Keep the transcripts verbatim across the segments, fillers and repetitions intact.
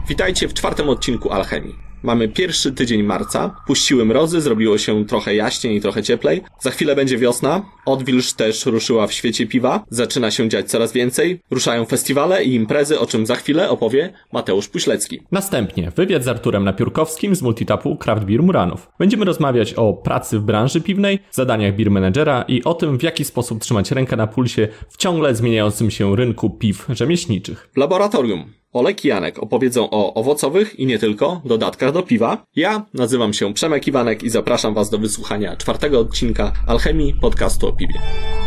Witajcie w czwartym odcinku Alchemii. Mamy pierwszy tydzień marca, puściły mrozy, zrobiło się trochę jaśniej i trochę cieplej. Za chwilę będzie wiosna, odwilż też ruszyła w świecie piwa, zaczyna się dziać coraz więcej, ruszają festiwale i imprezy, o czym za chwilę opowie Mateusz Puślecki. Następnie wywiad z Arturem Napiórkowskim z multitapu Craft Beer Muranów. Będziemy rozmawiać o pracy w branży piwnej, zadaniach beer managera i o tym, w jaki sposób trzymać rękę na pulsie w ciągle zmieniającym się rynku piw rzemieślniczych. W laboratorium Olek i Janek opowiedzą o owocowych i nie tylko dodatkach do piwa. Ja nazywam się Przemek Iwanek i zapraszam Was do wysłuchania czwartego odcinka Alchemii, podcastu o piwie.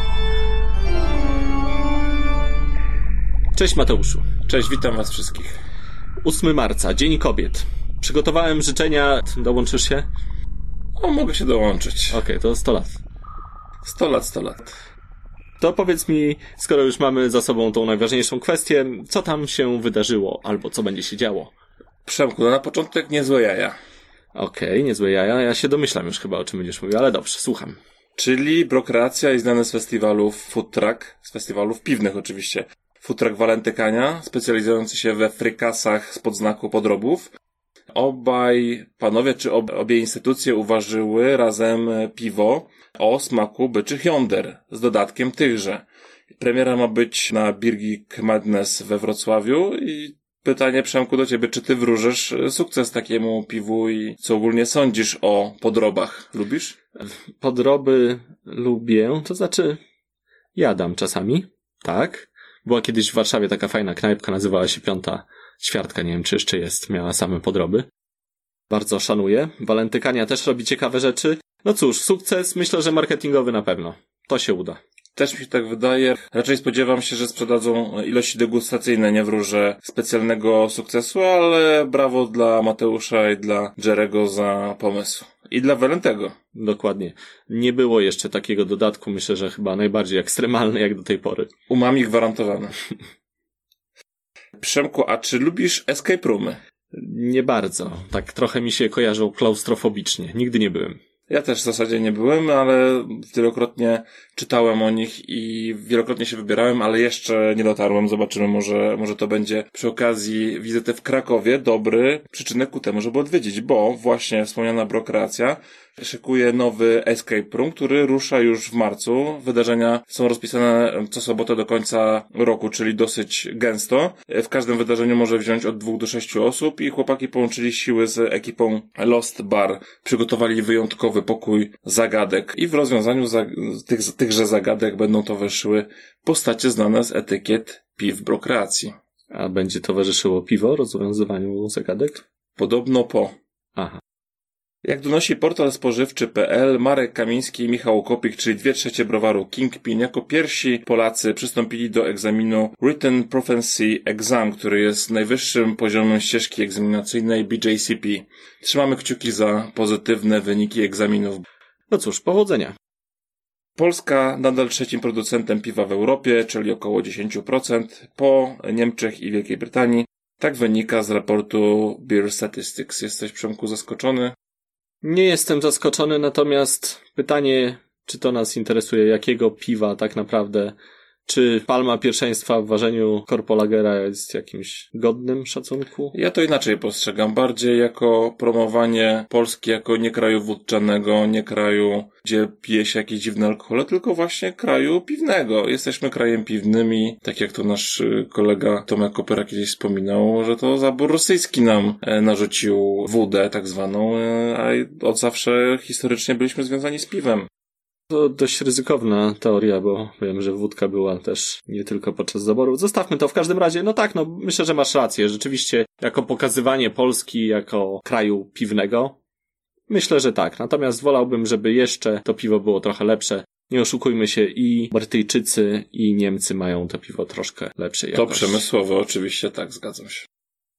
Cześć Mateuszu. Cześć, witam Was wszystkich. ósmego marca, Dzień Kobiet. Przygotowałem życzenia. Dołączysz się? O, mogę się dołączyć. Okej, okay, to sto lat. sto lat, sto lat. To powiedz mi, skoro już mamy za sobą tą najważniejszą kwestię, co tam się wydarzyło, albo co będzie się działo? Przemku, no na początek niezłe jaja. Okej, okay, niezłe jaja. Ja się domyślam już chyba, o czym będziesz mówił, ale dobrze, słucham. Czyli Brokreacja i znany z festiwalów Food Truck, z festiwalów piwnych oczywiście. Food Truck Walentykania, specjalizujący się we frykasach spod znaku podrobów. Obaj panowie, czy ob, obie instytucje uważyły razem piwo o smaku byczych jąder z dodatkiem tychże. Premiera ma być na Beer Geek Madness we Wrocławiu i pytanie, Przemku, do ciebie, czy ty wróżysz sukces takiemu piwu i co ogólnie sądzisz o podrobach? Lubisz? Podroby lubię, to znaczy jadam czasami, tak. Była kiedyś w Warszawie taka fajna knajpka, nazywała się Piąta Ćwiartka, nie wiem czy jeszcze jest, miała same podroby. Bardzo szanuję. Walentykania też robi ciekawe rzeczy. No cóż, sukces myślę, że marketingowy na pewno. To się uda. Też mi się tak wydaje. Raczej spodziewam się, że sprzedadzą ilości degustacyjne, nie wróżę specjalnego sukcesu, ale brawo dla Mateusza i dla Jerego za pomysł. I dla Walentego. Dokładnie. Nie było jeszcze takiego dodatku, myślę, że chyba najbardziej ekstremalny jak do tej pory. Umami gwarantowane. Przemku, a czy lubisz escape roomy? Nie bardzo. Tak trochę mi się kojarzą klaustrofobicznie. Nigdy nie byłem. Ja też w zasadzie nie byłem, ale wielokrotnie czytałem o nich i wielokrotnie się wybierałem, ale jeszcze nie dotarłem. Zobaczymy, może, może to będzie przy okazji wizyty w Krakowie dobry przyczynek ku temu, żeby odwiedzić, bo właśnie wspomniana Brokreacja szykuje nowy escape room, który rusza już w marcu. Wydarzenia są rozpisane co sobotę do końca roku, czyli dosyć gęsto. W każdym wydarzeniu może wziąć od dwóch do sześciu osób i chłopaki połączyli siły z ekipą Lost Bar. Przygotowali wyjątkowy pokój zagadek i w rozwiązaniu za- tych, tychże zagadek będą towarzyszyły postacie znane z etykiet piw Brokreacji. A będzie towarzyszyło piwo rozwiązywaniu zagadek? Podobno po. Aha. Jak donosi portal spożywczy kropka pe el, Marek Kamiński i Michał Kopik, czyli dwie trzecie browaru Kingpin, jako pierwsi Polacy przystąpili do egzaminu Written Proficiency Exam, który jest najwyższym poziomem ścieżki egzaminacyjnej B J C P. Trzymamy kciuki za pozytywne wyniki egzaminów. No cóż, powodzenia. Polska nadal trzecim producentem piwa w Europie, czyli około dziesięć procent, po Niemczech i Wielkiej Brytanii. Tak wynika z raportu Beer Statistics. Jesteś, Przemku, zaskoczony? Nie jestem zaskoczony, natomiast pytanie, czy to nas interesuje, jakiego piwa tak naprawdę, czy palma pierwszeństwa w ważeniu Korpolagera jest jakimś godnym szacunku? Ja to inaczej postrzegam, bardziej jako promowanie Polski jako nie kraju wódczanego, nie kraju, gdzie pije się jakieś dziwne alkohole, tylko właśnie kraju piwnego. Jesteśmy krajem piwnym i tak jak to nasz kolega Tomek Kopera kiedyś wspominał, że to zabór rosyjski nam narzucił wódę tak zwaną, a od zawsze historycznie byliśmy związani z piwem. To dość ryzykowna teoria, bo wiem, że wódka była też nie tylko podczas zaboru. Zostawmy to w każdym razie. No tak, no myślę, że masz rację. Rzeczywiście jako pokazywanie Polski jako kraju piwnego, myślę, że tak. Natomiast wolałbym, żeby jeszcze to piwo było trochę lepsze. Nie oszukujmy się, i Brytyjczycy, i Niemcy mają to piwo troszkę lepsze jakości. To przemysłowe, oczywiście, tak, zgadzam się.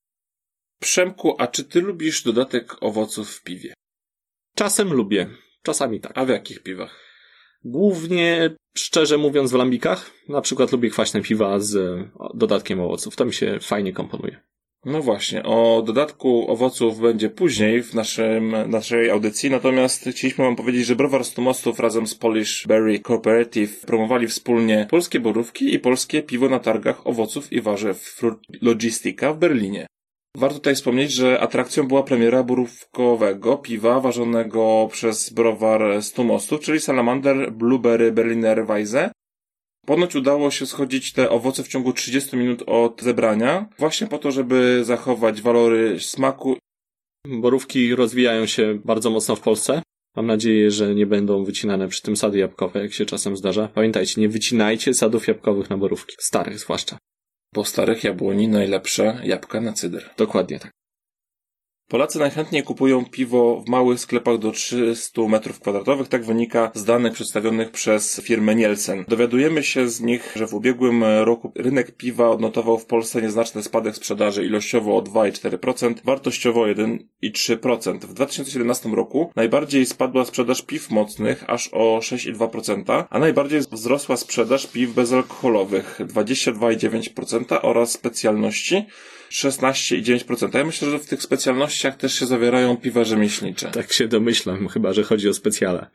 Przemku, a czy ty lubisz dodatek owoców w piwie? Czasem lubię, czasami tak. A w jakich piwach? Głównie, szczerze mówiąc, w lambikach. Na przykład lubię kwaśne piwa z dodatkiem owoców. To mi się fajnie komponuje. No właśnie, o dodatku owoców będzie później w naszym, naszej audycji, natomiast chcieliśmy wam powiedzieć, że Browar stu Mostów razem z Polish Berry Cooperative promowali wspólnie polskie borówki i polskie piwo na targach owoców i warzyw Fruit Logistica w Berlinie. Warto tutaj wspomnieć, że atrakcją była premiera borówkowego piwa ważonego przez browar stu mostów, czyli Salamander Blueberry Berliner Weisse. Ponoć udało się schodzić te owoce w ciągu trzydziestu minut od zebrania, właśnie po to, żeby zachować walory smaku. Borówki rozwijają się bardzo mocno w Polsce. Mam nadzieję, że nie będą wycinane przy tym sady jabłkowe, jak się czasem zdarza. Pamiętajcie, nie wycinajcie sadów jabłkowych na borówki. Starych zwłaszcza. Po starych jabłoni najlepsze jabłka na cydr. Dokładnie tak. Polacy najchętniej kupują piwo w małych sklepach do trzystu metrów kwadratowych, tak wynika z danych przedstawionych przez firmę Nielsen. Dowiadujemy się z nich, że w ubiegłym roku rynek piwa odnotował w Polsce nieznaczny spadek sprzedaży ilościowo o dwa i cztery procent, wartościowo o jeden i trzy procent. W dwa tysiące siedemnastym roku najbardziej spadła sprzedaż piw mocnych aż o sześć i dwa procent, a najbardziej wzrosła sprzedaż piw bezalkoholowych dwadzieścia dwa i dziewięć procent oraz specjalności szesnaście i dziewięć procent. Ja myślę, że w tych specjalnościach też się zawierają piwa rzemieślnicze. Tak się domyślam, chyba że chodzi o specjale.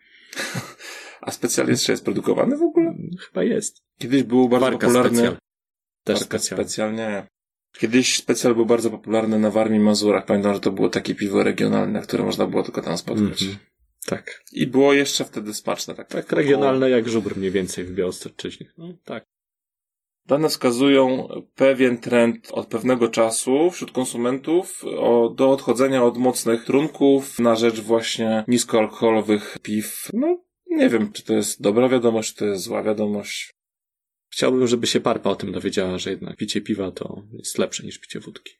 A specjal jeszcze jest produkowany w ogóle? Chyba jest. Kiedyś był bardzo Warka popularny... Specjal. Też Warka specjal. Specjal, nie. Kiedyś specjal był bardzo popularny na Warmii i Mazurach. Pamiętam, że to było takie piwo regionalne, które można było tylko tam spotkać. Mm-hmm. Tak. I było jeszcze wtedy smaczne. Tak, tak regionalne jak żubr mniej więcej w Białostocczyźnie. No, tak. Dane wskazują pewien trend od pewnego czasu wśród konsumentów o, do odchodzenia od mocnych trunków na rzecz właśnie niskoalkoholowych piw. No, nie wiem, czy to jest dobra wiadomość, czy to jest zła wiadomość. Chciałbym, żeby się Parpa o tym dowiedziała, że jednak picie piwa to jest lepsze niż picie wódki.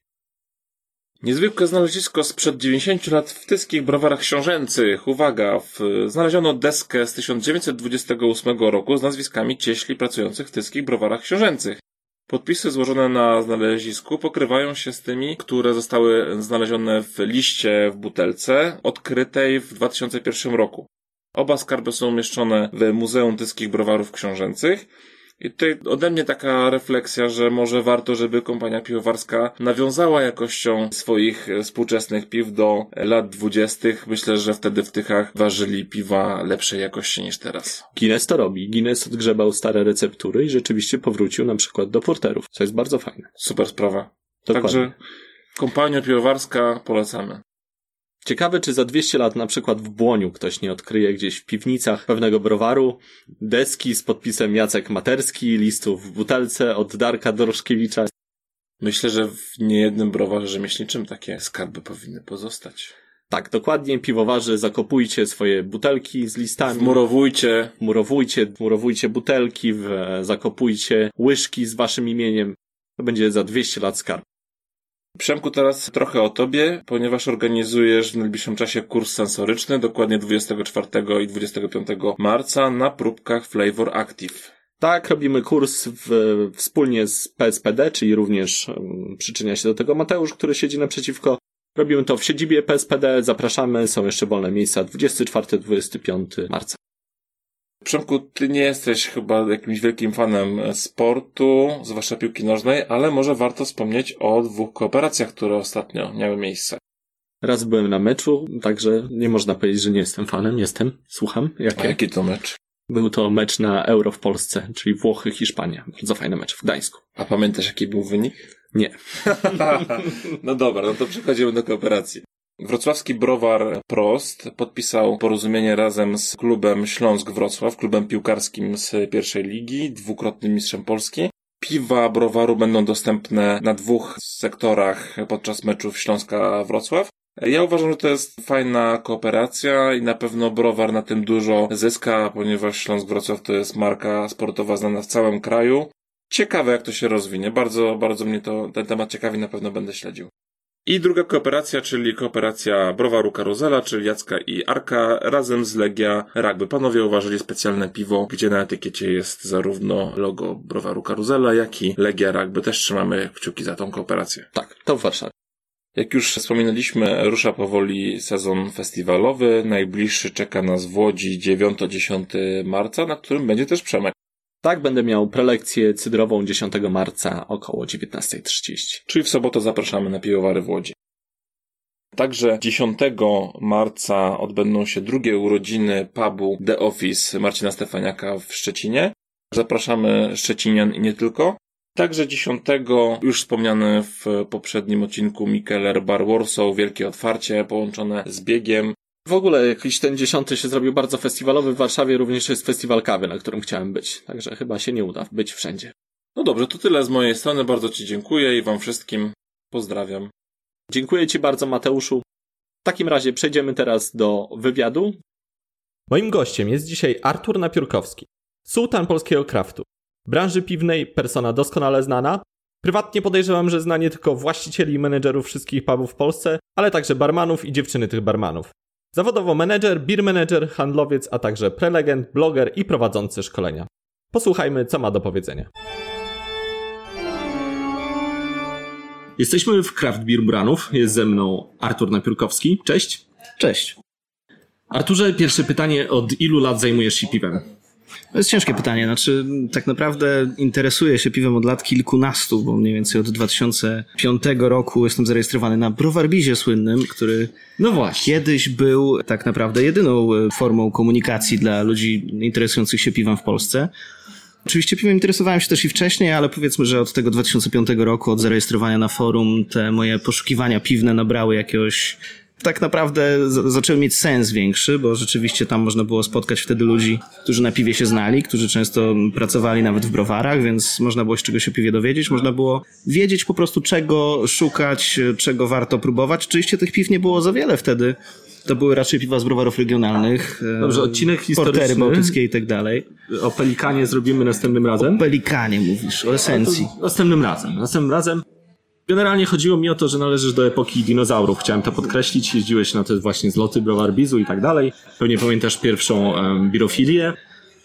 Niezwykłe znalezisko sprzed dziewięćdziesięciu lat w tyskich browarach książęcych. Uwaga, w, znaleziono deskę z tysiąc dziewięćset dwudziestego ósmego roku z nazwiskami cieśli pracujących w tyskich browarach książęcych. Podpisy złożone na znalezisku pokrywają się z tymi, które zostały znalezione w liście w butelce odkrytej w dwa tysiące pierwszym roku. Oba skarby są umieszczone w Muzeum Tyskich Browarów Książęcych. I tutaj ode mnie taka refleksja, że może warto, żeby kompania piwowarska nawiązała jakością swoich współczesnych piw do lat dwudziestych. Myślę, że wtedy w Tychach ważyli piwa lepszej jakości niż teraz. Guinness to robi. Guinness odgrzebał stare receptury i rzeczywiście powrócił na przykład do porterów, co jest bardzo fajne. Super sprawa. Dokładnie. Także kompania piwowarska polecamy. Ciekawe, czy za dwieście lat na przykład w Błoniu ktoś nie odkryje gdzieś w piwnicach pewnego browaru deski z podpisem Jacek Materski, listów w butelce od Darka Doroszkiewicza. Myślę, że w niejednym browarze rzemieślniczym takie skarby powinny pozostać. Tak, dokładnie. Piwowarze, zakopujcie swoje butelki z listami. Wmurowujcie. Wmurowujcie, wmurowujcie butelki, w, zakopujcie łyżki z waszym imieniem. To będzie za dwieście lat skarb. Przemku, teraz trochę o tobie, ponieważ organizujesz w najbliższym czasie kurs sensoryczny, dokładnie dwudziestego czwartego i dwudziestego piątego marca na próbkach Flavor Active. Tak, robimy kurs w, wspólnie z P S P D, czyli również um, przyczynia się do tego Mateusz, który siedzi naprzeciwko. Robimy to w siedzibie P S P D, zapraszamy, są jeszcze wolne miejsca dwudziestego czwartego do dwudziestego piątego marca. Przemku, ty nie jesteś chyba jakimś wielkim fanem sportu, zwłaszcza piłki nożnej, ale może warto wspomnieć o dwóch kooperacjach, które ostatnio miały miejsce. Raz byłem na meczu, także nie można powiedzieć, że nie jestem fanem. Jestem, słucham. Jakie? A jaki to mecz? Był to mecz na Euro w Polsce, czyli Włochy, Hiszpania. Bardzo fajny mecz w Gdańsku. A pamiętasz, jaki był wynik? Nie. No dobra, no to przechodzimy do kooperacji. Wrocławski browar Prost podpisał porozumienie razem z klubem Śląsk Wrocław, klubem piłkarskim z pierwszej ligi, dwukrotnym mistrzem Polski. Piwa browaru będą dostępne na dwóch sektorach podczas meczów Śląska Wrocław. Ja uważam, że to jest fajna kooperacja i na pewno browar na tym dużo zyska, ponieważ Śląsk Wrocław to jest marka sportowa znana w całym kraju. Ciekawe, jak to się rozwinie. Bardzo, bardzo mnie to, ten temat ciekawi, na pewno będę śledził. I druga kooperacja, czyli kooperacja browaru Karuzela, czyli Jacka i Arka, razem z Legia Rugby. Panowie uważali specjalne piwo, gdzie na etykiecie jest zarówno logo browaru Karuzela, jak i Legia Rugby. Też trzymamy kciuki za tą kooperację. Tak, to w Warszawie. Jak już wspominaliśmy, rusza powoli sezon festiwalowy. Najbliższy czeka nas w Łodzi dziewiątego do dziesiątego marca, na którym będzie też Przemek. Tak, będę miał prelekcję cydrową dziesiątego marca około dziewiętnasta trzydzieści. Czyli w sobotę zapraszamy na piwowary w Łodzi. Także dziesiątego marca odbędą się drugie urodziny pubu The Office Marcina Stefaniaka w Szczecinie. Zapraszamy szczecinian i nie tylko. Także dziesiątego już wspomniany w poprzednim odcinku Mikkeller Bar Warsaw, wielkie otwarcie połączone z biegiem. W ogóle jakiś ten dziesiąty się zrobił bardzo festiwalowy. W Warszawie również jest festiwal kawy, na którym chciałem być. Także chyba się nie uda być wszędzie. No dobrze, to tyle z mojej strony. Bardzo Ci dziękuję i Wam wszystkim pozdrawiam. Dziękuję Ci bardzo, Mateuszu. W takim razie przejdziemy teraz do wywiadu. Moim gościem jest dzisiaj Artur Napiórkowski, sułtan polskiego kraftu. W branży piwnej persona doskonale znana. Prywatnie podejrzewam, że zna nie tylko właścicieli i menedżerów wszystkich pubów w Polsce, ale także barmanów i dziewczyny tych barmanów. Zawodowo menedżer, beer manager, handlowiec, a także prelegent, bloger i prowadzący szkolenia. Posłuchajmy, co ma do powiedzenia. Jesteśmy w Craft Beer Muranów. Jest ze mną Artur Napiórkowski. Cześć. Cześć. Arturze, pierwsze pytanie. Od ilu lat zajmujesz się piwem? To jest ciężkie pytanie. Znaczy, tak naprawdę interesuję się piwem od lat kilkunastu, bo mniej więcej od dwa tysiące piątego roku jestem zarejestrowany na Browarbizie słynnym, który No właśnie. kiedyś był tak naprawdę jedyną formą komunikacji dla ludzi interesujących się piwem w Polsce. Oczywiście piwem interesowałem się też i wcześniej, ale powiedzmy, że od tego dwa tysiące piątego roku, od zarejestrowania na forum, te moje poszukiwania piwne nabrały jakiegoś... Tak naprawdę z- zaczęły mieć sens większy, bo rzeczywiście tam można było spotkać wtedy ludzi, którzy na piwie się znali, którzy często pracowali nawet w browarach, więc można było się czegoś o piwie dowiedzieć, można było wiedzieć po prostu czego szukać, czego warto próbować. Oczywiście tych piw nie było za wiele wtedy. To były raczej piwa z browarów regionalnych. Dobrze, odcinek historyczny. Portery bałtyckie i tak dalej. O Pelikanie zrobimy następnym razem. O Pelikanie mówisz, o esencji. Następnym razem. Następnym razem. Generalnie chodziło mi o to, że należysz do epoki dinozaurów. Chciałem to podkreślić. Jeździłeś na te właśnie zloty Browarbizu i tak dalej. Pewnie pamiętasz pierwszą um, birofilię.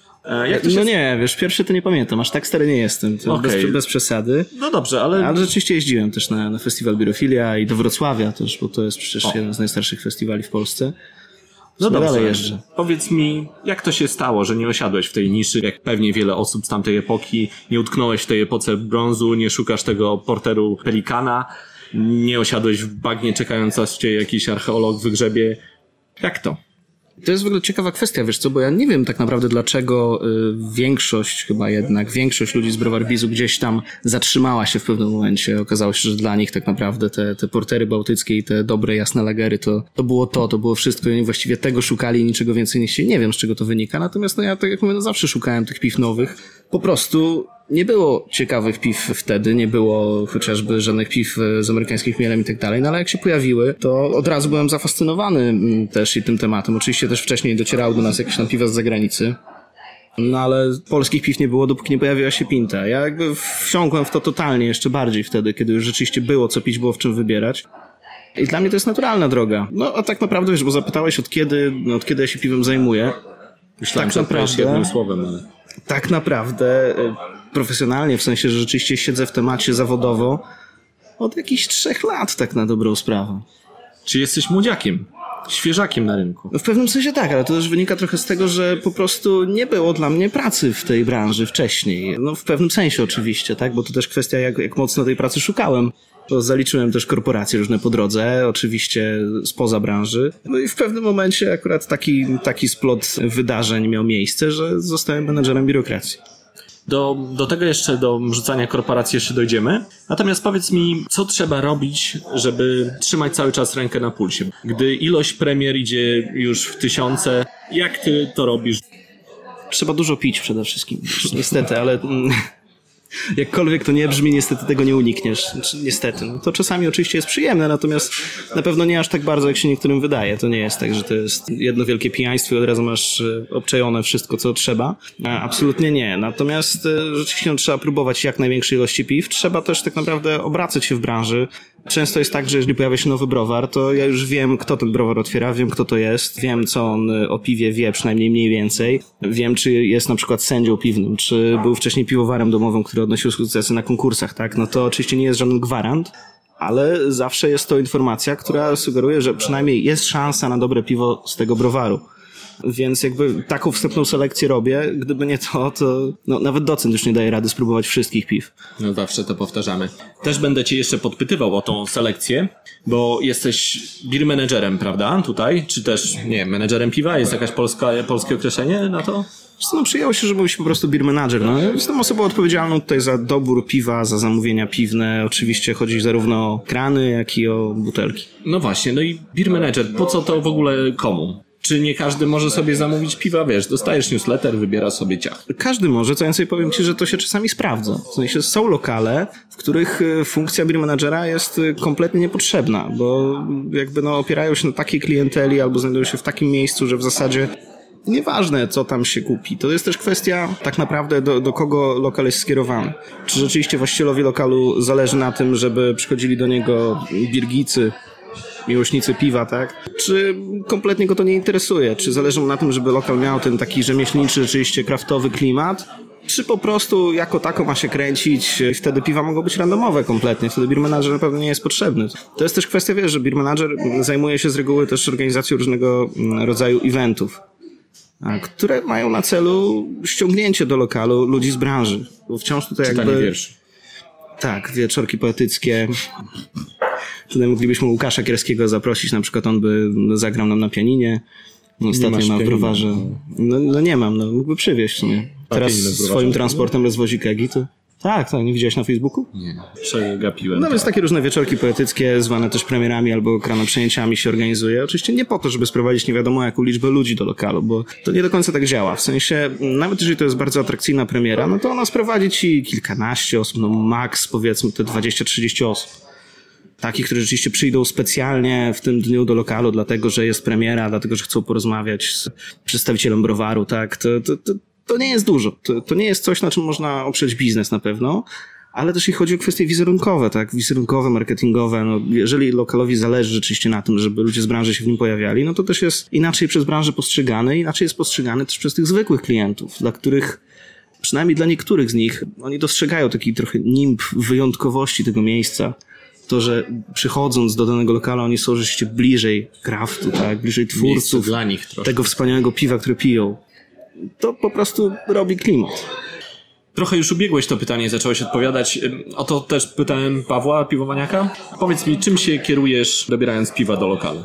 E, jak to się... No nie, wiesz, pierwszy to nie pamiętam, aż tak stary nie jestem, to Okej. bez, bez przesady. No dobrze, ale... Ale rzeczywiście jeździłem też na, na festiwal Birofilia i do Wrocławia też, bo to jest przecież O. jeden z najstarszych festiwali w Polsce. No Dalej dobrze, jeżdżę. powiedz mi, jak to się stało, że nie osiadłeś w tej niszy, jak pewnie wiele osób z tamtej epoki, nie utknąłeś w tej epoce brązu, nie szukasz tego porteru Pelikana, nie osiadłeś w bagnie czekając aż cię jakiś archeolog wygrzebie. Jak to? To jest w ogóle ciekawa kwestia, wiesz co, bo ja nie wiem tak naprawdę dlaczego y, większość chyba jednak, większość ludzi z Browarbizu gdzieś tam zatrzymała się w pewnym momencie. Okazało się, że dla nich tak naprawdę te, te portery bałtyckie i te dobre, jasne lagery to, to było to, to było wszystko i oni właściwie tego szukali i niczego więcej nie chcieli. Nie wiem, z czego to wynika, natomiast no ja tak jak mówię, no zawsze szukałem tych piw nowych. Po prostu nie było ciekawych piw wtedy, nie było chociażby żadnych piw z amerykańskich chmielem i tak dalej, no ale jak się pojawiły, to od razu byłem zafascynowany mm, też i tym tematem. Oczywiście też wcześniej docierały do nas jakieś tam piwa z zagranicy, no ale polskich piw nie było, dopóki nie pojawiła się Pinta. Ja jakby wsiąkłem w to totalnie jeszcze bardziej wtedy, kiedy już rzeczywiście było co pić, było w czym wybierać. I dla mnie to jest naturalna droga. No a tak naprawdę, wiesz, bo zapytałeś od kiedy, no, od kiedy ja się piwem zajmuję. Myślałem, Tak że odpowiesz naprawdę- jednym słowem, ale... Tak naprawdę y, profesjonalnie, w sensie, że rzeczywiście siedzę w temacie zawodowo od jakichś trzech lat, tak na dobrą sprawę. Czy jesteś młodziakiem? Świeżakiem na rynku? W pewnym sensie tak, ale to też wynika trochę z tego, że po prostu nie było dla mnie pracy w tej branży wcześniej. No w pewnym sensie oczywiście, tak, bo to też kwestia jak, jak mocno tej pracy szukałem. Bo zaliczyłem też korporacje różne po drodze, oczywiście spoza branży. No i w pewnym momencie akurat taki, taki splot wydarzeń miał miejsce, że zostałem menedżerem biurokracji. Do, do tego jeszcze, do rzucania korporacji jeszcze dojdziemy. Natomiast powiedz mi, co trzeba robić, żeby trzymać cały czas rękę na pulsie? Gdy ilość premier idzie już w tysiące, jak ty to robisz? Trzeba dużo pić przede wszystkim. Niestety, ale mm, jakkolwiek to nie brzmi, niestety tego nie unikniesz. Znaczy, niestety. No, to czasami oczywiście jest przyjemne, natomiast na pewno nie aż tak bardzo, jak się niektórym wydaje. To nie jest tak, że to jest jedno wielkie pijaństwo i od razu masz e, obczajone wszystko, co trzeba. A, absolutnie nie. Natomiast e, rzeczywiście no, trzeba próbować jak największej ilości piw. Trzeba też tak naprawdę obracać się w branży. Często jest tak, że jeżeli pojawia się nowy browar, to ja już wiem, kto ten browar otwiera, wiem, kto to jest, wiem, co on o piwie wie, przynajmniej mniej więcej. Wiem, czy jest na przykład sędzią piwnym, czy był wcześniej piwowarem domowym, który odnosił sukcesy na konkursach, tak? No to oczywiście nie jest żaden gwarant, ale zawsze jest to informacja, która sugeruje, że przynajmniej jest szansa na dobre piwo z tego browaru. Więc jakby taką wstępną selekcję robię. Gdyby nie to, to no, nawet docent już nie daje rady spróbować wszystkich piw. No zawsze to powtarzamy. Też będę cię jeszcze podpytywał o tą selekcję, bo jesteś beer managerem, prawda? Tutaj? Czy też, nie wiem, menedżerem piwa? Jest jakaś polska, polskie określenie na to? No, przyjęło się, że mówi się po prostu beer manager. No, jestem osobą odpowiedzialną tutaj za dobór piwa, za zamówienia piwne. Oczywiście chodzi zarówno o krany, jak i o butelki. No właśnie, no i beer manager, po co to w ogóle komu? Czy nie każdy może sobie zamówić piwa? Wiesz, dostajesz newsletter, wybiera sobie ciach. Każdy może, co więcej powiem ci, że to się czasami sprawdza. W sensie są lokale, w których funkcja beer managera jest kompletnie niepotrzebna, bo jakby no opierają się na takiej klienteli albo znajdują się w takim miejscu, że w zasadzie nieważne, co tam się kupi. To jest też kwestia tak naprawdę do, do kogo lokal jest skierowany. Czy rzeczywiście właścicielowi lokalu zależy na tym, żeby przychodzili do niego birgicy, miłośnicy piwa, tak? Czy kompletnie go to nie interesuje? Czy zależy mu na tym, żeby lokal miał ten taki rzemieślniczy, rzeczywiście kraftowy klimat? Czy po prostu jako tako ma się kręcić? Wtedy piwa mogą być randomowe kompletnie. Wtedy beer manager na pewno nie jest potrzebny. To jest też kwestia, wiesz, że beer manager zajmuje się z reguły też organizacją różnego rodzaju eventów, które mają na celu ściągnięcie do lokalu ludzi z branży. Bo wciąż tutaj Czytanie jakby... wierszy. Tak, wieczorki poetyckie. Tutaj moglibyśmy Łukasza Kierskiego zaprosić, na przykład on by zagrał nam na pianinie. Ostatnio ma w browarze. No, no nie mam, no mógłby przywieźć w sumie. Teraz swoim transportem rozwozi kegi, to... Tak, tak, nie widziałeś na Facebooku? Nie, przegapiłem. No więc takie różne wieczorki poetyckie, zwane też premierami albo kranoprzejęciami się organizuje. Oczywiście nie po to, żeby sprowadzić nie wiadomo jaką liczbę ludzi do lokalu, bo to nie do końca tak działa. W sensie, nawet jeżeli to jest bardzo atrakcyjna premiera, no to ona sprowadzi ci kilkanaście osób, no maks powiedzmy te dwadzieścia trzydzieści osób. Takich, którzy rzeczywiście przyjdą specjalnie w tym dniu do lokalu, dlatego że jest premiera, dlatego że chcą porozmawiać z przedstawicielem browaru, tak, to, to, to, to nie jest dużo. To, to nie jest coś, na czym można oprzeć biznes na pewno, ale też jeśli chodzi o kwestie wizerunkowe, tak, wizerunkowe, marketingowe, no jeżeli lokalowi zależy rzeczywiście na tym, żeby ludzie z branży się w nim pojawiali, no to też jest inaczej przez branżę postrzegany, inaczej jest postrzegany też przez tych zwykłych klientów, dla których, przynajmniej dla niektórych z nich, oni dostrzegają taki trochę nimb wyjątkowości tego miejsca. To, że przychodząc do danego lokalu, oni są rzeczywiście bliżej craftu, tak, bliżej twórców, dla nich troszkę. Tego wspaniałego piwa, które piją. To po prostu robi klimat. Trochę już ubiegłeś to pytanie, zacząłeś odpowiadać. O to też pytałem Pawła, piwowaniaka. Powiedz mi, czym się kierujesz, dobierając piwa do lokalu?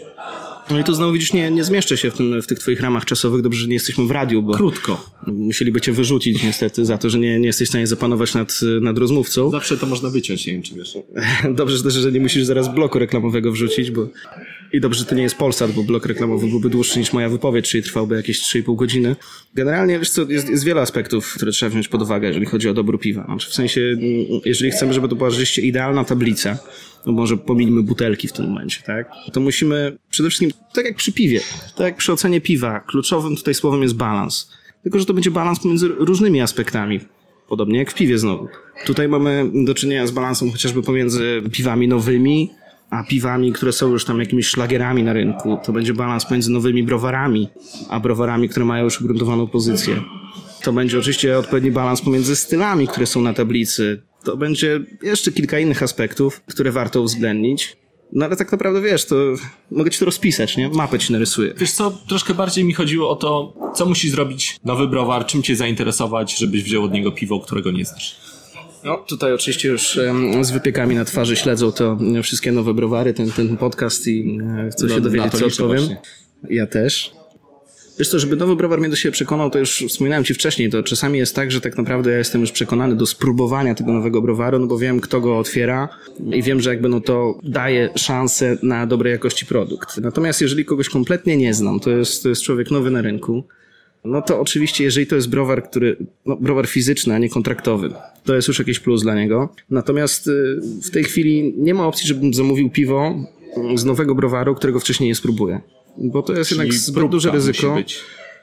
No i tu znowu widzisz, nie, nie zmieszczę się w, tym, w tych twoich ramach czasowych. Dobrze, że nie jesteśmy w radiu, bo... Krótko. Musieliby cię wyrzucić niestety za to, że nie, nie jesteś w stanie zapanować nad, nad rozmówcą. Zawsze to można wyciąć, nie wiem czy wiesz. Dobrze też, że nie musisz zaraz bloku reklamowego wrzucić, bo... I dobrze, że to nie jest Polsat, bo blok reklamowy byłby dłuższy niż moja wypowiedź, czyli trwałby jakieś trzy i pół godziny. Generalnie, wiesz co, jest, jest wiele aspektów, które trzeba wziąć pod uwagę, jeżeli chodzi o dobór piwa. Znaczy, w sensie, jeżeli chcemy, żeby to była rzeczywiście idealna tablica, no może pomijmy butelki w tym momencie, tak? To musimy przede wszystkim, tak jak przy piwie, tak jak przy ocenie piwa, kluczowym tutaj słowem jest balans. Tylko, że to będzie balans pomiędzy różnymi aspektami. Podobnie jak w piwie znowu. Tutaj mamy do czynienia z balansem chociażby pomiędzy piwami nowymi, a piwami, które są już tam jakimiś szlagierami na rynku. To będzie balans pomiędzy nowymi browarami, a browarami, które mają już ugruntowaną pozycję. To będzie oczywiście odpowiedni balans pomiędzy stylami, które są na tablicy. To będzie jeszcze kilka innych aspektów, które warto uwzględnić. No ale tak naprawdę wiesz, to mogę ci to rozpisać, nie? Mapę ci narysuję. Wiesz co, troszkę bardziej mi chodziło o to, co musi zrobić nowy browar, czym cię zainteresować, żebyś wziął od niego piwo, którego nie znasz. No tutaj oczywiście już um, z wypiekami na twarzy śledzą to wszystkie nowe browary, ten, ten podcast i e, chcą się No, dowiedzieć, co odpowiem. Właśnie. Ja też. Wiesz co, żeby nowy browar mnie do siebie przekonał, to już wspominałem ci wcześniej, to czasami jest tak, że tak naprawdę ja jestem już przekonany do spróbowania tego nowego browaru, no bo wiem, kto go otwiera i wiem, że jakby no to daje szansę na dobrej jakości produkt. Natomiast jeżeli kogoś kompletnie nie znam, to jest, to jest człowiek nowy na rynku, no to oczywiście, jeżeli to jest browar, który, no browar fizyczny, a nie kontraktowy, to jest już jakiś plus dla niego. Natomiast w tej chwili nie ma opcji, żebym zamówił piwo z nowego browaru, którego wcześniej nie spróbuję. Bo to jest Czyli jednak zbyt duże ryzyko. Być.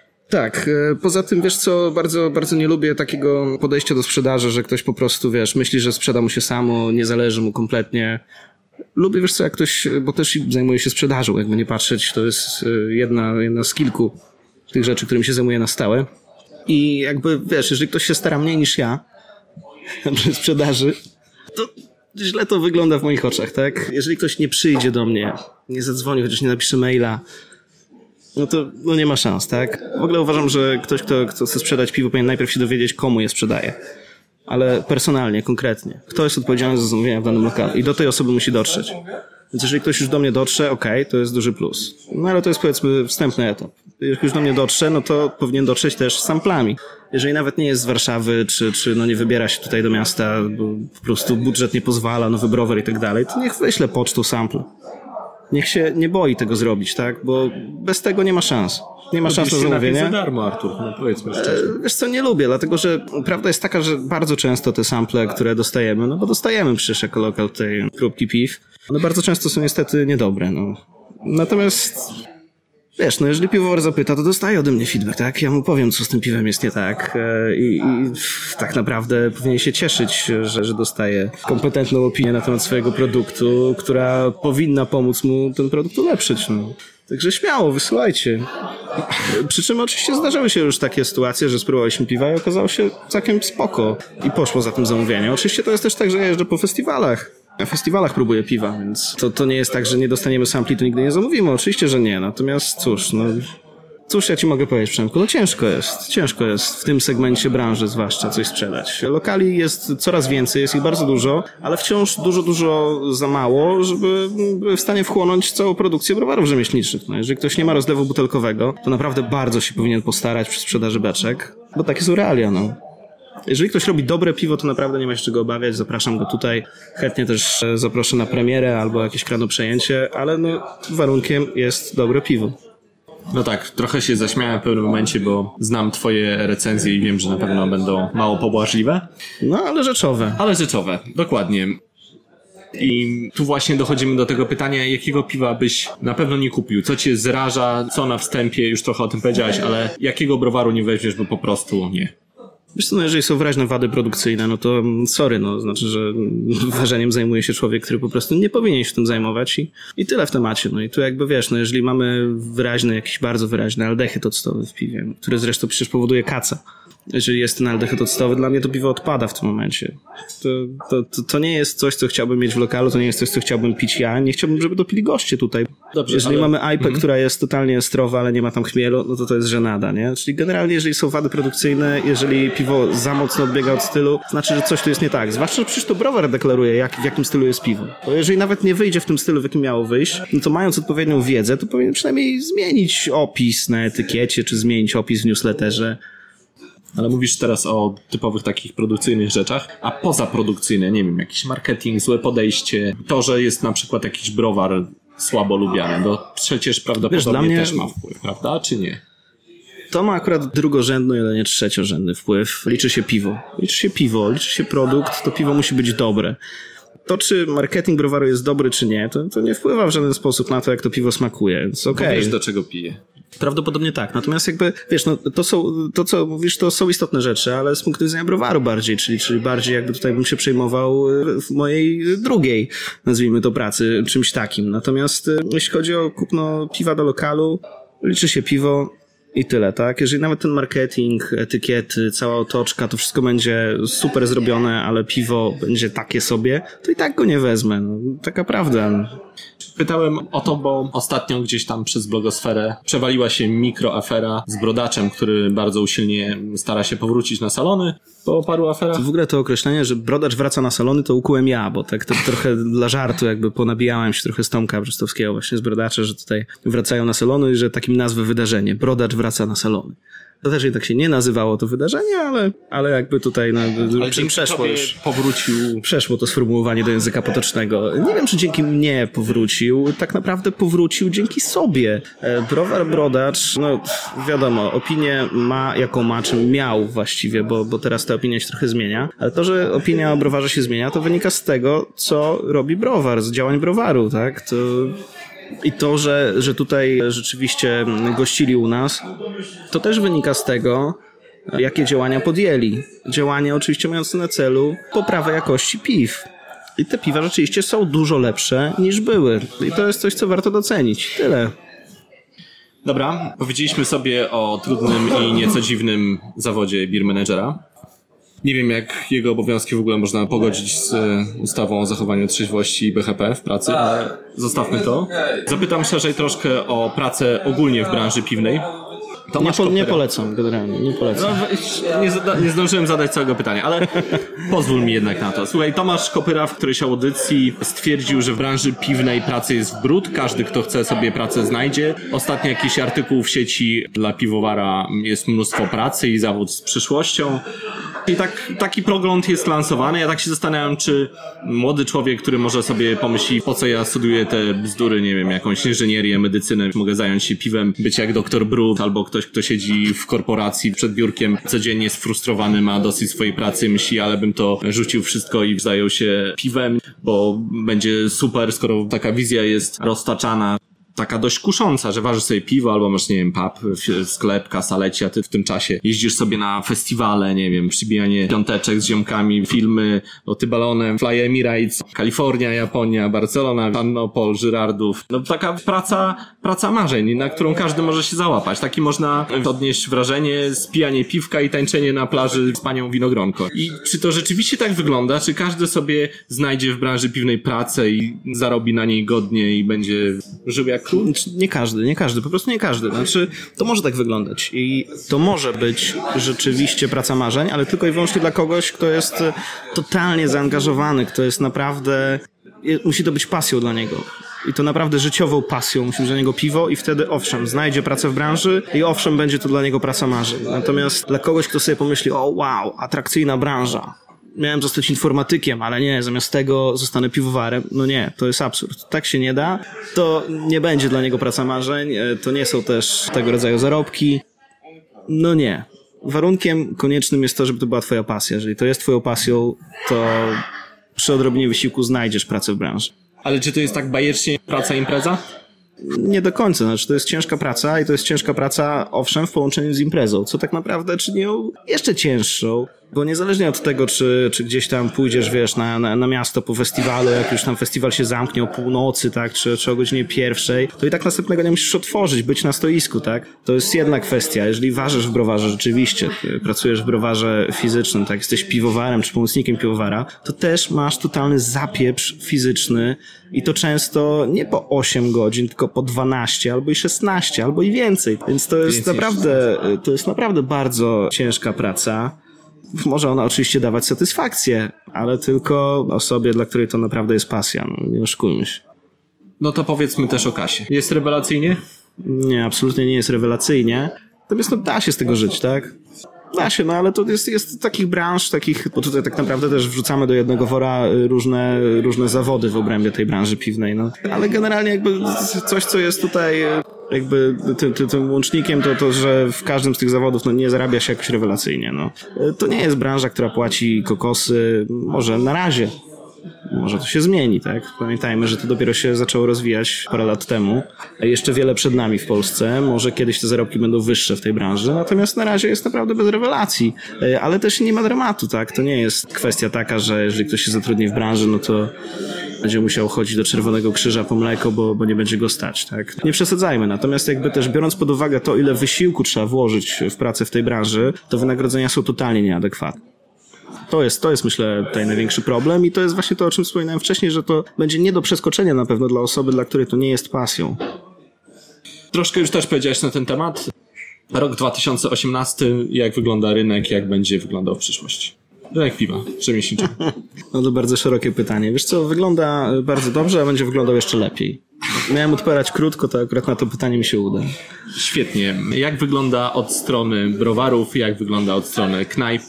Tak, poza tym wiesz co, bardzo, bardzo nie lubię takiego podejścia do sprzedaży, że ktoś po prostu, wiesz, myśli, że sprzeda mu się samo, nie zależy mu kompletnie. Lubię, wiesz co, jak ktoś, bo też zajmuje się sprzedażą, jakby nie patrzeć, to jest jedna, jedna z kilku tych rzeczy, którym się zajmuję na stałe. I jakby, wiesz, jeżeli ktoś się stara mniej niż ja przy sprzedaży, to źle to wygląda w moich oczach, tak? Jeżeli ktoś nie przyjdzie do mnie, nie zadzwoni, chociaż nie napisze maila, no to no nie ma szans, tak? W ogóle uważam, że ktoś, kto, kto chce sprzedać piwo, powinien najpierw się dowiedzieć, komu je sprzedaje. Ale personalnie, konkretnie. Kto jest odpowiedzialny za zamówienia w danym lokalu i do tej osoby musi dotrzeć. Więc jeżeli ktoś już do mnie dotrze, okej, okay, to jest duży plus. No ale to jest powiedzmy wstępny etap. Jak już do mnie dotrze, no to powinien dotrzeć też z samplami. Jeżeli nawet nie jest z Warszawy, czy, czy no nie wybiera się tutaj do miasta, bo po prostu budżet nie pozwala, nowy browar i tak dalej, to niech wyśle pocztą sample. Niech się nie boi tego zrobić, tak? Bo bez tego nie ma szans. Nie ma szans na zamówienie. za darmo, Artur, no powiedzmy szczerze. Wiesz co, nie lubię, dlatego że prawda jest taka, że bardzo często te sample, które dostajemy, no bo dostajemy przecież jako lokal tej próbki piw, one bardzo często są niestety niedobre, no. Natomiast wiesz, no jeżeli piwowar zapyta, to dostaje ode mnie feedback, tak? Ja mu powiem, co z tym piwem jest nie tak i, i tak naprawdę powinien się cieszyć, że, że dostaje kompetentną opinię na temat swojego produktu, która powinna pomóc mu ten produkt ulepszyć, no. Także śmiało, wysyłajcie. Przy czym oczywiście zdarzały się już takie sytuacje, że spróbowaliśmy piwa i okazało się całkiem spoko i poszło za tym zamówieniem. Oczywiście to jest też tak, że ja jeżdżę po festiwalach. Na festiwalach próbuję piwa, więc to, to nie jest tak, że nie dostaniemy sampli, to nigdy nie zamówimy. Oczywiście, że nie. Natomiast cóż, no... Cóż ja ci mogę powiedzieć, Przemku? No ciężko jest. Ciężko jest w tym segmencie branży zwłaszcza coś sprzedać. Lokali jest coraz więcej, jest ich bardzo dużo, ale wciąż dużo, dużo za mało, żeby w stanie wchłonąć całą produkcję browarów rzemieślniczych. No, jeżeli ktoś nie ma rozlewu butelkowego, to naprawdę bardzo się powinien postarać przy sprzedaży beczek, bo takie są realia, no. Jeżeli ktoś robi dobre piwo, to naprawdę nie ma się czego obawiać. Zapraszam go tutaj. Chętnie też zaproszę na premierę albo jakieś krano przejęcie, ale no warunkiem jest dobre piwo. No tak, trochę się zaśmiałem w pewnym momencie, bo znam twoje recenzje i wiem, że na pewno będą mało pobłażliwe. No, ale rzeczowe. Ale rzeczowe, dokładnie. I tu właśnie dochodzimy do tego pytania, jakiego piwa byś na pewno nie kupił? Co cię zraża, co na wstępie, już trochę o tym powiedziałeś, ale jakiego browaru nie weźmiesz, bo po prostu nie? Wiesz co, no jeżeli są wyraźne wady produkcyjne, no to sorry, no znaczy, że ważeniem zajmuje się człowiek, który po prostu nie powinien się tym zajmować i, i tyle w temacie. No i tu jakby wiesz, no jeżeli mamy wyraźny, jakiś bardzo wyraźny aldehyd octowy w piwie, który zresztą przecież powoduje kaca. Jeżeli jest ten aldehyd octowy, dla mnie to piwo odpada w tym momencie. To, to, to, to nie jest coś, co chciałbym mieć w lokalu, to nie jest coś, co chciałbym pić ja. Nie chciałbym, żeby to pili goście tutaj. Dobrze, jeżeli ale... mamy I P, mhm. która jest totalnie estrowa, ale nie ma tam chmielu, no to to jest żenada, nie? Czyli generalnie, jeżeli są wady produkcyjne, jeżeli piwo za mocno odbiega od stylu, znaczy, że coś tu jest nie tak. Zwłaszcza, że przecież to browar deklaruje, jak, w jakim stylu jest piwo. Bo jeżeli nawet nie wyjdzie w tym stylu, w jakim miało wyjść, no to mając odpowiednią wiedzę, to powinien przynajmniej zmienić opis na etykiecie, czy zmienić opis w newsletterze. Ale mówisz teraz o typowych takich produkcyjnych rzeczach, a pozaprodukcyjne, nie wiem, jakiś marketing, złe podejście, to, że jest na przykład jakiś browar słabo lubiany, to przecież prawdopodobnie Wiesz, dla mnie... też ma wpływ, prawda, czy nie? To ma akurat drugorzędny, ale nie trzeciorzędny wpływ. Liczy się piwo. Liczy się piwo, liczy się produkt, to piwo musi być dobre. To, czy marketing browaru jest dobry, czy nie, to, to nie wpływa w żaden sposób na to, jak to piwo smakuje, więc okej. Okay. Wiesz, do czego pije. Prawdopodobnie tak, natomiast jakby, wiesz, no to są, to co mówisz, to są istotne rzeczy, ale z punktu widzenia browaru bardziej, czyli, czyli bardziej jakby tutaj bym się przejmował w mojej drugiej, nazwijmy to, pracy, czymś takim. Natomiast jeśli chodzi o kupno piwa do lokalu, liczy się piwo i tyle, tak? Jeżeli nawet ten marketing, etykiety, cała otoczka, to wszystko będzie super zrobione, ale piwo będzie takie sobie, to i tak go nie wezmę, no, taka prawda. Pytałem o to, bo ostatnio gdzieś tam przez blogosferę przewaliła się mikroafera z brodaczem, który bardzo usilnie stara się powrócić na salony po paru aferach. To w ogóle to określenie, że brodacz wraca na salony, to ukułem ja, bo tak to trochę dla żartu jakby ponabijałem się trochę z Tomka Brzostowskiego właśnie z brodacza, że tutaj wracają na salony i że takim nazwę wydarzenie. Brodacz wraca na salony. To też tak się nie nazywało to wydarzenie, ale, ale jakby tutaj no, ale przeszło już. Powrócił. Przeszło to sformułowanie do języka potocznego. Nie wiem, czy dzięki mnie powrócił. Tak naprawdę powrócił dzięki sobie. Browar Brodacz, no wiadomo, opinię ma jaką ma, czym miał właściwie, bo, bo teraz ta opinia się trochę zmienia. Ale to, że opinia o browarze się zmienia, to wynika z tego, co robi browar, z działań browaru, tak? To... I to, że, że tutaj rzeczywiście gościli u nas, to też wynika z tego, jakie działania podjęli. Działania oczywiście mające na celu poprawę jakości piw. I te piwa rzeczywiście są dużo lepsze niż były. I to jest coś, co warto docenić. Tyle. Dobra, powiedzieliśmy sobie o trudnym i nieco dziwnym zawodzie beer managera. Nie wiem, jak jego obowiązki w ogóle można pogodzić z ustawą o zachowaniu trzeźwości i B H P w pracy, ale zostawmy to. Zapytam szerzej troszkę o pracę ogólnie w branży piwnej. Nie, po, nie polecam generalnie, nie polecam. No, nie, zada, nie zdążyłem zadać całego pytania, ale pozwól mi jednak na to. Słuchaj, Tomasz Kopyra w którejś audycji stwierdził, że w branży piwnej pracy jest w bród. Każdy, kto chce, sobie pracę znajdzie. Ostatnio jakiś artykuł w sieci dla piwowara jest mnóstwo pracy i zawód z przyszłością. I tak, taki pogląd jest lansowany. Ja tak się zastanawiam, czy młody człowiek, który może sobie pomyśli, po co ja studiuję te bzdury, nie wiem, jakąś inżynierię, medycynę, mogę zająć się piwem, być jak doktor Brud, albo ktoś, kto siedzi w korporacji przed biurkiem, codziennie sfrustrowany, ma dosyć swojej pracy, myśli, ale bym to rzucił wszystko i zajął się piwem, bo będzie super, skoro taka wizja jest roztaczana. Taka dość kusząca, że ważysz sobie piwo albo masz, nie wiem, pub, sklep, kasa leci, a ty w tym czasie jeździsz sobie na festiwale, nie wiem, przybijanie piąteczek z ziomkami, filmy, loty balonem, Fly Emirates, Kalifornia, Japonia, Barcelona, Annopol, Żyrardów. No taka praca, praca marzeń, na którą każdy może się załapać. Taki można odnieść wrażenie, spijanie piwka i tańczenie na plaży z panią winogronko. I czy to rzeczywiście tak wygląda? Czy każdy sobie znajdzie w branży piwnej pracę i zarobi na niej godnie i będzie żył jak Nie każdy, nie każdy, po prostu nie każdy. Znaczy, to może tak wyglądać i to może być rzeczywiście praca marzeń, ale tylko i wyłącznie dla kogoś, kto jest totalnie zaangażowany, kto jest naprawdę, musi to być pasją dla niego. I to naprawdę życiową pasją musi być dla niego piwo i wtedy owszem, znajdzie pracę w branży i owszem, będzie to dla niego praca marzeń. Natomiast dla kogoś, kto sobie pomyśli, o wow, atrakcyjna branża, miałem zostać informatykiem, ale nie, zamiast tego zostanę piwowarem. No nie, to jest absurd. Tak się nie da. To nie będzie dla niego praca marzeń. To nie są też tego rodzaju zarobki. No nie. Warunkiem koniecznym jest to, żeby to była twoja pasja. Jeżeli to jest twoją pasją, to przy odrobinie wysiłku znajdziesz pracę w branży. Ale czy to jest tak bajecznie praca impreza? Nie do końca, znaczy to jest ciężka praca i to jest ciężka praca, owszem, w połączeniu z imprezą, co tak naprawdę czyni ją jeszcze cięższą, bo niezależnie od tego, czy, czy gdzieś tam pójdziesz, wiesz, na, na, na miasto po festiwalu, jak już tam festiwal się zamknie o północy, tak, czy, czy o godzinie pierwszej, to i tak następnego dnia musisz otworzyć, być na stoisku, tak, to jest jedna kwestia, jeżeli ważysz w browarze rzeczywiście, pracujesz w browarze fizycznym, tak, jesteś piwowarem czy pomocnikiem piwowara, to też masz totalny zapieprz fizyczny i to często nie po osiem godzin, tylko po dwanaście, albo i szesnaście, albo i więcej. Więc to jest więcej naprawdę, to jest naprawdę bardzo ciężka praca. Może ona oczywiście dawać satysfakcję, ale tylko osobie, dla której to naprawdę jest pasja. No, nie oszukujmy się. No to powiedzmy też o kasie. Jest rewelacyjnie? Nie, absolutnie nie jest rewelacyjnie. Natomiast no, da się z tego żyć, tak? Da się, no ale to jest, jest takich branż, takich, bo tutaj tak naprawdę też wrzucamy do jednego wora różne, różne zawody w obrębie tej branży piwnej, no. Ale generalnie jakby coś, co jest tutaj jakby tym, tym, tym łącznikiem, to to, że w każdym z tych zawodów no, nie zarabia się jakoś rewelacyjnie, no. To nie jest branża, która płaci kokosy, może na razie. Może to się zmieni, tak? Pamiętajmy, że to dopiero się zaczęło rozwijać parę lat temu. A jeszcze wiele przed nami w Polsce. Może kiedyś te zarobki będą wyższe w tej branży. Natomiast na razie jest naprawdę bez rewelacji. Ale też nie ma dramatu, tak? To nie jest kwestia taka, że jeżeli ktoś się zatrudni w branży, no to będzie musiał chodzić do Czerwonego Krzyża po mleko, bo, bo nie będzie go stać, tak? Nie przesadzajmy. Natomiast jakby też biorąc pod uwagę to, ile wysiłku trzeba włożyć w pracę w tej branży, to wynagrodzenia są totalnie nieadekwatne. To jest, to jest myślę tutaj największy problem i to jest właśnie to, o czym wspominałem wcześniej, że to będzie nie do przeskoczenia na pewno dla osoby, dla której to nie jest pasją. Troszkę już też powiedziałeś na ten temat. Rok dwa tysiące osiemnasty, jak wygląda rynek, jak będzie wyglądał w przyszłości? Rynek piwa, rzemieślniczego. No to bardzo szerokie pytanie. Wiesz co, wygląda bardzo dobrze, a będzie wyglądał jeszcze lepiej. Miałem odpowiadać krótko, to akurat na to pytanie mi się uda. Świetnie. Jak wygląda od strony browarów, jak wygląda od strony knajp?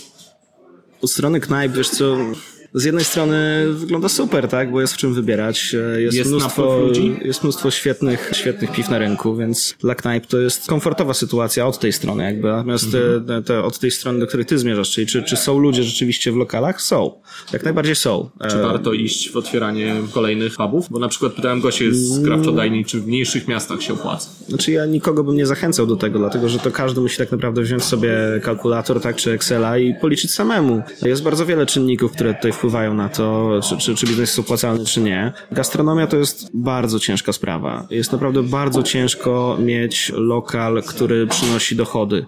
Od strony knajp, wiesz co, z jednej strony wygląda super, tak, bo jest w czym wybierać. Jest, jest mnóstwo ludzi, jest mnóstwo świetnych, świetnych piw na rynku, więc dla knajp to jest komfortowa sytuacja od tej strony jakby. Natomiast mhm. te, te, od tej strony, do której ty zmierzasz, czyli czy, czy są ludzie rzeczywiście w lokalach? Są. Jak najbardziej są. Czy e... warto iść w otwieranie kolejnych pubów? Bo na przykład pytałem goście z Krawczodajni, czy w mniejszych miastach się opłaca? Znaczy ja nikogo bym nie zachęcał do tego, dlatego że to każdy musi tak naprawdę wziąć sobie kalkulator, tak, czy Excela i policzyć samemu. Jest bardzo wiele czynników, które tutaj wpływają na to, czy, czy, czy biznes jest opłacalny, czy nie. Gastronomia to jest bardzo ciężka sprawa. Jest naprawdę bardzo ciężko mieć lokal, który przynosi dochody.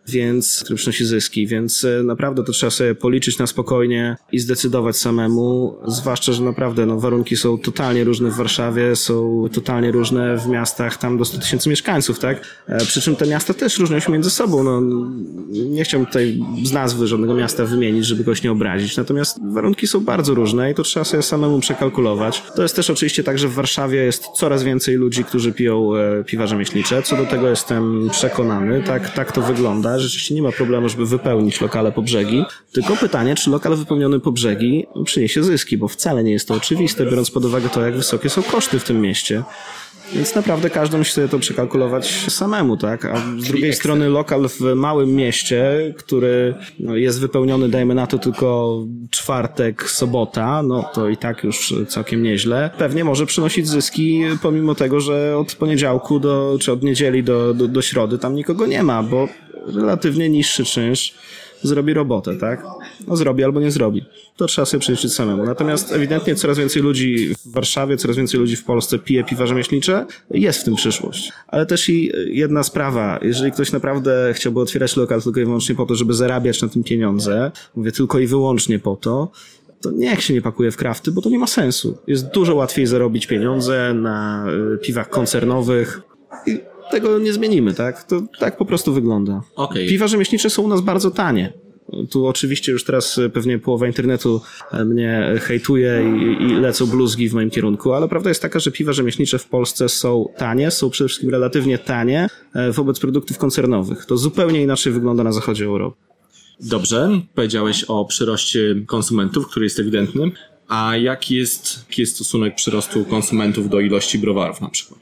więc, który przynosi zyski, więc naprawdę to trzeba sobie policzyć na spokojnie i zdecydować samemu, zwłaszcza, że naprawdę no, warunki są totalnie różne w Warszawie, są totalnie różne w miastach tam do stu tysięcy mieszkańców, tak? Przy czym te miasta też różnią się między sobą, no nie chciałbym tutaj z nazwy żadnego miasta wymienić, żeby kogoś nie obrazić, natomiast warunki są bardzo różne i to trzeba sobie samemu przekalkulować. To jest też oczywiście tak, że w Warszawie jest coraz więcej ludzi, którzy piją e, piwa rzemieślnicze, co do tego jestem przekonany, tak, tak to wygląda. Rzeczywiście nie ma problemu, żeby wypełnić lokale po brzegi, tylko pytanie, czy lokal wypełniony po brzegi przyniesie zyski, bo wcale nie jest to oczywiste, biorąc pod uwagę to, jak wysokie są koszty w tym mieście. Więc naprawdę każdy musi sobie to przekalkulować samemu, tak? A z drugiej strony lokal w małym mieście, który jest wypełniony, dajmy na to, tylko czwartek, sobota, no to i tak już całkiem nieźle. Pewnie może przynosić zyski, pomimo tego, że od poniedziałku do, czy od niedzieli do, do, do środy tam nikogo nie ma, bo relatywnie niższy czynsz zrobi robotę, tak? No zrobi albo nie zrobi. To trzeba sobie przeliczyć samemu. Natomiast ewidentnie coraz więcej ludzi w Warszawie, coraz więcej ludzi w Polsce pije piwa rzemieślnicze. Jest w tym przyszłość. Ale też i jedna sprawa. Jeżeli ktoś naprawdę chciałby otwierać lokal tylko i wyłącznie po to, żeby zarabiać na tym pieniądze, mówię tylko i wyłącznie po to, to niech się nie pakuje w krafty, bo to nie ma sensu. Jest dużo łatwiej zarobić pieniądze na piwach koncernowych i tego nie zmienimy, tak? To tak po prostu wygląda. Okay. Piwa rzemieślnicze są u nas bardzo tanie. Tu oczywiście już teraz pewnie połowa internetu mnie hejtuje i, i lecą bluzgi w moim kierunku, ale prawda jest taka, że piwa rzemieślnicze w Polsce są tanie, są przede wszystkim relatywnie tanie wobec produktów koncernowych. To zupełnie inaczej wygląda na zachodzie Europy. Dobrze, powiedziałeś o przyroście konsumentów, który jest ewidentny. A jaki jest, jaki jest stosunek przyrostu konsumentów do ilości browarów na przykład?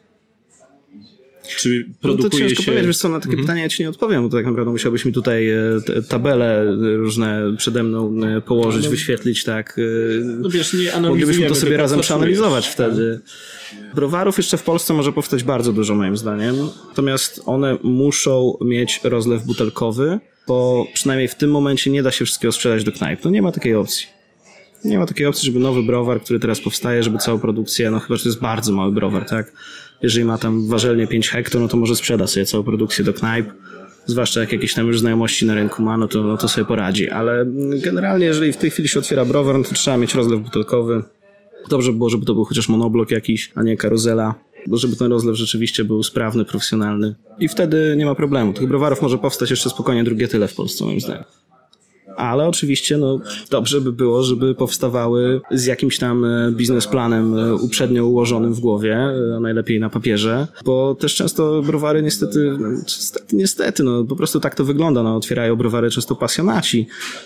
Czy produkuje no to ciężko się... powiedzieć, wiesz co, na takie mhm. pytanie ja ci nie odpowiem, bo tak naprawdę musiałbyś mi tutaj tabele różne przede mną położyć, no, wyświetlić, tak. No wiesz, nie moglibyśmy to sobie razem przeanalizować wtedy. Browarów jeszcze w Polsce może powstać bardzo dużo moim zdaniem, natomiast one muszą mieć rozlew butelkowy, bo przynajmniej w tym momencie nie da się wszystkiego sprzedać do knajp. No nie ma takiej opcji. Nie ma takiej opcji, żeby nowy browar, który teraz powstaje, żeby całą produkcję, no chyba, że to jest bardzo mały browar, tak? Jeżeli ma tam ważelnie pięć hektar, no to może sprzeda sobie całą produkcję do knajp, zwłaszcza jak jakieś tam już znajomości na rynku ma, no to, no to sobie poradzi, ale generalnie jeżeli w tej chwili się otwiera browar, no to trzeba mieć rozlew butelkowy. Dobrze by było, żeby to był chociaż monoblok jakiś, a nie karuzela, bo żeby ten rozlew rzeczywiście był sprawny, profesjonalny i wtedy nie ma problemu. Tych browarów może powstać jeszcze spokojnie drugie tyle w Polsce, moim zdaniem. Ale oczywiście no, dobrze by było, żeby powstawały z jakimś tam biznesplanem uprzednio ułożonym w głowie, a najlepiej na papierze, bo też często browary niestety, niestety, niestety no, po prostu tak to wygląda, no, otwierają browary często pasjonaci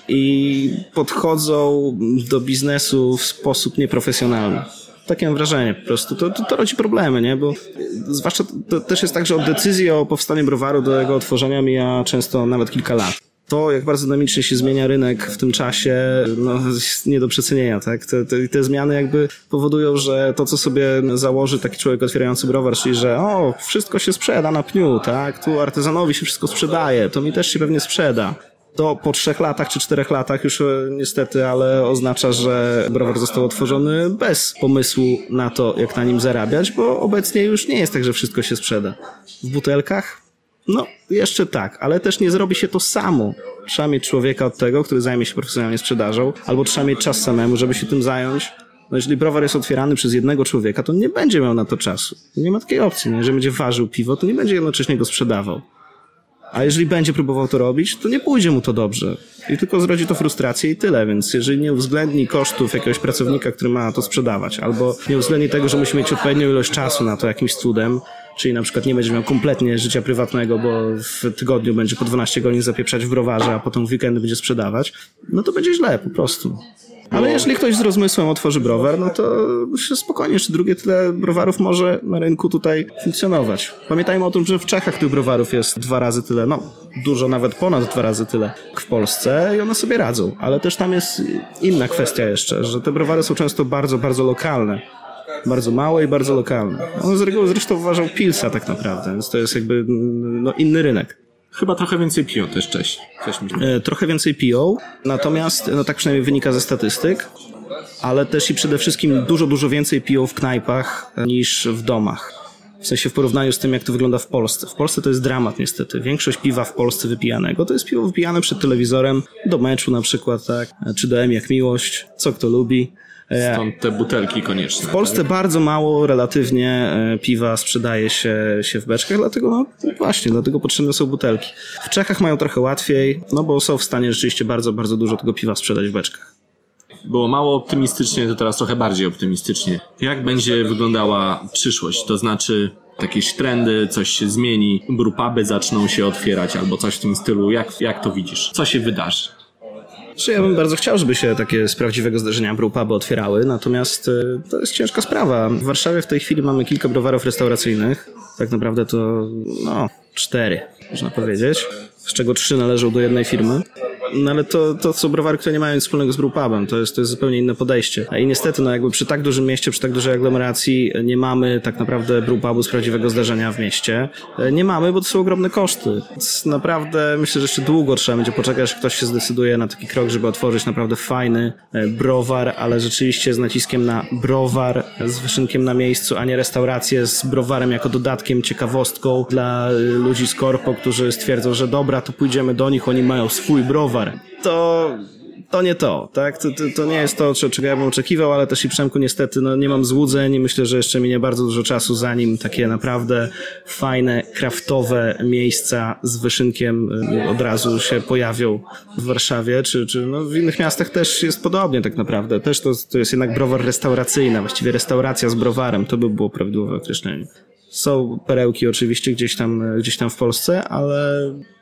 i podchodzą do biznesu w sposób nieprofesjonalny. Takie mam wrażenie po prostu. To, to, to rodzi problemy, nie? Bo zwłaszcza to, to też jest tak, że od decyzji o powstaniu browaru do jego otworzenia mija często nawet kilka lat. To, jak bardzo dynamicznie się zmienia rynek w tym czasie, no, jest nie do przecenienia, tak? Te, te, te zmiany jakby powodują, że to, co sobie założy taki człowiek otwierający browar, czyli że o, wszystko się sprzeda na pniu, tak? Tu artyzanowi się wszystko sprzedaje, to mi też się pewnie sprzeda. To po trzech latach czy czterech latach już niestety, ale oznacza, że browar został otworzony bez pomysłu na to, jak na nim zarabiać, bo obecnie już nie jest tak, że wszystko się sprzeda. W butelkach? No, jeszcze tak, ale też nie zrobi się to samo. Trzeba mieć człowieka od tego, który zajmie się profesjonalnie sprzedażą, albo trzeba mieć czas samemu, żeby się tym zająć. No, jeżeli browar jest otwierany przez jednego człowieka, to nie będzie miał na to czasu. Nie ma takiej opcji. Nie? Jeżeli będzie ważył piwo, to nie będzie jednocześnie go sprzedawał. A jeżeli będzie próbował to robić, to nie pójdzie mu to dobrze. I tylko zrodzi to frustrację i tyle. Więc jeżeli nie uwzględni kosztów jakiegoś pracownika, który ma to sprzedawać, albo nie uwzględni tego, że musi mieć odpowiednią ilość czasu na to jakimś cudem, czyli na przykład nie będzie miał kompletnie życia prywatnego, bo w tygodniu będzie po dwanaście godzin zapieprzać w browarze, a potem w weekendy będzie sprzedawać, no to będzie źle po prostu. Ale jeżeli ktoś z rozmysłem otworzy browar, no to spokojnie, jeszcze drugie tyle browarów może na rynku tutaj funkcjonować. Pamiętajmy o tym, że w Czechach tych browarów jest dwa razy tyle, no dużo nawet ponad dwa razy tyle jak w Polsce i one sobie radzą. Ale też tam jest inna kwestia jeszcze, że te browary są często bardzo, bardzo lokalne. Bardzo małe i bardzo lokalne. On z reguły zresztą uważał Pilsa tak naprawdę, więc to jest jakby no, inny rynek. Chyba trochę więcej piją też Czesi. E, trochę więcej piją, natomiast, no tak przynajmniej wynika ze statystyk, ale też i przede wszystkim dużo, dużo więcej piją w knajpach niż w domach. W sensie w porównaniu z tym, jak to wygląda w Polsce. W Polsce to jest dramat niestety. Większość piwa w Polsce wypijanego to jest piwo wypijane przed telewizorem, do meczu na przykład, tak? Czy do M jak miłość, co kto lubi. Stąd te butelki konieczne. W Polsce tak? bardzo mało relatywnie piwa sprzedaje się, się w beczkach, dlatego no właśnie, dlatego potrzebne są butelki. W Czechach mają trochę łatwiej, no bo są w stanie rzeczywiście bardzo, bardzo dużo tego piwa sprzedać w beczkach. Było mało optymistycznie, to teraz trochę bardziej optymistycznie. Jak będzie wyglądała przyszłość? To znaczy jakieś trendy, coś się zmieni, brewpuby zaczną się otwierać albo coś w tym stylu. Jak, jak to widzisz? Co się wydarzy? Ja bym bardzo chciał, żeby się takie z prawdziwego zdarzenia brewpuby otwierały, natomiast to jest ciężka sprawa. W Warszawie w tej chwili mamy kilka browarów restauracyjnych. Tak naprawdę to, no, cztery, można powiedzieć. Z czego trzy należą do jednej firmy. No ale to, to są browary, które nie mają nic wspólnego z brewpubem. To jest, to jest zupełnie inne podejście. I niestety, no jakby przy tak dużym mieście, przy tak dużej aglomeracji nie mamy tak naprawdę brewpubu z prawdziwego zdarzenia w mieście. Nie mamy, bo to są ogromne koszty. Więc naprawdę myślę, że jeszcze długo trzeba będzie poczekać, aż ktoś się zdecyduje na taki krok, żeby otworzyć naprawdę fajny browar, ale rzeczywiście z naciskiem na browar, z wyszynkiem na miejscu, a nie restaurację z browarem jako dodatkiem, ciekawostką dla ludzi z korpo, którzy stwierdzą, że dobra, to pójdziemy do nich, oni mają swój browar. To, to nie to, tak? To, to, to nie jest to, czego ja bym oczekiwał, ale też i Przemku niestety no, nie mam złudzeń i myślę, że jeszcze minie bardzo dużo czasu, zanim takie naprawdę fajne, kraftowe miejsca z wyszynkiem od razu się pojawią w Warszawie, czy, czy no, w innych miastach też jest podobnie tak naprawdę. Też to, to jest jednak browar restauracyjny, właściwie restauracja z browarem, to by było prawidłowe określenie. Są perełki oczywiście gdzieś tam, gdzieś tam w Polsce, ale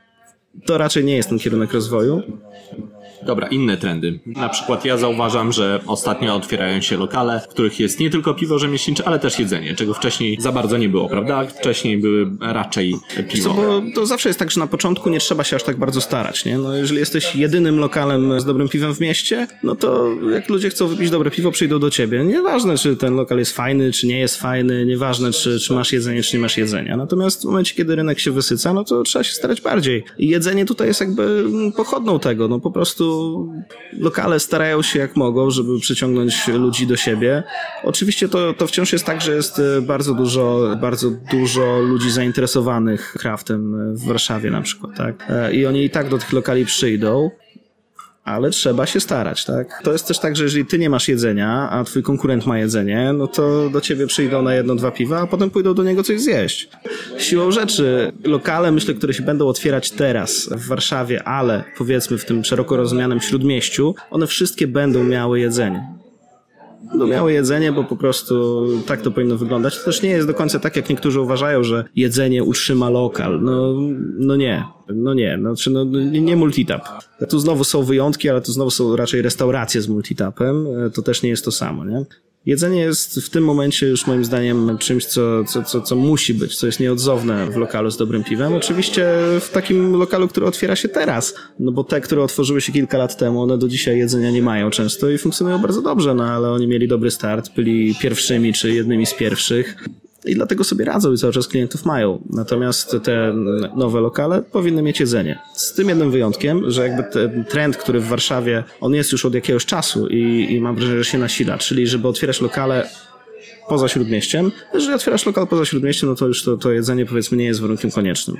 to raczej nie jest ten kierunek rozwoju. Dobra, inne trendy. Na przykład ja zauważam, że ostatnio otwierają się lokale, w których jest nie tylko piwo rzemieślnicze, ale też jedzenie, czego wcześniej za bardzo nie było, prawda? Wcześniej były raczej piwo. Co, bo to zawsze jest tak, że na początku nie trzeba się aż tak bardzo starać, nie? No jeżeli jesteś jedynym lokalem z dobrym piwem w mieście, no to jak ludzie chcą wypić dobre piwo, przyjdą do ciebie. Nieważne, czy ten lokal jest fajny, czy nie jest fajny, nieważne, czy, czy masz jedzenie, czy nie masz jedzenia. Natomiast w momencie, kiedy rynek się wysyca, no to trzeba się starać bardziej. I jedzenie tutaj jest jakby pochodną tego, no po prostu lokale starają się jak mogą, żeby przyciągnąć ludzi do siebie. Oczywiście to, to wciąż jest tak, że jest bardzo dużo, bardzo dużo ludzi zainteresowanych craftem w Warszawie na przykład, tak? I oni i tak do tych lokali przyjdą, ale trzeba się starać, tak? To jest też tak, że jeżeli ty nie masz jedzenia, a twój konkurent ma jedzenie, no to do ciebie przyjdą na jedno, dwa piwa, a potem pójdą do niego coś zjeść. Siłą rzeczy, lokale, myślę, które się będą otwierać teraz w Warszawie, ale powiedzmy w tym szeroko rozumianym Śródmieściu, one wszystkie będą miały jedzenie. Będą miały jedzenie, bo po prostu tak to powinno wyglądać. To też nie jest do końca tak, jak niektórzy uważają, że jedzenie utrzyma lokal. No, no nie, no nie, znaczy no, nie multitap. Tu znowu są wyjątki, ale tu znowu są raczej restauracje z multitapem. To też nie jest to samo, nie? Jedzenie jest w tym momencie już moim zdaniem czymś, co, co, co, co musi być, co jest nieodzowne w lokalu z dobrym piwem. Oczywiście w takim lokalu, który otwiera się teraz, no bo te, które otworzyły się kilka lat temu, one do dzisiaj jedzenia nie mają często i funkcjonują bardzo dobrze, no ale oni mieli dobry start, byli pierwszymi czy jednymi z pierwszych. I dlatego sobie radzą i cały czas klientów mają. Natomiast te nowe lokale powinny mieć jedzenie. Z tym jednym wyjątkiem, że jakby ten trend, który w Warszawie, on jest już od jakiegoś czasu i, i mam wrażenie, że się nasila. Czyli żeby otwierać lokale poza Śródmieściem. Jeżeli otwierasz lokal poza Śródmieściem, no to już to, to jedzenie powiedzmy nie jest warunkiem koniecznym.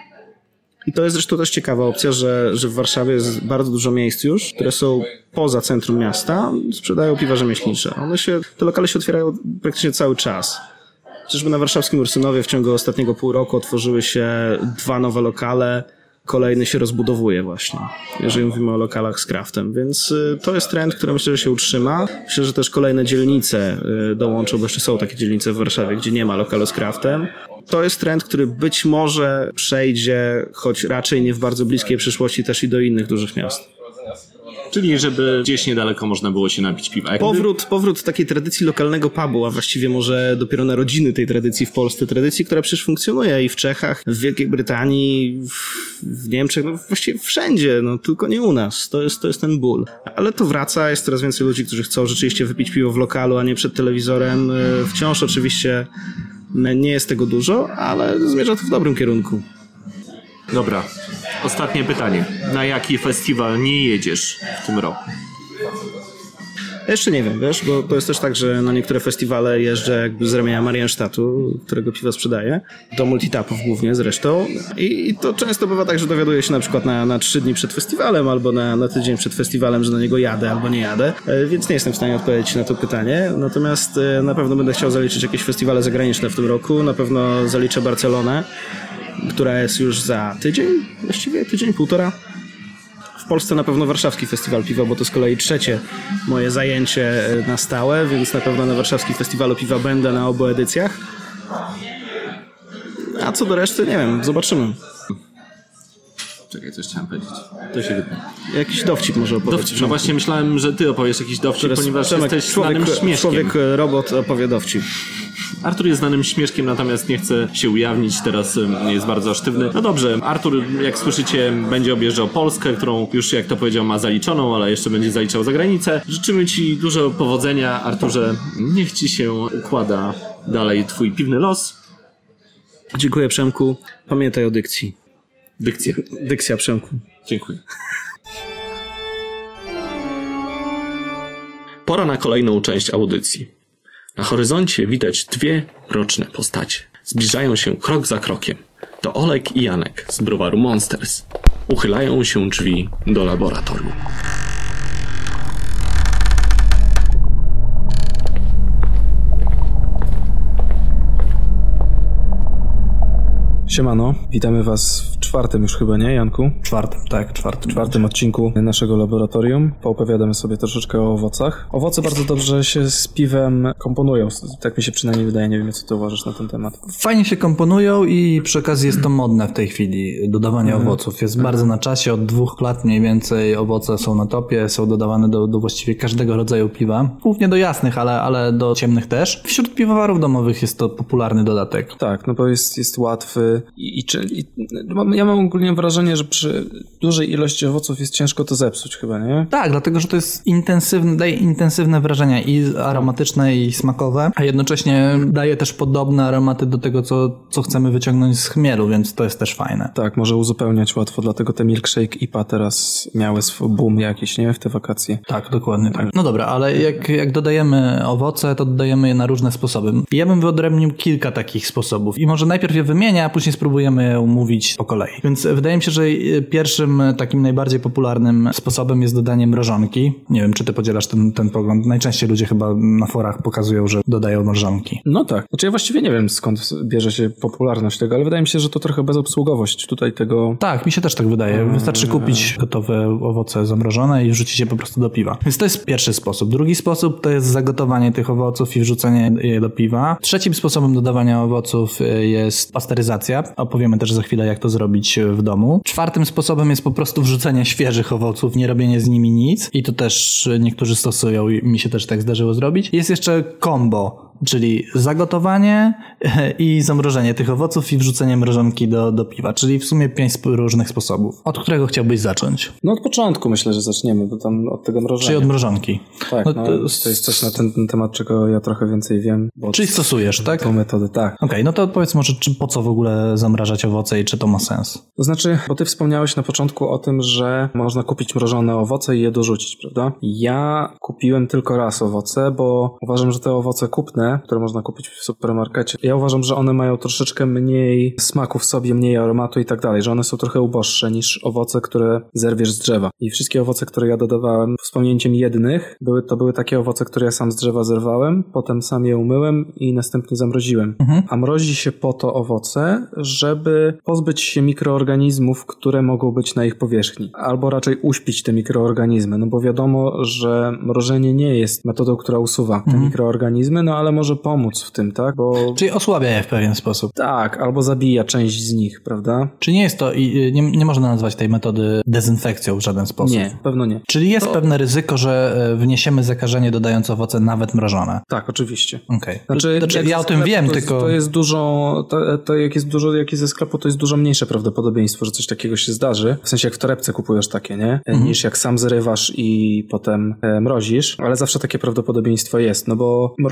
I to jest zresztą też ciekawa opcja, że, że w Warszawie jest bardzo dużo miejsc już, które są poza centrum miasta, sprzedają piwa rzemieślnicze. One się, te lokale się otwierają praktycznie cały czas. Chociażby na warszawskim Ursynowie w ciągu ostatniego pół roku otworzyły się dwa nowe lokale, kolejny się rozbudowuje właśnie, jeżeli mówimy o lokalach z craftem, więc to jest trend, który myślę, że się utrzyma. Myślę, że też kolejne dzielnice dołączą, bo jeszcze są takie dzielnice w Warszawie, gdzie nie ma lokalu z craftem. To jest trend, który być może przejdzie, choć raczej nie w bardzo bliskiej przyszłości, też i do innych dużych miast. Czyli żeby gdzieś niedaleko można było się napić piwa. Jakby... Powrót, powrót takiej tradycji lokalnego pubu, a właściwie może dopiero narodziny tej tradycji w Polsce. Tradycji, która przecież funkcjonuje i w Czechach, w Wielkiej Brytanii, w Niemczech, no właściwie wszędzie, no tylko nie u nas. To jest, to jest ten ból. Ale to wraca, jest coraz więcej ludzi, którzy chcą rzeczywiście wypić piwo w lokalu, a nie przed telewizorem. Wciąż oczywiście nie jest tego dużo, ale zmierza to w dobrym kierunku. Dobra, ostatnie pytanie. Na jaki festiwal nie jedziesz w tym roku? Ja jeszcze nie wiem, wiesz, bo to jest też tak, że na niektóre festiwale jeżdżę jakby z ramienia Marienstadtu, którego piwo sprzedaję, do multitapów głównie zresztą i, i to często bywa tak, że dowiaduję się na przykład na, na trzy dni przed festiwalem albo na, na tydzień przed festiwalem, że na niego jadę albo nie jadę, więc nie jestem w stanie odpowiedzieć na to pytanie, natomiast na pewno będę chciał zaliczyć jakieś festiwale zagraniczne w tym roku, na pewno zaliczę Barcelonę, która jest już za tydzień, właściwie tydzień, półtora. W Polsce na pewno Warszawski Festiwal Piwa, bo to z kolei trzecie moje zajęcie na stałe, więc na pewno na Warszawskim Festiwalu Piwa będę na obu edycjach. A co do reszty, nie wiem, zobaczymy. Czekaj, coś chciałem powiedzieć. To się wytnie. Jakiś dowcip może opowiedzieć. Dowcip, no właśnie myślałem, że ty opowiesz jakiś dowcip, Teraz ponieważ Przemek, jesteś człowiek, znanym śmieszkiem. Człowiek robot opowie dowcip. Artur jest znanym śmieszkiem, natomiast nie chce się ujawnić, teraz jest bardzo sztywny. No dobrze, Artur, jak słyszycie, będzie objeżdżał Polskę, którą już, jak to powiedział, ma zaliczoną, ale jeszcze będzie zaliczał za granicę. Życzymy ci dużo powodzenia, Arturze. Niech ci się układa dalej twój piwny los. Dziękuję, Przemku. Pamiętaj o dykcji. Dykcja. Dykcja, Przemku. Dziękuję. Pora na kolejną część audycji. Na horyzoncie widać dwie mroczne postacie. Zbliżają się krok za krokiem. To Olek i Janek z browaru Monsters. Uchylają się drzwi do laboratorium. Siemano, witamy was w czwartym już chyba, nie Janku? Czwartym, tak, czwartym. W czwartym odcinku naszego laboratorium. Poopowiadamy sobie troszeczkę o owocach. Owoce bardzo dobrze się z piwem komponują, tak mi się przynajmniej wydaje, nie wiem co ty uważasz na ten temat. Fajnie się komponują i przy okazji jest to modne w tej chwili, dodawanie mhm. owoców. Jest mhm. bardzo na czasie, od dwóch lat mniej więcej owoce są na topie, są dodawane do, do właściwie każdego rodzaju piwa. Głównie do jasnych, ale, ale do ciemnych też. Wśród piwowarów domowych jest to popularny dodatek. Tak, no bo jest, jest łatwy i, i, i ja mam ogólnie wrażenie, że przy dużej ilości owoców jest ciężko to zepsuć chyba, nie? Tak, dlatego, że to jest intensywne, daje intensywne wrażenia i aromatyczne i smakowe, a jednocześnie daje też podobne aromaty do tego, co, co chcemy wyciągnąć z chmielu, więc to jest też fajne. Tak, może uzupełniać łatwo, dlatego te milkshake I P A teraz miały swój boom jakiś, nie? W te wakacje. Tak, dokładnie tak. No dobra, ale jak, jak dodajemy owoce, to dodajemy je na różne sposoby. Ja bym wyodrębnił kilka takich sposobów i może najpierw je wymienię, a później spróbujemy je omówić po kolei. Więc wydaje mi się, że pierwszym takim najbardziej popularnym sposobem jest dodanie mrożonki. Nie wiem, czy ty podzielasz ten, ten pogląd. Najczęściej ludzie chyba na forach pokazują, że dodają mrożonki. No tak. Znaczy ja właściwie nie wiem, skąd bierze się popularność tego, ale wydaje mi się, że to trochę bezobsługowość tutaj tego... Tak, mi się też tak wydaje. Wystarczy kupić gotowe owoce zamrożone i wrzucić je po prostu do piwa. Więc to jest pierwszy sposób. Drugi sposób to jest zagotowanie tych owoców i wrzucenie je do piwa. Trzecim sposobem dodawania owoców jest pasteryzacja. Opowiemy też za chwilę, jak to zrobić w domu. Czwartym sposobem jest po prostu wrzucenie świeżych owoców, nie robienie z nimi nic i to też niektórzy stosują i mi się też tak zdarzyło zrobić. Jest jeszcze combo, czyli zagotowanie i zamrożenie tych owoców i wrzucenie mrożonki do, do piwa, czyli w sumie pięć różnych sposobów. Od którego chciałbyś zacząć? No od początku myślę, że zaczniemy, bo tam od tego mrożenia. Czyli od mrożonki. Tak, no, no, to, to jest coś na ten, ten temat, czego ja trochę więcej wiem. Bo czyli stosujesz, tak? Tą metodę, tak. Okej, okay, no to powiedz może, czy, po co w ogóle zamrażać owoce i czy to ma sens? To znaczy, bo ty wspomniałeś na początku o tym, że można kupić mrożone owoce i je dorzucić, prawda? Ja kupiłem tylko raz owoce, bo uważam, że te owoce kupne, które można kupić w supermarkecie, ja uważam, że one mają troszeczkę mniej smaku w sobie, mniej aromatu i tak dalej, że one są trochę uboższe niż owoce, które zerwiesz z drzewa. I wszystkie owoce, które ja dodawałem z pominięciem jednych, były, to były takie owoce, które ja sam z drzewa zerwałem, potem sam je umyłem i następnie zamroziłem. Mhm. A mrozi się po to owoce, żeby pozbyć się mikroorganizmów, które mogą być na ich powierzchni. Albo raczej uśpić te mikroorganizmy, no bo wiadomo, że mrożenie nie jest metodą, która usuwa te mhm. mikroorganizmy, no ale może pomóc w tym, tak? Bo... Czyli osłabia je w pewien sposób. Tak, albo zabija część z nich, prawda? Czy nie jest to, i nie, nie można nazwać tej metody dezynfekcją w żaden sposób? Nie, pewno nie. Czyli jest to... pewne ryzyko, że wniesiemy zakażenie dodając owoce nawet mrożone? Tak, oczywiście. Okej. Okay. Znaczy, znaczy ja o tym wiem, to tylko... Jest, to jest dużo, to, to jak jest dużo, jak jest ze sklepu, to jest dużo mniejsze prawdopodobieństwo, że coś takiego się zdarzy. W sensie jak w torebce kupujesz takie, nie? Mhm. Niż jak sam zrywasz i potem e, mrozisz, ale zawsze takie prawdopodobieństwo jest, no bo mrożenie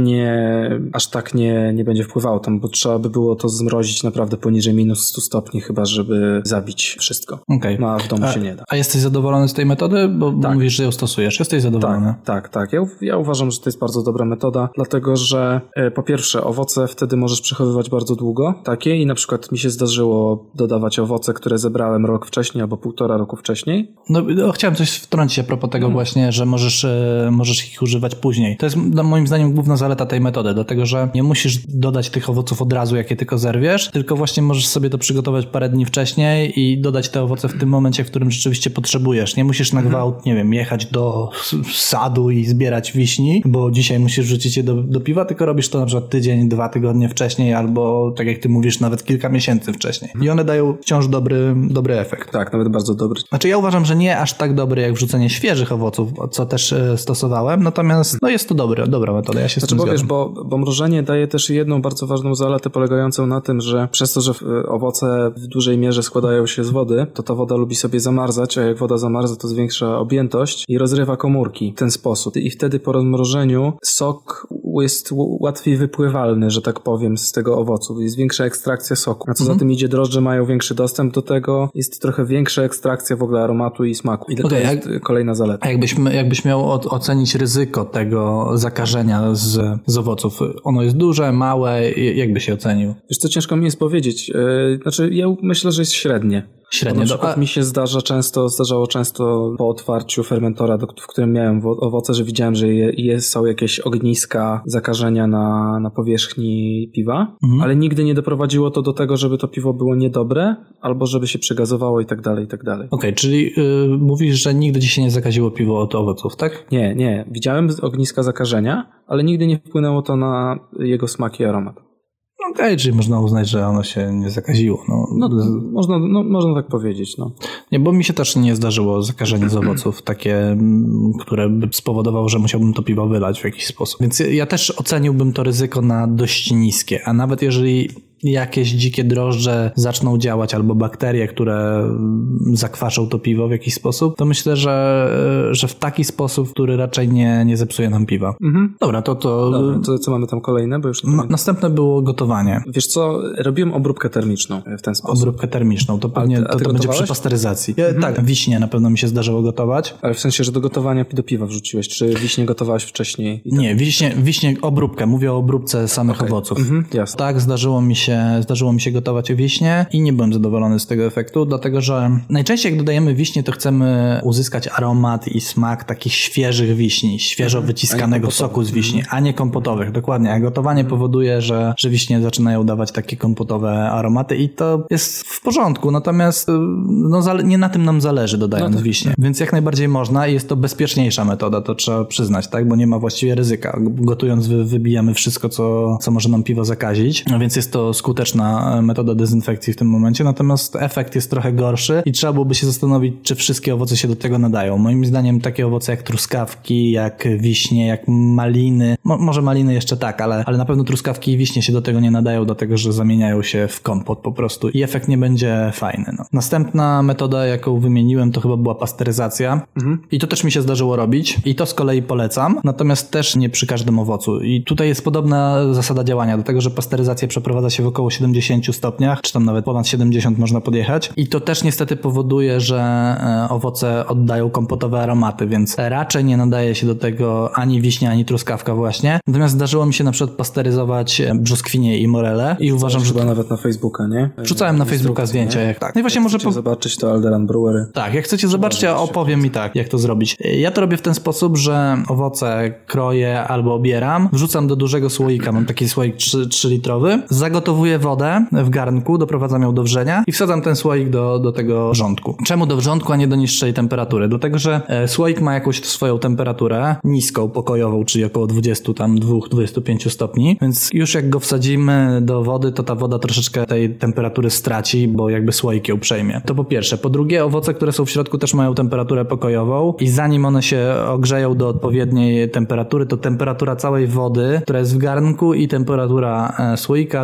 nie, aż tak nie, nie będzie wpływało tam, bo trzeba by było to zmrozić naprawdę poniżej minus stu stopni chyba, żeby zabić wszystko. Okay. No a w domu a, się nie da. A jesteś zadowolony z tej metody? Bo, bo tak. mówisz, że ją stosujesz. Jesteś zadowolony? Tak, tak, tak. Ja, ja uważam, że to jest bardzo dobra metoda, dlatego że e, po pierwsze owoce wtedy możesz przechowywać bardzo długo, takie i na przykład mi się zdarzyło dodawać owoce, które zebrałem rok wcześniej albo półtora roku wcześniej. No, no chciałem coś wtrącić a propos tego hmm. właśnie, że możesz, e, możesz ich używać później. To jest no, moim zdaniem główna zaleta tej metody, dlatego że nie musisz dodać tych owoców od razu, jak je tylko zerwiesz, tylko właśnie możesz sobie to przygotować parę dni wcześniej i dodać te owoce w tym momencie, w którym rzeczywiście potrzebujesz. Nie musisz na gwałt, hmm. nie wiem, jechać do sadu i zbierać wiśni, bo dzisiaj musisz wrzucić je do, do piwa, tylko robisz to na przykład tydzień, dwa tygodnie wcześniej albo, tak jak ty mówisz, nawet kilka miesięcy wcześniej. I one dają wciąż dobry, dobry efekt. Tak, nawet bardzo dobry. Znaczy ja uważam, że nie aż tak dobry jak wrzucenie świeżych owoców, co też e, stosowałem, natomiast no jest to dobre, dobra metoda, ja się znaczy, z tym bo zgadzam. Wiesz, bo, bo mrożenie daje też jedną bardzo ważną zaletę polegającą na tym, że przez to, że owoce w dużej mierze składają się z wody, to ta woda lubi sobie zamarzać, a jak woda zamarza, to zwiększa objętość i rozrywa komórki w ten sposób. I wtedy po rozmrożeniu sok jest łatwiej wypływalny, że tak powiem, z tego owocu. Jest większa ekstrakcja soku. A co mhm. za tym idzie, drożdże mają większy dostęp do tego, jest trochę większa ekstrakcja w ogóle aromatu i smaku. I okay, to jest jak, kolejna zaleta. A jakbyś, jakbyś miał od, ocenić ryzyko tego zakażenia z, z owoców? Ono jest duże, małe? Jak byś się ocenił? Wiesz co, ciężko mi jest powiedzieć. Yy, znaczy ja myślę, że jest średnie. Średnio. Na przykład mi się zdarza często, zdarzało często po otwarciu fermentora, do, w którym miałem owoce, że widziałem, że je, jest, są jakieś ogniska zakażenia na, na powierzchni piwa, mhm. ale nigdy nie doprowadziło to do tego, żeby to piwo było niedobre, albo żeby się przegazowało i tak dalej, i tak dalej. Okej, okay, czyli yy, mówisz, że nigdy ci się nie zakaziło piwo od owoców, tak? Nie, nie. Widziałem ogniska zakażenia, ale nigdy nie wpłynęło to na jego smak i aromat. Okej, okay, czyli można uznać, że ono się nie zakaziło. No, no, można, no, można tak powiedzieć. No. Nie, bo mi się też nie zdarzyło zakażenie z owoców, takie, które by spowodowało, że musiałbym to piwo wylać w jakiś sposób. Więc ja też oceniłbym to ryzyko na dość niskie, a nawet jeżeli jakieś dzikie drożdże zaczną działać albo bakterie, które zakwaszą to piwo w jakiś sposób, to myślę, że, że w taki sposób, który raczej nie, nie zepsuje nam piwa. Mhm. Dobra, to to... Dobra, to co mamy tam kolejne? Bo już Ma, następne było gotowanie. Wiesz co, robiłem obróbkę termiczną w ten sposób. Obróbkę termiczną, to pewnie a ty, a ty to, to będzie przy pasteryzacji. Ja, mhm. Tak, wiśnie na pewno mi się zdarzyło gotować. Ale w sensie, że do gotowania do piwa wrzuciłeś, czy wiśnie gotowałeś wcześniej? Nie, wiśnie, wiśnie obróbkę, mówię o obróbce samych okay. owoców. Mhm, jasne. Tak, zdarzyło mi się Zdarzyło mi się gotować wiśnie i nie byłem zadowolony z tego efektu, dlatego że najczęściej jak dodajemy wiśnie, to chcemy uzyskać aromat i smak takich świeżych wiśni, świeżo wyciskanego soku z wiśni, a nie kompotowych. Dokładnie, a gotowanie powoduje, że, że wiśnie zaczynają dawać takie kompotowe aromaty i to jest w porządku, natomiast no, nie na tym nam zależy dodając no tak. wiśnie. Więc jak najbardziej można i jest to bezpieczniejsza metoda, to trzeba przyznać, tak, bo nie ma właściwie ryzyka. Gotując wy, wybijamy wszystko, co, co może nam piwo zakazić, a więc jest to skuteczna metoda dezynfekcji w tym momencie, natomiast efekt jest trochę gorszy i trzeba byłoby się zastanowić, czy wszystkie owoce się do tego nadają. Moim zdaniem takie owoce jak truskawki, jak wiśnie, jak maliny, mo- może maliny jeszcze tak, ale, ale na pewno truskawki i wiśnie się do tego nie nadają, dlatego że zamieniają się w kompot po prostu i efekt nie będzie fajny. No. Następna metoda, jaką wymieniłem, to chyba była pasteryzacja mhm. i to też mi się zdarzyło robić i to z kolei polecam, natomiast też nie przy każdym owocu i tutaj jest podobna zasada działania, dlatego że pasteryzację przeprowadza się w około siedemdziesięciu stopniach, czy tam nawet ponad siedemdziesiąt można podjechać i to też niestety powoduje, że owoce oddają kompotowe aromaty, więc raczej nie nadaje się do tego ani wiśnia, ani truskawka właśnie. Natomiast zdarzyło mi się na przykład pasteryzować brzoskwinie i morele i uważam, że... Chyba nawet na Facebooka, nie? Wrzucałem na Facebooka zdjęcia, jak tak. No i właśnie może po... zobaczyć to Alderan Brewery. Tak, jak chcecie zobaczyć, ja opowiem mi tak, jak to zrobić. Ja to robię w ten sposób, że owoce kroję albo obieram, wrzucam do dużego słoika, mam taki słoik trzy litrowy, zagotowuję wodę w garnku, doprowadzam ją do wrzenia i wsadzam ten słoik do, do tego wrzątku. Czemu do wrzątku, a nie do niższej temperatury? Dlatego, że e, słoik ma jakąś swoją temperaturę, niską, pokojową, czyli około dwadzieścia tam dwa do dwudziestu pięciu stopni, więc już jak go wsadzimy do wody, to ta woda troszeczkę tej temperatury straci, bo jakby słoik ją przejmie. To po pierwsze. Po drugie, owoce, które są w środku, też mają temperaturę pokojową i zanim one się ogrzeją do odpowiedniej temperatury, to temperatura całej wody, która jest w garnku i temperatura e, słoika dojdzie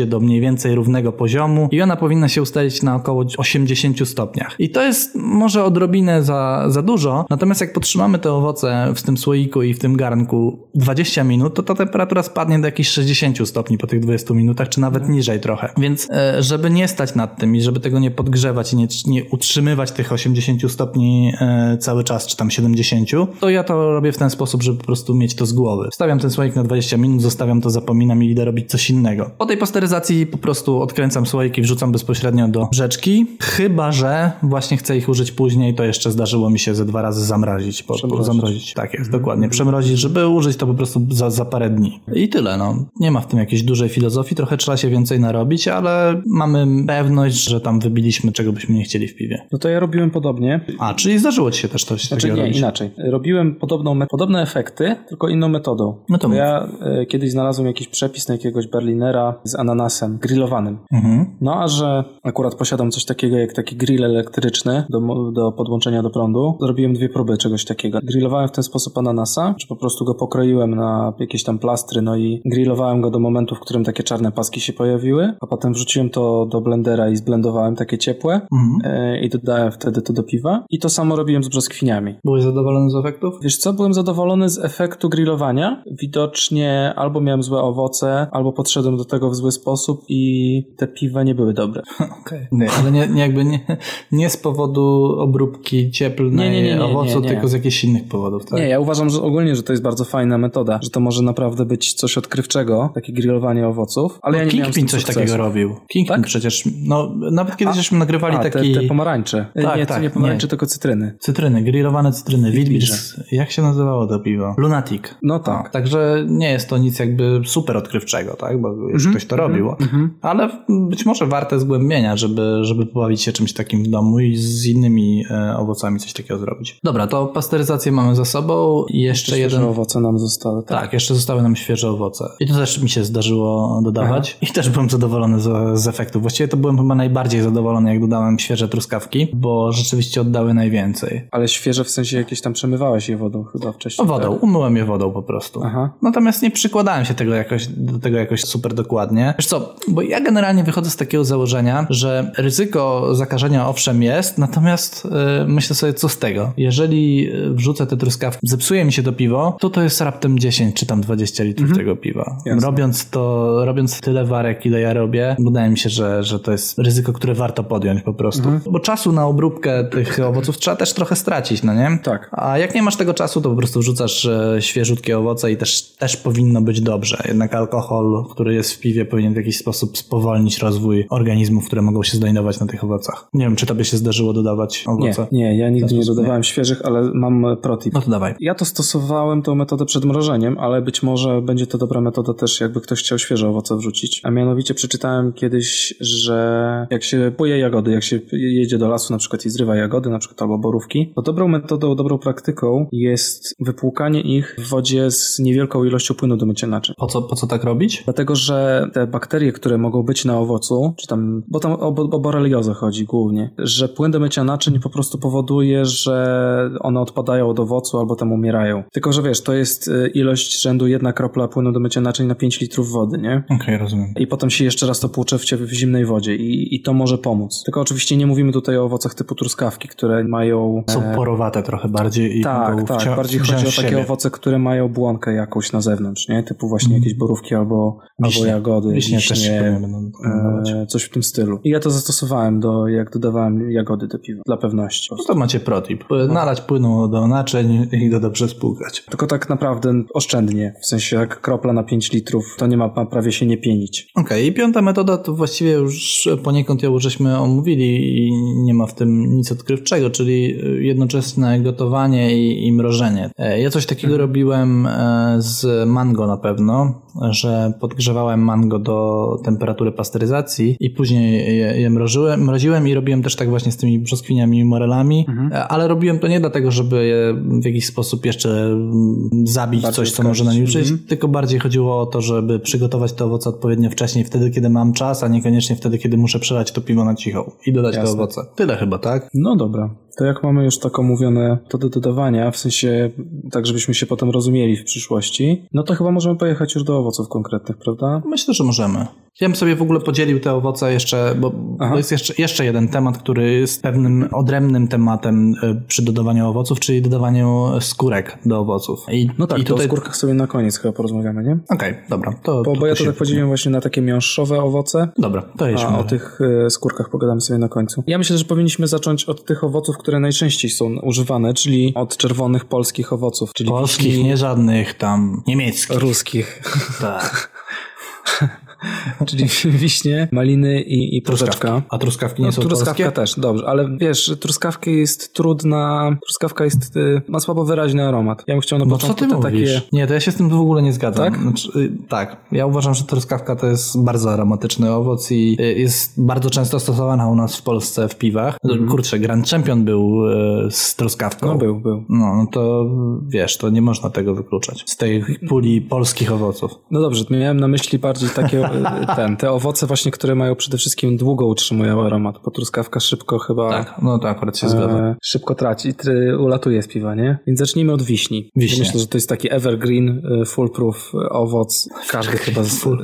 do mniej więcej równego poziomu i ona powinna się ustalić na około osiemdziesięciu stopniach. I to jest może odrobinę za, za dużo, natomiast jak podtrzymamy te owoce w tym słoiku i w tym garnku dwadzieścia minut, to ta temperatura spadnie do jakichś sześćdziesięciu stopni po tych dwudziestu minutach, czy nawet niżej trochę. Więc e, żeby nie stać nad tym i żeby tego nie podgrzewać i nie, nie utrzymywać tych osiemdziesięciu stopni e, cały czas, czy tam siedemdziesięciu, to ja to robię w ten sposób, żeby po prostu mieć to z głowy. Stawiam ten słoik na dwadzieścia minut, zostawiam to, zapominam i idę robić coś innego. Po tej pasteryzacji po prostu odkręcam słoik i wrzucam bezpośrednio do rzeczki, chyba że właśnie chcę ich użyć później, to jeszcze zdarzyło mi się ze dwa razy zamrozić. Po, po, zamrozić. Tak jest, dokładnie. Przemrozić, żeby użyć to po prostu za, za parę dni. I tyle, no. Nie ma w tym jakiejś dużej filozofii, trochę trzeba się więcej narobić, ale mamy pewność, że tam wybiliśmy, czego byśmy nie chcieli w piwie. No to ja robiłem podobnie. A, czyli zdarzyło ci się też coś Znaczy takiego nie, robić? inaczej. Robiłem podobną, me- podobne efekty, tylko inną metodą. No to Bo mów. ja e, kiedyś znalazłem jakiś przepis na jakiegoś Berlinera z ananasem grillowanym. Mhm. No a że akurat posiadam coś takiego jak taki grill elektryczny do, mo- do podłączenia do prądu, zrobiłem dwie próby czegoś takiego. Grillowałem w ten sposób ananasa, że po prostu go pokroiłem na jakieś tam plastry, no i grillowałem go do momentu, w którym takie czarne paski się pojawiły, a potem wrzuciłem to do blendera i zblendowałem takie ciepłe Mhm. e, i dodałem wtedy to do piwa. I to samo robiłem z brzoskwiniami. Byłeś zadowolony z efektów? Wiesz co, byłem zadowolony z efektu grillowania. Widocznie albo miałem złe owoce, albo podszedłem do tego w zły sposób i te piwa nie były dobre. Okej. Nie, ale nie, nie jakby nie, nie z powodu obróbki cieplnej Nie, nie, nie, nie, owocu, nie, nie. tylko z jakichś innych powodów, tak? Nie, ja uważam, że ogólnie, że to jest bardzo fajna metoda, że to może naprawdę być coś odkrywczego, takie grillowanie owoców, ale ja nie miałem z Kingpin tym coś sukcesu. takiego robił. Kingpin Tak? przecież, no nawet kiedyś żeśmy nagrywali A, taki... te, te pomarańcze. Tak, nie, tak, nie pomarańcze, nie. tylko cytryny. Cytryny, grillowane cytryny, Witbirze. Witbirz. Jak się nazywało to piwo? Lunatic. No tak. No, także nie jest to nic jakby super odkrywczego, tak? Bo już ktoś to robił. Ale być może warte zgłębienia, żeby, żeby pobawić się czymś takim w domu i z innymi e, owocami coś takiego zrobić. Dobra, to pasteryzację mamy za sobą i jeszcze Świeże jeden... owoce nam zostały. Tak. Tak, jeszcze zostały nam świeże owoce. I to też mi się zdarzyło dodawać. I też byłem zadowolony z, z efektu. Właściwie to byłem chyba najbardziej zadowolony, jak dodałem świeże truskawki, bo rzeczywiście oddały najwięcej. Ale świeże w sensie jakieś tam przemywałeś je wodą chyba wcześniej. No wodą, Tak? umyłem je wodą po prostu. Aha. Natomiast nie przykładałem się tego jakoś, do tego jakoś super dokładnie. Wiesz co, bo ja generalnie wychodzę z takiego założenia, że ryzyko zakażenia owszem jest, natomiast yy, myślę sobie, co z tego? Jeżeli wrzucę te truskawki, zepsuje mi się to piwo, to to jest raptem dziesięć czy tam dwadzieścia litrów Mhm. tego piwa. Jasne. Robiąc to, robiąc tyle warek, ile ja robię, wydaje mi się, że, że to jest ryzyko, które warto podjąć po prostu. Mhm. Bo czasu na obróbkę tych owoców trzeba też trochę stracić, no nie? Tak. A jak nie masz tego czasu, to po prostu wrzucasz e, świeżutkie owoce i też, też powinno być dobrze. Jednak alkohol, który jest w piwie, powinien w jakiś sposób spowolnić rozwój organizmów, które mogą się znajdować na tych owocach. Nie wiem, czy tobie się zdarzyło dodawać Nie, owoce? nie, ja nigdy nie sposób dodawałem świeżych, ale mam protip. No to dawaj. Ja to stosowałem tą metodę przed mrożeniem, ale być może będzie to dobra metoda też, jakby ktoś chciał świeże owoce wrzucić. A mianowicie przeczytałem kiedyś, że jak się puje jagody, jak się jedzie do lasu na przykład i zrywa jagody, na przykład albo borówki, to dobrą metodą, dobrą praktyką jest wypłukanie ich w wodzie z niewielką ilością płynu do mycia naczyń. Po co, po co tak robić? Dlatego, że te bakterie, które mogą być na owocu, czy tam, bo tam o, o boreliozę chodzi głównie, że płyn do mycia naczyń po prostu powoduje, że one odpadają od owocu albo tam umierają. Tylko, że wiesz, to jest y, ilość rzędu jedna kropla płynu do mycia naczyń na pięć litrów wody, nie? Okej, okay, rozumiem. I potem się jeszcze raz to płucze w, w zimnej wodzie i, i to może pomóc. Tylko oczywiście nie mówimy tutaj o owocach typu truskawki, które mają... Są porowate trochę bardziej i Tak, mogą tak. wcia- Bardziej wziąć chodzi o takie siebie. owoce, które mają błonkę jakąś na zewnątrz, nie? Typu właśnie jakieś borówki albo, Wiśnie. albo jagody, Wiśnie też się wiśnie, pewnie będą kombinować. e, coś w tym stylu. I ja to zastosowałem do, jak dodawałem jagody do piwa, dla pewności. No to macie protip. Nalać płynu do naczyń i go dobrze spłukać. Tylko tak naprawdę oszczędnie, w sensie jak kropla na pięć litrów, to nie ma, ma prawie się nie pienić. Okej, okay, i piąta metoda to właściwie już poniekąd ją żeśmy omówili i nie ma w tym nic odkrywczego, czyli jednoczesne gotowanie i, i mrożenie. Ja coś takiego mhm. robiłem z mango na pewno, że podgrzewałem mango do temperatury pasteryzacji i później je, je mrożyłem, mroziłem i robiłem też tak właśnie z tymi brzoskwiniami i morelami, mhm. ale robiłem to nie dlatego, żeby je w jakiś sposób jeszcze zabić bardziej coś, co może na nim uczyć, mhm. tylko bardziej chodziło o to, żeby przygotować te owoce odpowiednio wcześniej, wtedy kiedy mam czas, a niekoniecznie wtedy, kiedy muszę przelać to piwo na cicho i dodać Jasne. te owoce. Tyle chyba, tak? No dobra. To jak mamy już tak omówione to do dodawania, w sensie tak, żebyśmy się potem rozumieli w przyszłości, no to chyba możemy pojechać już do owoców konkretnych, prawda? Myślę, że możemy. Ja bym sobie w ogóle podzielił te owoce jeszcze, bo, bo jest jeszcze, jeszcze jeden temat, który jest pewnym odrębnym tematem przy dodawaniu owoców, czyli dodawaniu skórek do owoców. I, no tak, i to tutaj... o skórkach sobie na koniec chyba porozmawiamy, nie? Okej, okay, dobra. To, bo, to bo ja się... to tak podzieliłem właśnie na takie miąższowe owoce. Dobra, to jedźmy. A o tych y, skórkach pogadamy sobie na końcu. Ja myślę, że powinniśmy zacząć od tych owoców, które najczęściej są używane, czyli od czerwonych polskich owoców. Czyli polskich, wiśni... nie żadnych tam niemieckich. Ruskich. Tak. Czyli wiśnie, maliny i, i porzeczka. A truskawki nie no, są truskawka polskie? też, dobrze, ale wiesz, truskawka jest trudna, truskawka jest, ma słabo wyraźny aromat. Ja bym chciał na no początku co ty te mówisz? takie... Nie, to ja się z tym w ogóle nie zgadzam. Tak? Znaczy, y, tak. Ja uważam, że truskawka to jest bardzo aromatyczny owoc i y, jest bardzo często stosowana u nas w Polsce w piwach. Mm. Kurczę, Grand Champion był y, z truskawką. No był, był. No, no to wiesz, to nie można tego wykluczać z tej puli polskich owoców. No dobrze, miałem na myśli bardziej takie ten, te owoce właśnie, które mają przede wszystkim długo utrzymują aromat, bo truskawka szybko chyba... Tak, no to akurat się zgadza. E, szybko traci, try, ulatuje z piwa, nie? Więc zacznijmy od wiśni. Wiśnie. Myślę, że to jest taki evergreen, foolproof owoc. Każdy chyba z... Full.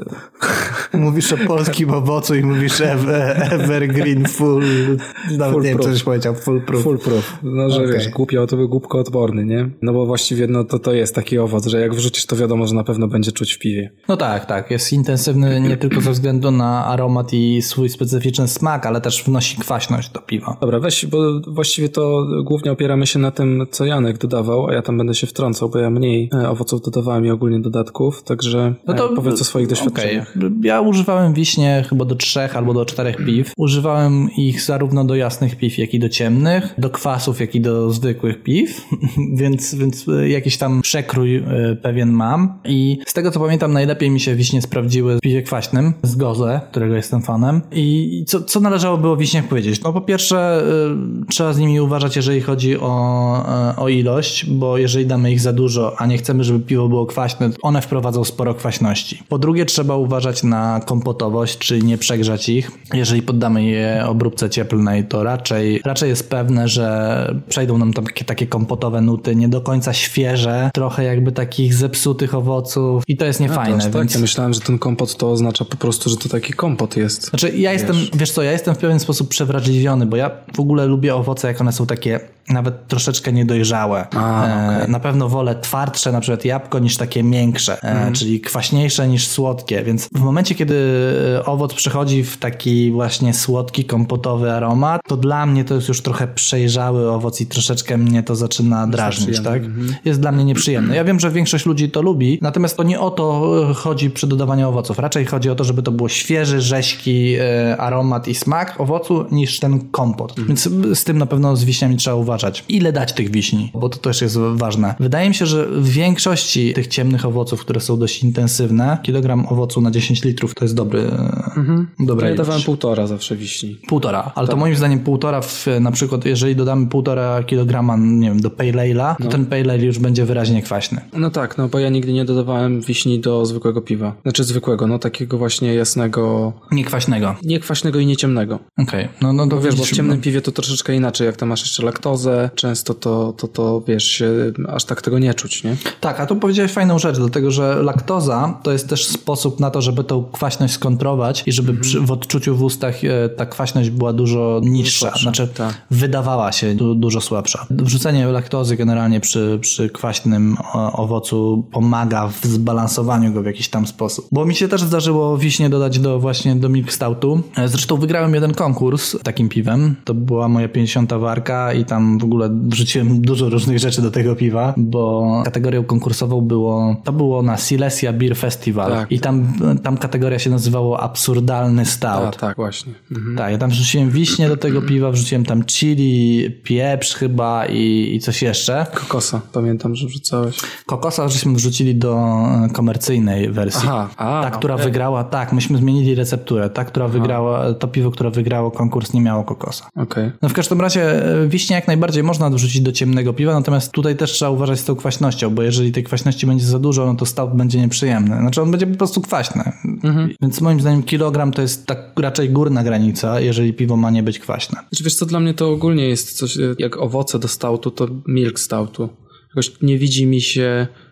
Mówisz o polskim owocu i mówisz ever, evergreen full... Nawet full nie wiem, co żeś powiedział, full proof. Full proof. No, że okay. Wiesz, głupio, to był głupko odporny, nie? No bo właściwie no to, to jest taki owoc, że jak wrzucisz, to wiadomo, że na pewno będzie czuć w piwie. No tak, tak. Jest intensywny nie tylko ze względu na aromat i swój specyficzny smak, ale też wnosi kwaśność do piwa. Dobra, weź, bo właściwie to głównie opieramy się na tym, co Janek dodawał, a ja tam będę się wtrącał, bo ja mniej owoców dodawałem i ogólnie dodatków, także no to powiedz o swoich doświadczeniach. Okay. Ja używałem wiśnie chyba do trzech albo do czterech piw. Używałem ich zarówno do jasnych piw, jak i do ciemnych, do kwasów, jak i do zwykłych piw, więc, więc jakiś tam przekrój pewien mam i z tego co pamiętam najlepiej mi się wiśnie sprawdziły w piwie kwaśnym z Goze, którego jestem fanem. I co, co należało było o wiśniach powiedzieć? No po pierwsze y, trzeba z nimi uważać, jeżeli chodzi o, y, o ilość, bo jeżeli damy ich za dużo, a nie chcemy, żeby piwo było kwaśne, one wprowadzą sporo kwaśności. Po drugie trzeba uważać na kompotowość, czyli nie przegrzać ich. Jeżeli poddamy je obróbce cieplnej, to raczej, raczej jest pewne, że przejdą nam tam takie, takie kompotowe nuty, nie do końca świeże, trochę jakby takich zepsutych owoców i to jest niefajne. No, tak, więc... ja myślałem, że ten kompot to oznacza po prostu, że to taki kompot jest. Znaczy ja wiesz. jestem, wiesz co, ja jestem w pewien sposób przewrażliwiony, bo ja w ogóle lubię owoce, jak one są takie nawet troszeczkę niedojrzałe. A, okay. e, na pewno wolę twardsze, na przykład jabłko, niż takie miększe, e, mm. czyli kwaśniejsze niż słodkie, więc w momencie, kiedy owoc przechodzi w taki właśnie słodki, kompotowy aromat, to dla mnie to jest już trochę przejrzały owoc i troszeczkę mnie to zaczyna drażnić, tak? Mm-hmm. Jest dla mnie nieprzyjemne. Ja wiem, że większość ludzi to lubi, natomiast to nie o to chodzi przy dodawaniu owoców. Raczej chodzi o to, żeby to było świeży, rześki e, aromat i smak owocu niż ten kompot. Mm. Więc z tym na pewno z wiśniami trzeba uważać. Ile dać tych wiśni, bo to też jest ważne. Wydaje mi się, że w większości tych ciemnych owoców, które są dość intensywne, kilogram owocu na dziesięć litrów to jest dobry, mhm. dobra ja ilość. dawałem półtora zawsze wiśni. Półtora, ale tak. to moim zdaniem półtora, w, na przykład jeżeli dodamy półtora kilograma, nie wiem, do pale ale'a, to no. ten pale ale już będzie wyraźnie kwaśny. No tak, no bo ja nigdy nie dodawałem wiśni do zwykłego piwa. Znaczy zwykłego, no takiego właśnie jasnego. Niekwaśnego. Niekwaśnego i nieciemnego. Okej, okay. no, no to bo wiesz, bo w ciemnym piwie to troszeczkę inaczej, jak tam masz jeszcze laktozę, często to, to, to wiesz, się aż tak tego nie czuć, nie? Tak, a tu powiedziałeś fajną rzecz, dlatego że laktoza to jest też sposób na to, żeby tą kwaśność skontrować i żeby mm-hmm. przy, w odczuciu w ustach e, ta kwaśność była dużo niższa, słabsza, znaczy tak. wydawała się du, dużo słabsza. Wrzucenie laktozy generalnie przy, przy kwaśnym o, owocu pomaga w zbalansowaniu go w jakiś tam sposób. Bo mi się też zdarzyło wiśnie dodać do właśnie do milk stoutu. Zresztą wygrałem jeden konkurs takim piwem. To była moja pięćdziesiąta warka i tam w ogóle wrzuciłem dużo różnych rzeczy do tego piwa, bo kategorią konkursową było, to było na Silesia Beer Festival tak, i tam, tam kategoria się nazywało absurdalny stout. A, tak, właśnie. Mhm. Tak, ja tam wrzuciłem wiśnie do tego piwa, wrzuciłem tam chili, pieprz chyba i, i coś jeszcze. Kokosa, pamiętam, że wrzucałeś. Kokosa żeśmy wrzucili do komercyjnej wersji. Aha, a, ta, która okay. wygrała, tak, myśmy zmienili recepturę. Ta, która Aha. wygrała, to piwo, które wygrało konkurs, nie miało kokosa. Okay. No w każdym razie wiśnie jak najbardziej można wrzucić do ciemnego piwa, natomiast tutaj też trzeba uważać z tą kwaśnością, bo jeżeli tej kwaśności będzie za dużo, no to stout będzie nieprzyjemny. Znaczy on będzie po prostu kwaśny. Mhm. Więc moim zdaniem kilogram to jest tak raczej górna granica, jeżeli piwo ma nie być kwaśne. Znaczy, wiesz co, dla mnie to ogólnie jest coś jak owoce do stoutu, to milk stoutu. Jakoś nie widzi mi się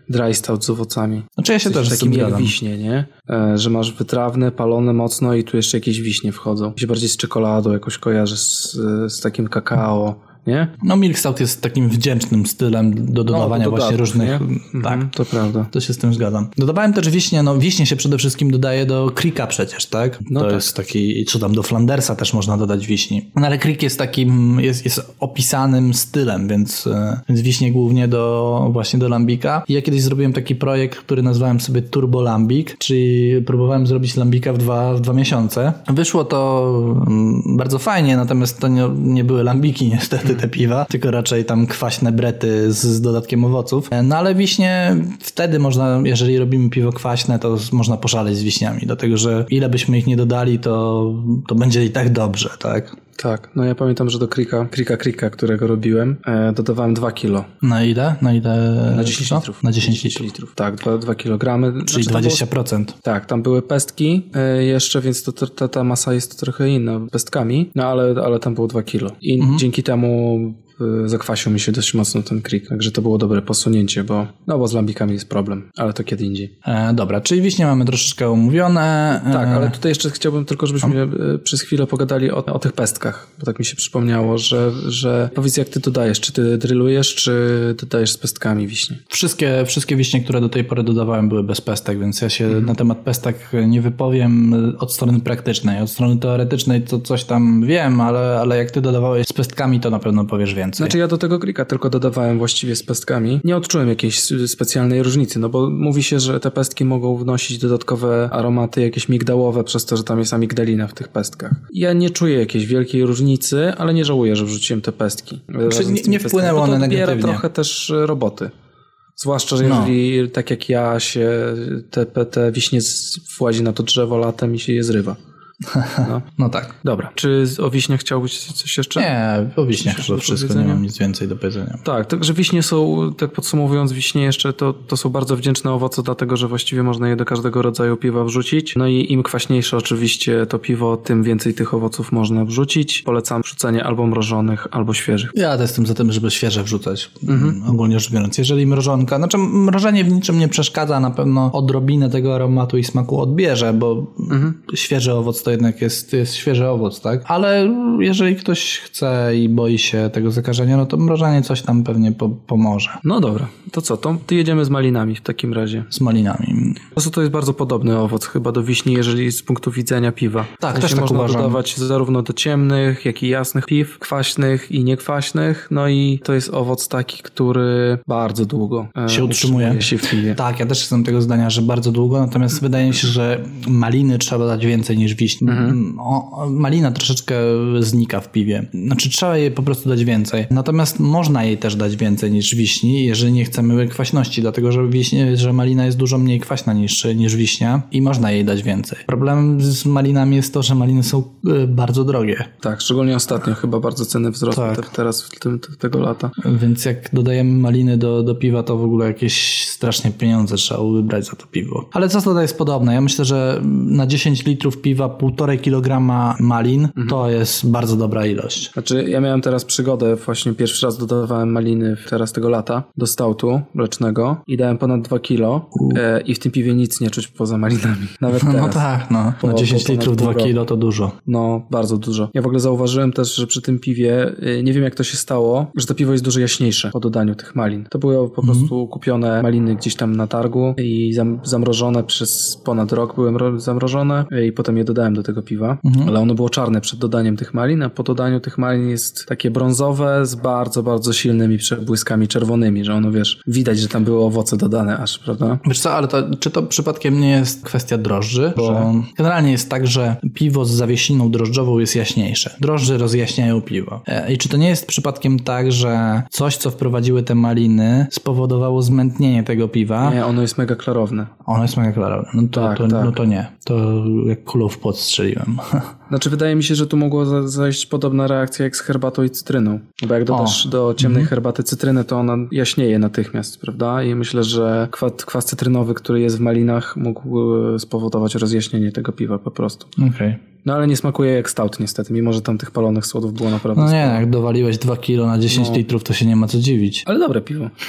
dry stout z owocami. Znaczy ja się Coś też z takim tym jak zgadzam. wiśnie, nie? E, że masz wytrawne, palone mocno i tu jeszcze jakieś wiśnie wchodzą. Mi się bardziej z czekoladą jakoś kojarzy, z, z takim kakao, nie? No Milk Stout jest takim wdzięcznym stylem do dodawania do właśnie dodatków, różnych... nie? Tak, Mhm, to prawda. to się z tym zgadzam. Dodawałem też wiśnie, no wiśnie się przede wszystkim dodaje do Krika przecież, tak? No to tak. jest taki, czy tam do Flandersa też można dodać wiśni. No ale Krik jest takim, jest, jest opisanym stylem, więc, e, więc wiśnie głównie do, właśnie do lambika. I ja kiedyś zrobiłem taki projekt, który nazwałem sobie Turbo Lambik, czyli próbowałem zrobić lambika w dwa, w dwa miesiące. Wyszło to mm, bardzo fajnie, natomiast to nie, nie były lambiki niestety te piwa, tylko raczej tam kwaśne brety z, z dodatkiem owoców. No ale wiśnie wtedy można, jeżeli robimy piwo kwaśne, to można poszaleć z wiśniami, dlatego że ile byśmy ich nie dodali, to, to będzie i tak dobrze, tak? Tak, no ja pamiętam, że do Krika, Krika Krika, którego robiłem, e, dodawałem dwa kilo. Na ile? Na ile? Na dziesięć co? litrów. Na dziesięć litrów. Tak, dwa kilogramy. Czyli Znaczy, to dwadzieścia było- procent. Tak, tam były pestki e, jeszcze, więc to, to, ta, ta masa jest trochę inna pestkami, no ale, ale tam było dwa kilo. I Mhm. dzięki temu e, zakwasił mi się dość mocno ten Krik, także to było dobre posunięcie, bo no bo z lambikami jest problem, ale to kiedy indziej. E, dobra, czyli wiśnie mamy troszeczkę omówione. E, Tak, ale tutaj jeszcze chciałbym tylko, żebyśmy e, przez chwilę pogadali o, o tych pestkach, bo tak mi się przypomniało, że, że powiedz jak ty dodajesz, czy ty drillujesz, czy dodajesz z pestkami wiśnie? Wszystkie, wszystkie wiśnie, które do tej pory dodawałem, były bez pestek, więc ja się na temat pestek nie wypowiem od strony praktycznej. Od strony teoretycznej to coś tam wiem, ale, ale jak ty dodawałeś z pestkami, to na pewno powiesz więcej. Znaczy ja do tego Krika tylko dodawałem właściwie z pestkami. Nie odczułem jakiejś s- specjalnej różnicy, no bo mówi się, że te pestki mogą wnosić dodatkowe aromaty jakieś migdałowe przez to, że tam jest amigdalina w tych pestkach. Ja nie czuję jakiejś wielkiej różnicy, ale nie żałuję, że wrzuciłem te pestki. Razem nie- z tymi nie pestkami, wpłynęły bo to one odbiera negatywnie. trochę też e, roboty. Zwłaszcza, że No. jeżeli tak jak ja się te, te wiśnie z- włazi na to drzewo latem i się je zrywa. No. No tak. Dobra. Czy z- o wiśnie chciałbyś coś jeszcze? Nie, o wiśniach Coś to do wszystko, nie powiedzenia? mam nic więcej do powiedzenia. Tak, także wiśnie są, tak podsumowując, wiśnie jeszcze to, to są bardzo wdzięczne owoce, dlatego że właściwie można je do każdego rodzaju piwa wrzucić. No i im kwaśniejsze oczywiście to piwo, tym więcej tych owoców można wrzucić. Polecam wrzucenie albo mrożonych, albo świeżych. Ja też jestem za tym, żeby świeże wrzucać, mhm. ogólnie rzecz biorąc. Jeżeli mrożonka, znaczy mrożenie w niczym nie przeszkadza, na pewno odrobinę tego aromatu i smaku odbierze, bo mhm. świeży owoc to jednak jest, jest świeży owoc, tak? Ale jeżeli ktoś chce i boi się tego zakażenia, no to mrożenie coś tam pewnie po, pomoże. No dobra, to co, to, to jedziemy z malinami w takim razie. Z malinami. Po prostu to jest bardzo podobny owoc chyba do wiśni, jeżeli z punktu widzenia piwa. Tak, W sensie też tak można uważam. dodawać zarówno do ciemnych, jak i jasnych piw, kwaśnych i niekwaśnych. No i to jest owoc taki, który bardzo długo e, Się utrzymuje. się w piwie. Tak, ja też jestem tego zdania, że bardzo długo, natomiast wydaje mi się, że maliny trzeba dać więcej niż wiśni. Mhm. O, malina troszeczkę znika w piwie. Znaczy trzeba jej po prostu dać więcej. Natomiast można jej też dać więcej niż wiśni, jeżeli nie chcemy kwaśności, dlatego że, wiśnie, że malina jest dużo mniej kwaśna niż, niż wiśnia i można jej dać więcej. Problem z malinami jest to, że maliny są y, bardzo drogie. Tak, szczególnie ostatnio chyba bardzo ceny wzrosły Tak. te, teraz w tym, te, tego lata. Więc jak dodajemy maliny do, do piwa, to w ogóle jakieś strasznie pieniądze trzeba wybrać za to piwo. Ale co tutaj jest podobne? Ja myślę, że na dziesięć litrów piwa półtorej kilograma malin mhm. to jest bardzo dobra ilość. Znaczy ja miałem teraz przygodę, właśnie pierwszy raz dodawałem maliny teraz tego lata do stoutu mlecznego i dałem ponad dwa kilo e, i w tym piwie nic nie czuć poza malinami. Nawet teraz. No tak, no. Po- Na dziesięć po ponad litrów pół dwa roku. kilo to dużo. No, bardzo dużo. Ja w ogóle zauważyłem też, że przy tym piwie, y, nie wiem jak to się stało, że to piwo jest dużo jaśniejsze po dodaniu tych malin. To były po Mhm. prostu kupione maliny gdzieś tam na targu i zam, zamrożone przez ponad rok były mro- zamrożone y, i potem je dodałem do tego piwa, Mhm. ale ono było czarne przed dodaniem tych malin, a po dodaniu tych malin jest takie brązowe z bardzo, bardzo silnymi przebłyskami czerwonymi, że ono, wiesz, widać, że tam były owoce dodane aż, prawda? Wiesz co, ale to, czy to przypadkiem nie jest kwestia drożdży? Bo generalnie jest tak, że piwo z zawiesiną drożdżową jest jaśniejsze. Drożdże rozjaśniają piwo. E, I czy to nie jest przypadkiem tak, że coś, co wprowadziły te maliny, spowodowało zmętnienie tego piwa? Nie, ono jest mega klarowne. Ono jest mega klarowne. No to, Tak, to, tak. no to nie. To jak kulą w płot strzeliłem. Znaczy wydaje mi się, że tu mogła za- zajść podobna reakcja jak z herbatą i cytryną. Bo jak dodasz O. do ciemnej Mhm. herbaty cytrynę, to ona jaśnieje natychmiast, prawda? I myślę, że kwas, kwas cytrynowy, który jest w malinach, mógł e, spowodować rozjaśnienie tego piwa po prostu. Okej. No ale nie smakuje jak stout niestety, mimo że tam tych palonych słodów było naprawdę No nie, sporo. jak dowaliłeś dwa kilo na dziesięć No. litrów, to się nie ma co dziwić. Ale dobre piwo.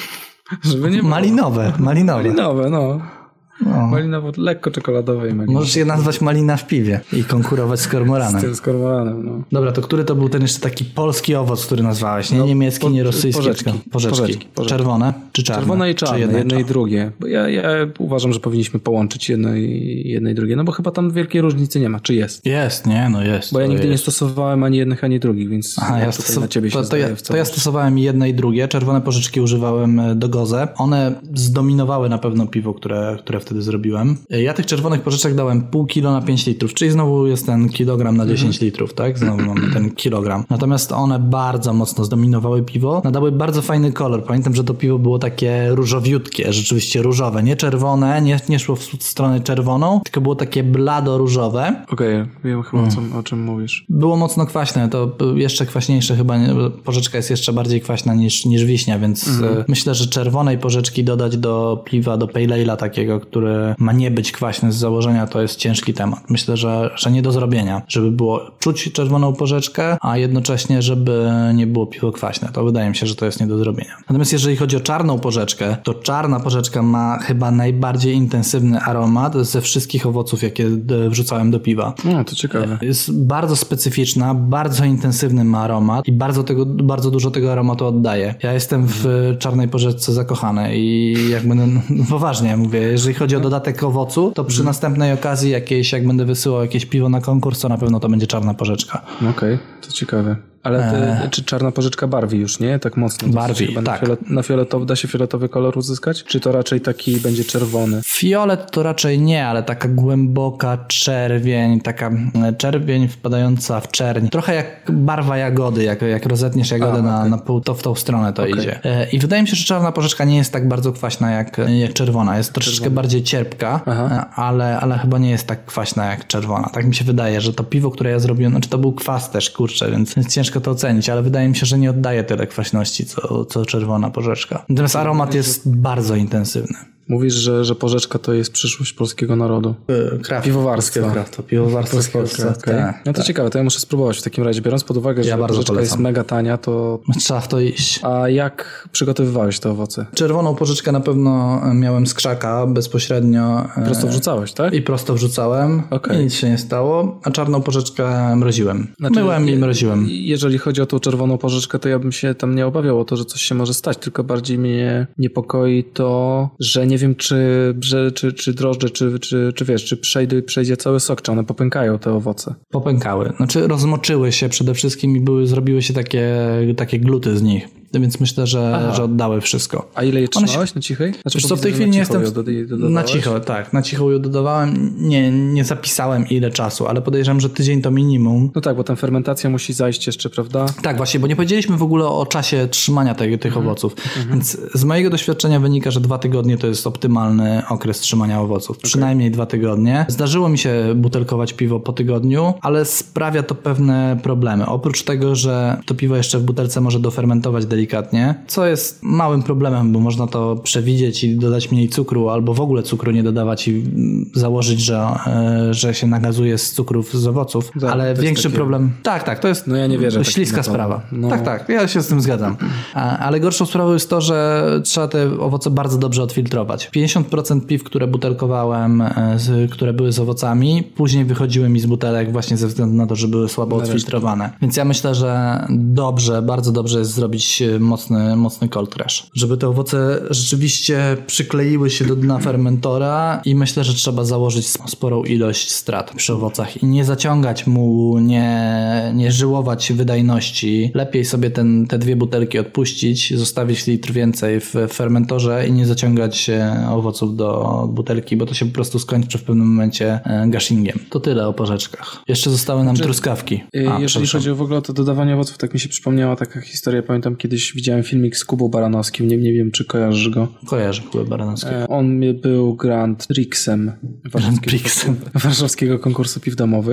Żeby nie było. Malinowe, malinowe. Malinowe, no. No. Malinowo, lekko czekoladowe i malinowe. Możesz je nazwać malina w piwie i konkurować z kormoranem. Z tym z kormoranem, no. Dobra, to który to był ten jeszcze taki polski owoc, który nazwałeś? Nie No, niemiecki, po- nie rosyjski. porzeczki. tylko Porzeczki. Porzeczki, porzeczki. Czerwone czy czarne? Czerwone i czarne, Czy jedne, jedno i czarne? drugie. Bo ja, ja uważam, że powinniśmy połączyć jedno i, jedno i drugie, no bo chyba tam wielkiej różnicy nie ma. Czy jest? Jest, nie, no jest. Bo ja to nigdy nie jest. stosowałem ani jednych, ani drugich, więc Aha, ja tutaj stosow... na ciebie się to, to, zdaje ja, w to ja całości. stosowałem jedne i drugie. Czerwone porzeczki używałem do goze. One zdominowały na pewno piwo, które, które wtedy zrobiłem. Ja tych czerwonych porzeczek dałem pół kilo na pięć litrów, czyli znowu jest ten kilogram na dziesięć litrów, tak? Znowu mamy ten kilogram. Natomiast one bardzo mocno zdominowały piwo. Nadały bardzo fajny kolor. Pamiętam, że to piwo było takie różowiutkie, rzeczywiście różowe. Nie czerwone, nie, nie szło w stronę czerwoną, tylko było takie blado-różowe. Okej, okay, wiem chyba o, czym, o czym mówisz. Było mocno kwaśne, to jeszcze kwaśniejsze chyba, nie, porzeczka jest jeszcze bardziej kwaśna niż, niż wiśnia, więc mm. myślę, że czerwonej porzeczki dodać do piwa, do pale ale'a takiego, który ma nie być kwaśny z założenia, to jest ciężki temat. Myślę, że, że nie do zrobienia, żeby było czuć czerwoną porzeczkę, a jednocześnie, żeby nie było piwo kwaśne. To wydaje mi się, że to jest nie do zrobienia. Natomiast jeżeli chodzi o czarną porzeczkę, to czarna porzeczka ma chyba najbardziej intensywny aromat ze wszystkich owoców, jakie wrzucałem do piwa. No, to ciekawe. Jest bardzo specyficzna, bardzo intensywny ma aromat i bardzo, tego, bardzo dużo tego aromatu oddaje. Ja jestem w czarnej porzeczce zakochany i jak będę, no poważnie mówię, jeżeli chodzi o dodatek owocu, to przy następnej okazji jakiejś, jak będę wysyłał jakieś piwo na konkurs, to na pewno to będzie czarna porzeczka. Okej, okay, to ciekawe. Ale te, eee. czy czarna porzeczka barwi już, nie? Tak mocno. Barwi, chyba tak. Na, fiolet, na fioletowy, da się fioletowy kolor uzyskać? Czy to raczej taki będzie czerwony? Fiolet to raczej nie, ale taka głęboka czerwień, taka czerwień wpadająca w czerń. Trochę jak barwa jagody, jak, jak rozetniesz jagodę A, na, okay. na pół, to w tą stronę to okay. idzie. I wydaje mi się, że czarna porzeczka nie jest tak bardzo kwaśna jak, jak czerwona. Jest troszeczkę czerwona. bardziej cierpka, ale, ale chyba nie jest tak kwaśna jak czerwona. Tak mi się wydaje, że to piwo, które ja zrobiłem, znaczy to był kwas też, kurczę, więc jest ciężko to ocenić, ale wydaje mi się, że nie oddaje tyle kwaśności, co, co czerwona porzeczka. Natomiast aromat jest bardzo intensywny. Mówisz, że, że porzeczka to jest przyszłość polskiego narodu. Kraft. Piwowarstwo. Kraft. Piwowarstwo w Polsce. Okay. Tak, no to tak. ciekawe, to ja muszę spróbować w takim razie. Biorąc pod uwagę, że ja porzeczka polecam. jest mega tania, to... Trzeba w to iść. A jak przygotowywałeś te owoce? Czerwoną porzeczkę na pewno miałem z krzaka bezpośrednio. Prosto wrzucałeś, tak? I prosto wrzucałem. Okay. I nic się nie stało. A czarną porzeczkę mroziłem. Znaczy, Myłem i mroziłem. Jeżeli chodzi o tą czerwoną porzeczkę, to ja bym się tam nie obawiał o to, że coś się może stać, tylko bardziej mnie niepokoi to, że nie wiem, czy Brze, czy, czy drożdże, czy, czy, czy wiesz, czy przejdzie, przejdzie cały sok, czy one popękają te owoce? Popękały. Znaczy rozmoczyły się przede wszystkim i były, zrobiły się takie, takie gluty z nich. Więc myślę, że, że oddały wszystko. A ile je trzymałeś się... na cichej? Znaczy, wiesz co, w tej chwili nie jestem... W... Na cicho, tak. Na cicho ją dodawałem. Nie, nie zapisałem ile czasu, ale podejrzewam, że tydzień to minimum. No tak, bo ta fermentacja musi zajść jeszcze, prawda? Tak, właśnie, bo nie powiedzieliśmy w ogóle o czasie trzymania tej, tych mhm. owoców. Mhm. Więc z mojego doświadczenia wynika, że dwa tygodnie to jest optymalny okres trzymania owoców. Okay. Przynajmniej dwa tygodnie. Zdarzyło mi się butelkować piwo po tygodniu, ale sprawia to pewne problemy. Oprócz tego, że to piwo jeszcze w butelce może dofermentować delikatnie, co jest małym problemem, bo można to przewidzieć i dodać mniej cukru, albo w ogóle cukru nie dodawać i założyć, że, że się nagazuje z cukrów z owoców, tak, ale większy takie... problem... Tak, tak, to jest no ja nie wierzę, śliska sprawa. No. Tak, tak, ja się z tym zgadzam. A, ale gorszą sprawą jest to, że trzeba te owoce bardzo dobrze odfiltrować. pięćdziesiąt procent piw, które butelkowałem, z, które były z owocami, później wychodziły mi z butelek właśnie ze względu na to, że były słabo odfiltrowane. Więc ja myślę, że dobrze, bardzo dobrze jest zrobić mocny, mocny cold crash. Żeby te owoce rzeczywiście przykleiły się do dna fermentora i myślę, że trzeba założyć sporą ilość strat przy owocach i nie zaciągać mu, nie, nie żyłować wydajności. Lepiej sobie ten, te dwie butelki odpuścić, zostawić litr więcej w fermentorze i nie zaciągać owoców do butelki, bo to się po prostu skończy w pewnym momencie gushingiem. To tyle o porzeczkach. Jeszcze zostały nam znaczy, truskawki. A, jeżeli chodzi o w ogóle o to dodawanie owoców, tak mi się przypomniała taka historia. Pamiętam, kiedyś widziałem filmik z Kubą Baranowskim. Nie, nie wiem, czy kojarzysz go. Kojarzę Kubę Baranowskiego. On był Grand Prixem warszawskiego, warszawskiego konkursu piw domowych.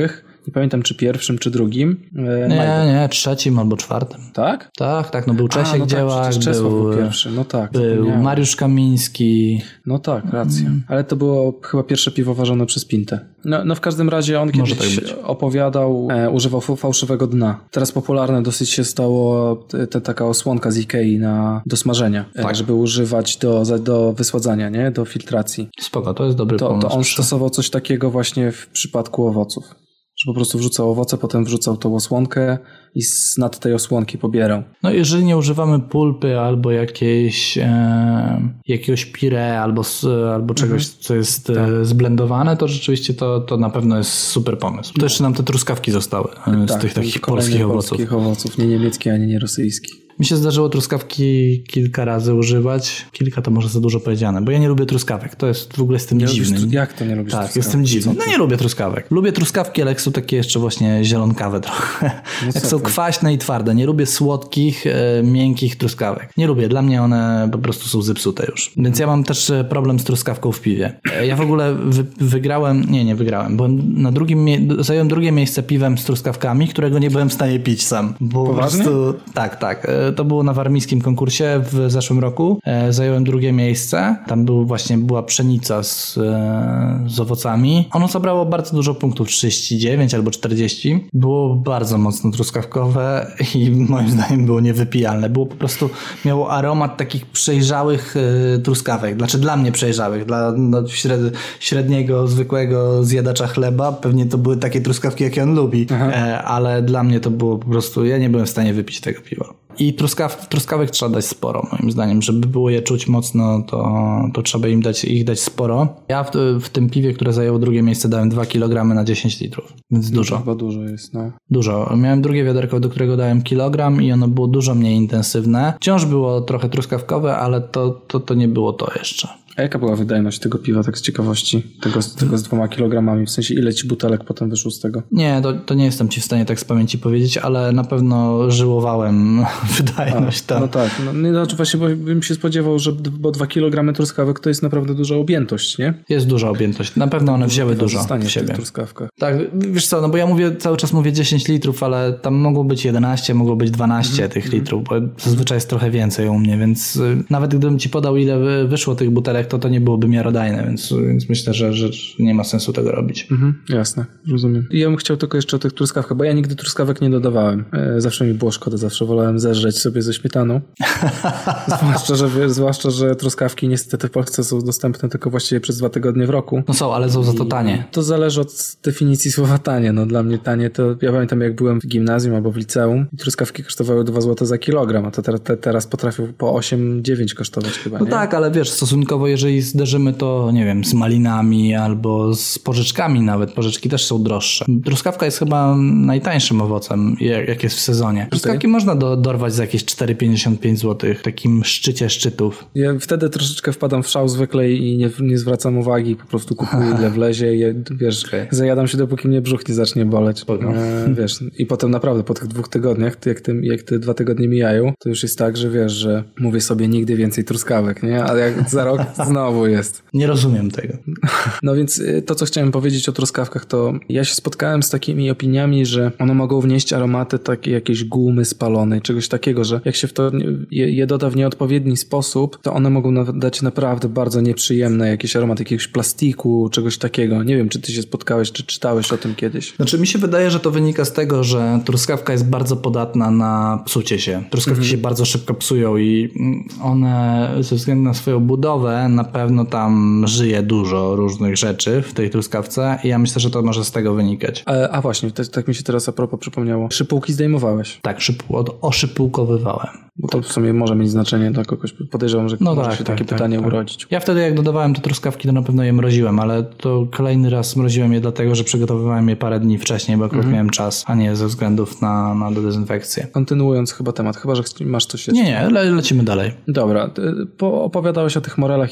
nie pamiętam czy pierwszym, czy drugim. E, Nie, Majbach. nie, trzecim albo czwartym. Tak? Tak, tak, no był Czesiek A, no Dziełak, tak, Czesław był, był pierwszy, no tak. był zapomniałem. Mariusz Kamiński. No tak, racja. Ale to było chyba pierwsze piwo ważone przez Pintę. No, no w każdym razie on Może kiedyś tak być. opowiadał, e, używał f- fałszywego dna. Teraz popularne dosyć się stało te, te, taka osłonka z Ikei na, do smażenia, e, Tak. żeby używać do, za- do wysładzania, nie? Do filtracji. Spoko, to jest dobry To, pomysł. to on stosował coś takiego właśnie w przypadku owoców. Że po prostu wrzucał owoce, potem wrzucał tą osłonkę i z nad tej osłonki pobierał. No jeżeli nie używamy pulpy albo jakiejś, e, jakiegoś pire albo, s- albo czegoś, Mhm. co jest e, zblendowane, to rzeczywiście to, to na pewno jest super pomysł. To jeszcze nam te truskawki zostały e, z Tak, tych takich kolejnych polskich owoców. polskich owoców, nie niemieckich, ani nie rosyjskich. Mi się zdarzyło truskawki kilka razy używać. Kilka to może za dużo powiedziane, bo ja nie lubię truskawek. To jest w ogóle jestem Nie dziwny. lubisz tru- jak to nie lubisz Tak, truskawek? jestem dziwny. Co No ty? nie lubię truskawek. Lubię truskawki, ale jak są takie jeszcze właśnie zielonkawe trochę. No jak co są ty? kwaśne i twarde. Nie lubię słodkich, e, miękkich truskawek. Nie lubię. Dla mnie one po prostu są zepsute już. Więc ja mam też e, problem z truskawką w piwie. E, Ja w ogóle wy, wygrałem, nie, nie wygrałem, bo na drugim, mie- zająłem drugie miejsce piwem z truskawkami, którego nie byłem w stanie pić sam. Bo Poważnie? po prostu, tak, tak. E, To było na warmińskim konkursie w zeszłym roku. E, Zająłem drugie miejsce. Tam był właśnie, była pszenica z, e, z owocami. Ono zabrało bardzo dużo punktów, trzydzieści dziewięć albo czterdzieści. Było bardzo mocno truskawkowe i moim zdaniem było niewypijalne. Było po prostu, miało aromat takich przejrzałych e, truskawek. Znaczy dla mnie przejrzałych. Dla no, śred, średniego, zwykłego zjadacza chleba pewnie to były takie truskawki, jakie on lubi. E, ale dla mnie to było po prostu, ja nie byłem w stanie wypić tego piwa. I truskaw, truskawek trzeba dać sporo, moim zdaniem. Żeby było je czuć mocno, to, to trzeba im dać, ich dać sporo. Ja w, w tym piwie, które zajęło drugie miejsce, dałem dwa kilogramy na dziesięć litrów. Więc To dużo. chyba dużo jest, no. Dużo. Miałem drugie wiaderko, do którego dałem kilogram i ono było dużo mniej intensywne. Wciąż było trochę truskawkowe, ale to, to, to nie było to jeszcze. A jaka była wydajność tego piwa, tak z ciekawości? Tego, z- tego z dwoma kilogramami? W sensie ile ci butelek potem wyszło z tego? Nie, to, to nie jestem ci w stanie tak z pamięci powiedzieć, ale na pewno żyłowałem wydajność tam. No tak, no, nie, znaczy właśnie bo bym się spodziewał, że d- bo dwa kilogramy truskawek to jest naprawdę duża objętość, nie? Jest duża objętość. Na pewno one wzięły Piwa dużo zostanie w w tych siebie. truskawkach. Tak, wiesz co, no bo ja mówię, cały czas mówię dziesięć litrów, ale tam mogło być jedenaście, mogło być dwanaście tych litrów, bo zazwyczaj jest trochę więcej u mnie, więc y, nawet gdybym ci podał, ile wy- wyszło tych butelek, to to nie byłoby miarodajne, więc, więc myślę, że, że nie ma sensu tego robić. Mhm, jasne, rozumiem. I ja bym chciał tylko jeszcze o tych truskawkach, bo ja nigdy truskawek nie dodawałem. E, zawsze mi było szkoda, zawsze wolałem zeżreć sobie ze śmietaną. zwłaszcza, że, wiesz, zwłaszcza, że truskawki niestety w Polsce są dostępne tylko właściwie przez dwa tygodnie w roku. No są, ale są za to tanie. To zależy od definicji słowa tanie. No dla mnie tanie to, ja pamiętam jak byłem w gimnazjum albo w liceum i truskawki kosztowały dwa złote za kilogram, a to te, te, teraz potrafią po osiem dziewięć kosztować chyba, No nie? tak, ale wiesz, stosunkowo jeżeli zderzymy to, nie wiem, z malinami albo z porzeczkami nawet, porzeczki też są droższe. Truskawka jest chyba najtańszym owocem, jak, jak jest w sezonie. Truskawki można do, dorwać za jakieś cztery pięćdziesiąt pięć złotych, w takim szczycie szczytów. Ja wtedy troszeczkę wpadam w szał zwykle i nie, nie zwracam uwagi, po prostu kupuję ile wlezie i je, wiesz, Okej. zajadam się dopóki mnie brzuch nie zacznie boleć. Spoko. E, wiesz, i potem naprawdę po tych dwóch tygodniach, ty- jak, ty, jak te dwa tygodnie mijają, to już jest tak, że wiesz, że mówię sobie nigdy więcej truskawek, nie? Ale jak za rok znowu jest. Nie rozumiem tego. No więc y, to, co chciałem powiedzieć o truskawkach, to ja się spotkałem z takimi opiniami, że one mogą wnieść aromaty takie jakieś gumy spalonej, czegoś takiego, że jak się w to nie- je, je doda w nieodpowiedni sposób, to one mogą na, dać naprawdę bardzo nieprzyjemne jakieś aromaty, jakiegoś plastiku, czegoś takiego. Nie wiem, czy ty się spotkałeś, czy czytałeś o tym kiedyś. Znaczy mi się wydaje, że to wynika z tego, że truskawka jest bardzo podatna na psucie się. Truskawki się bardzo szybko psują i mm, one ze względu na swoją budowę na pewno tam żyje dużo różnych rzeczy w tej truskawce i ja myślę, że to może z tego wynikać. A, a właśnie, tak, tak mi się teraz a propos przypomniało. Szypułki zdejmowałeś, Tak, szypu, od, oszypułkowywałem. bo to w sumie może mieć znaczenie dla kogoś. Podejrzewam, że No może tak, się tak, takie tak, pytanie tak. urodzić. Ja wtedy jak dodawałem te truskawki, to na pewno je mroziłem, ale to kolejny raz mroziłem je dlatego, że przygotowywałem je parę dni wcześniej, bo akurat miałem czas, a nie ze względów na, na dezynfekcję. Kontynuując chyba temat, chyba że chci- masz coś jeszcze. Nie, nie, le, lecimy dalej. Dobra, ty po, opowiadałeś o tych morelach i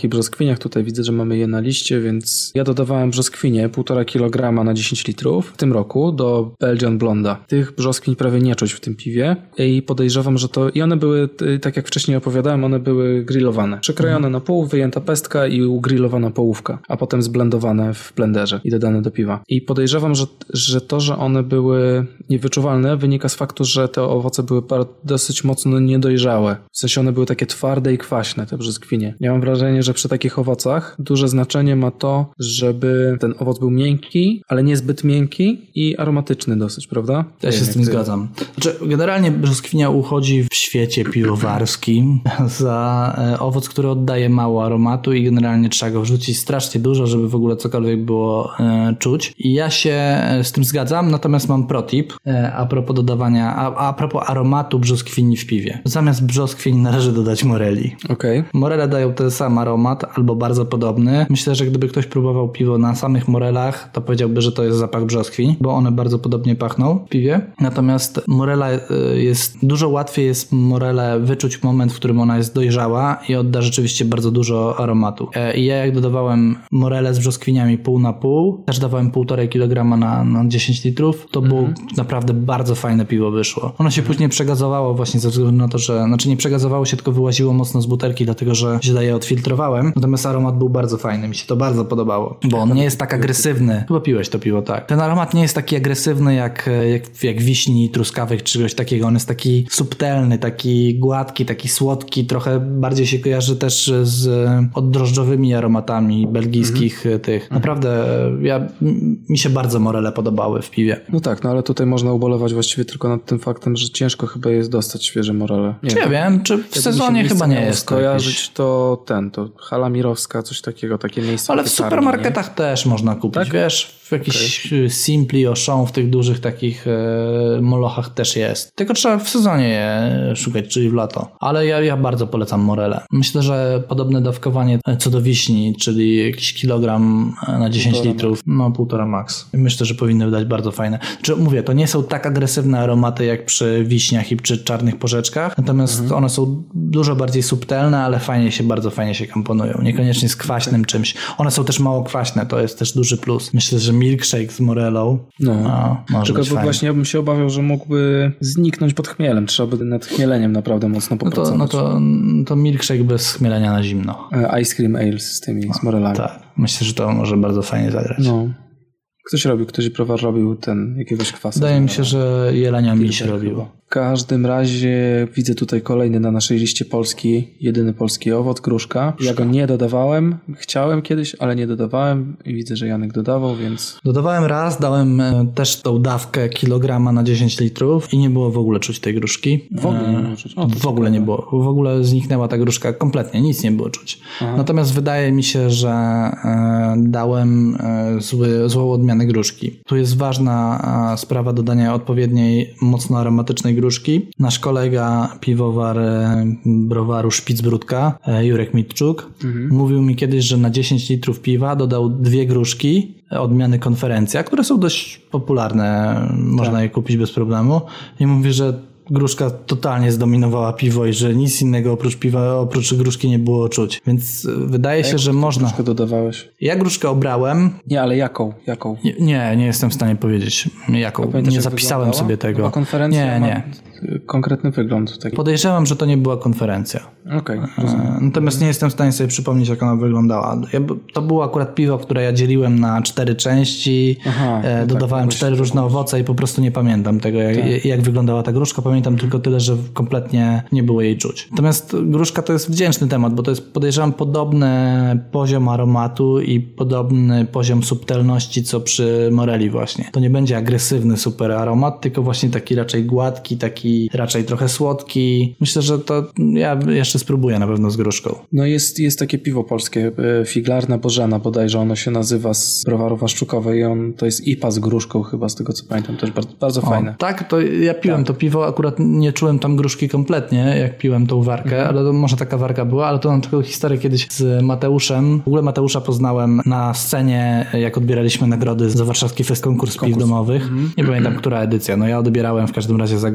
brzoskwiniach. Tutaj widzę, że mamy je na liście, więc ja dodawałem brzoskwinie półtora kilograma na dziesięć litrów w tym roku do Belgian Blonda. Tych brzoskwiń prawie nie czuć w tym piwie i podejrzewam, że to... I one były, tak jak wcześniej opowiadałem, one były grillowane. Przekrojone mhm. na pół, wyjęta pestka i ugrillowana połówka, a potem zblendowane w blenderze i dodane do piwa. I podejrzewam, że, że to, że one były niewyczuwalne, wynika z faktu, że te owoce były dosyć mocno niedojrzałe. W sensie one były takie twarde i kwaśne, te brzoskwinie. Ja mam wrażenie, że przy takich owocach duże znaczenie ma to, żeby ten owoc był miękki, ale niezbyt miękki i aromatyczny dosyć, prawda? Ja się z tym zgadzam. Znaczy, generalnie brzoskwinia uchodzi w świecie piwowarskim za owoc, który oddaje mało aromatu i generalnie trzeba go wrzucić strasznie dużo, żeby w ogóle cokolwiek było e, czuć. I ja się z tym zgadzam, natomiast mam protip e, a propos dodawania, a, a propos aromatu brzoskwini w piwie. Zamiast brzoskwini należy dodać moreli. Okej. Okay. Morele dają ten sam aromat, albo bardzo podobny. Myślę, że gdyby ktoś próbował piwo na samych morelach, to powiedziałby, że to jest zapach brzoskwiń, bo one bardzo podobnie pachną w piwie. Natomiast morela jest, dużo łatwiej jest morelę wyczuć w moment, w którym ona jest dojrzała i odda rzeczywiście bardzo dużo aromatu. I ja jak dodawałem morelę z brzoskwiniami pół na pół, też dawałem półtorej kilograma na, na dziesięć litrów, to było mm. naprawdę bardzo fajne piwo wyszło. Ono się później przegazowało właśnie ze względu na to, że, znaczy nie przegazowało się, tylko wyłaziło mocno z butelki, dlatego że źle je odfiltrowałem. Natomiast aromat był bardzo fajny, mi się to bardzo podobało, bo on nie jest tak agresywny. Chyba piłeś to piwo, tak. Ten aromat nie jest taki agresywny jak, jak, jak wiśni, truskawek czy czegoś takiego. On jest taki subtelny, taki gładki, taki słodki, trochę bardziej się kojarzy też z oddrożdżowymi aromatami belgijskich mm-hmm. tych. Naprawdę ja, mi się bardzo morele podobały w piwie. No tak, no ale tutaj można ubolewać właściwie tylko nad tym faktem, że ciężko chyba jest dostać świeże morele. Nie czy ja wiem, czy w sezonie chyba nie jest. Kojarzyć jakieś... to ten, to Hala Mirowska, coś takiego, takie miejsce. Ale w supermarketach nie? Też można kupić, tak? Wiesz, w jakichś okay. Simpli, Auchan, w tych dużych takich e, molochach też jest. Tylko trzeba w sezonie je szukać, czyli w lato. Ale ja, ja bardzo polecam morele. Myślę, że podobne dawkowanie co do wiśni, czyli jakiś kilogram na dziesięć półtora litrów, no półtora max. Myślę, że powinny wydać bardzo fajne. Znaczy, mówię, to nie są tak agresywne aromaty jak przy wiśniach i przy czarnych porzeczkach, natomiast mhm. one są dużo bardziej subtelne, ale fajnie się, bardzo fajnie się komponują. Niekoniecznie z kwaśnym czymś. One są też mało kwaśne, to jest też duży plus. Myślę, że milkshake z morelą no, no tylko bo właśnie ja bym się obawiał, że mógłby zniknąć pod chmielem. Trzeba by nad chmieleniem naprawdę mocno popracować. No to, no to, to milkshake bez chmielenia na zimno. Ice cream ale z tymi, no, z morelami. Tak, myślę, że to może bardzo fajnie zagrać. No. Ktoś robił, ktoś browar robił ten jakiegoś kwasu. Wydaje mi się, że jelenia miś robił. W każdym razie widzę tutaj kolejny na naszej liście polski, jedyny polski owoc, gruszka. Ja go nie dodawałem, chciałem kiedyś, ale nie dodawałem i widzę, że Janek dodawał, więc... Dodawałem raz, dałem też tą dawkę kilograma na dziesięć litrów i nie było w ogóle czuć tej gruszki. W ogóle nie było czuć? O, w ogóle nie było. W ogóle zniknęła ta gruszka kompletnie, nic nie było czuć. Aha. Natomiast wydaje mi się, że e, dałem e, zły, złą odmianę gruszki. Tu jest ważna e, sprawa dodania odpowiedniej, mocno aromatycznej gruszki. Nasz kolega piwowar e, browaru Szpicbródka, e, Jurek Mitczuk, mhm. mówił mi kiedyś, że na dziesięć litrów piwa dodał dwie gruszki odmiany Konferencja, które są dość popularne, można tak. je kupić bez problemu i mówi, że gruszka totalnie zdominowała piwo i że nic innego oprócz piwa, oprócz gruszki nie było czuć. Więc wydaje się, że można... gruszkę dodawałeś? Ja gruszkę obrałem. Nie, ale jaką? jaką? Nie, nie, nie jestem w stanie powiedzieć jaką. Pamiętasz, nie zapisałem wyglądała? Sobie tego. Była konferencja? Nie, nie. Konkretny wygląd. Taki. Podejrzewam, że to nie była konferencja. Okej. Okay, natomiast nie jestem w stanie sobie przypomnieć, jak ona wyglądała. Ja, to było akurat piwo, które ja dzieliłem na cztery części. Aha, e, dodawałem tak, cztery różne owoce i po prostu nie pamiętam tego, jak, tak. jak wyglądała ta gruszka. Pamiętam tylko tyle, że kompletnie nie było jej czuć. Natomiast gruszka to jest wdzięczny temat, bo to jest, podejrzewam, podobny poziom aromatu i podobny poziom subtelności, co przy moreli właśnie. To nie będzie agresywny super aromat, tylko właśnie taki raczej gładki, taki raczej trochę słodki. Myślę, że to ja jeszcze spróbuję na pewno z gruszką. No jest, jest takie piwo polskie, Figlarna Bożena bodajże ono się nazywa, z browaru Waszczukowej i on to jest I P A z gruszką chyba, z tego co pamiętam, też bardzo, bardzo o, fajne. Tak, to ja piłem tak. to piwo, akurat nie czułem tam gruszki kompletnie, jak piłem tą warkę, mhm. ale to może taka warka była, ale to mam taką historię kiedyś z Mateuszem. W ogóle Mateusza poznałem na scenie, jak odbieraliśmy nagrody za warszawski fest konkurs, konkurs. piw domowych. Mhm. Nie pamiętam, która edycja. No ja odbierałem w każdym razie za Gozę,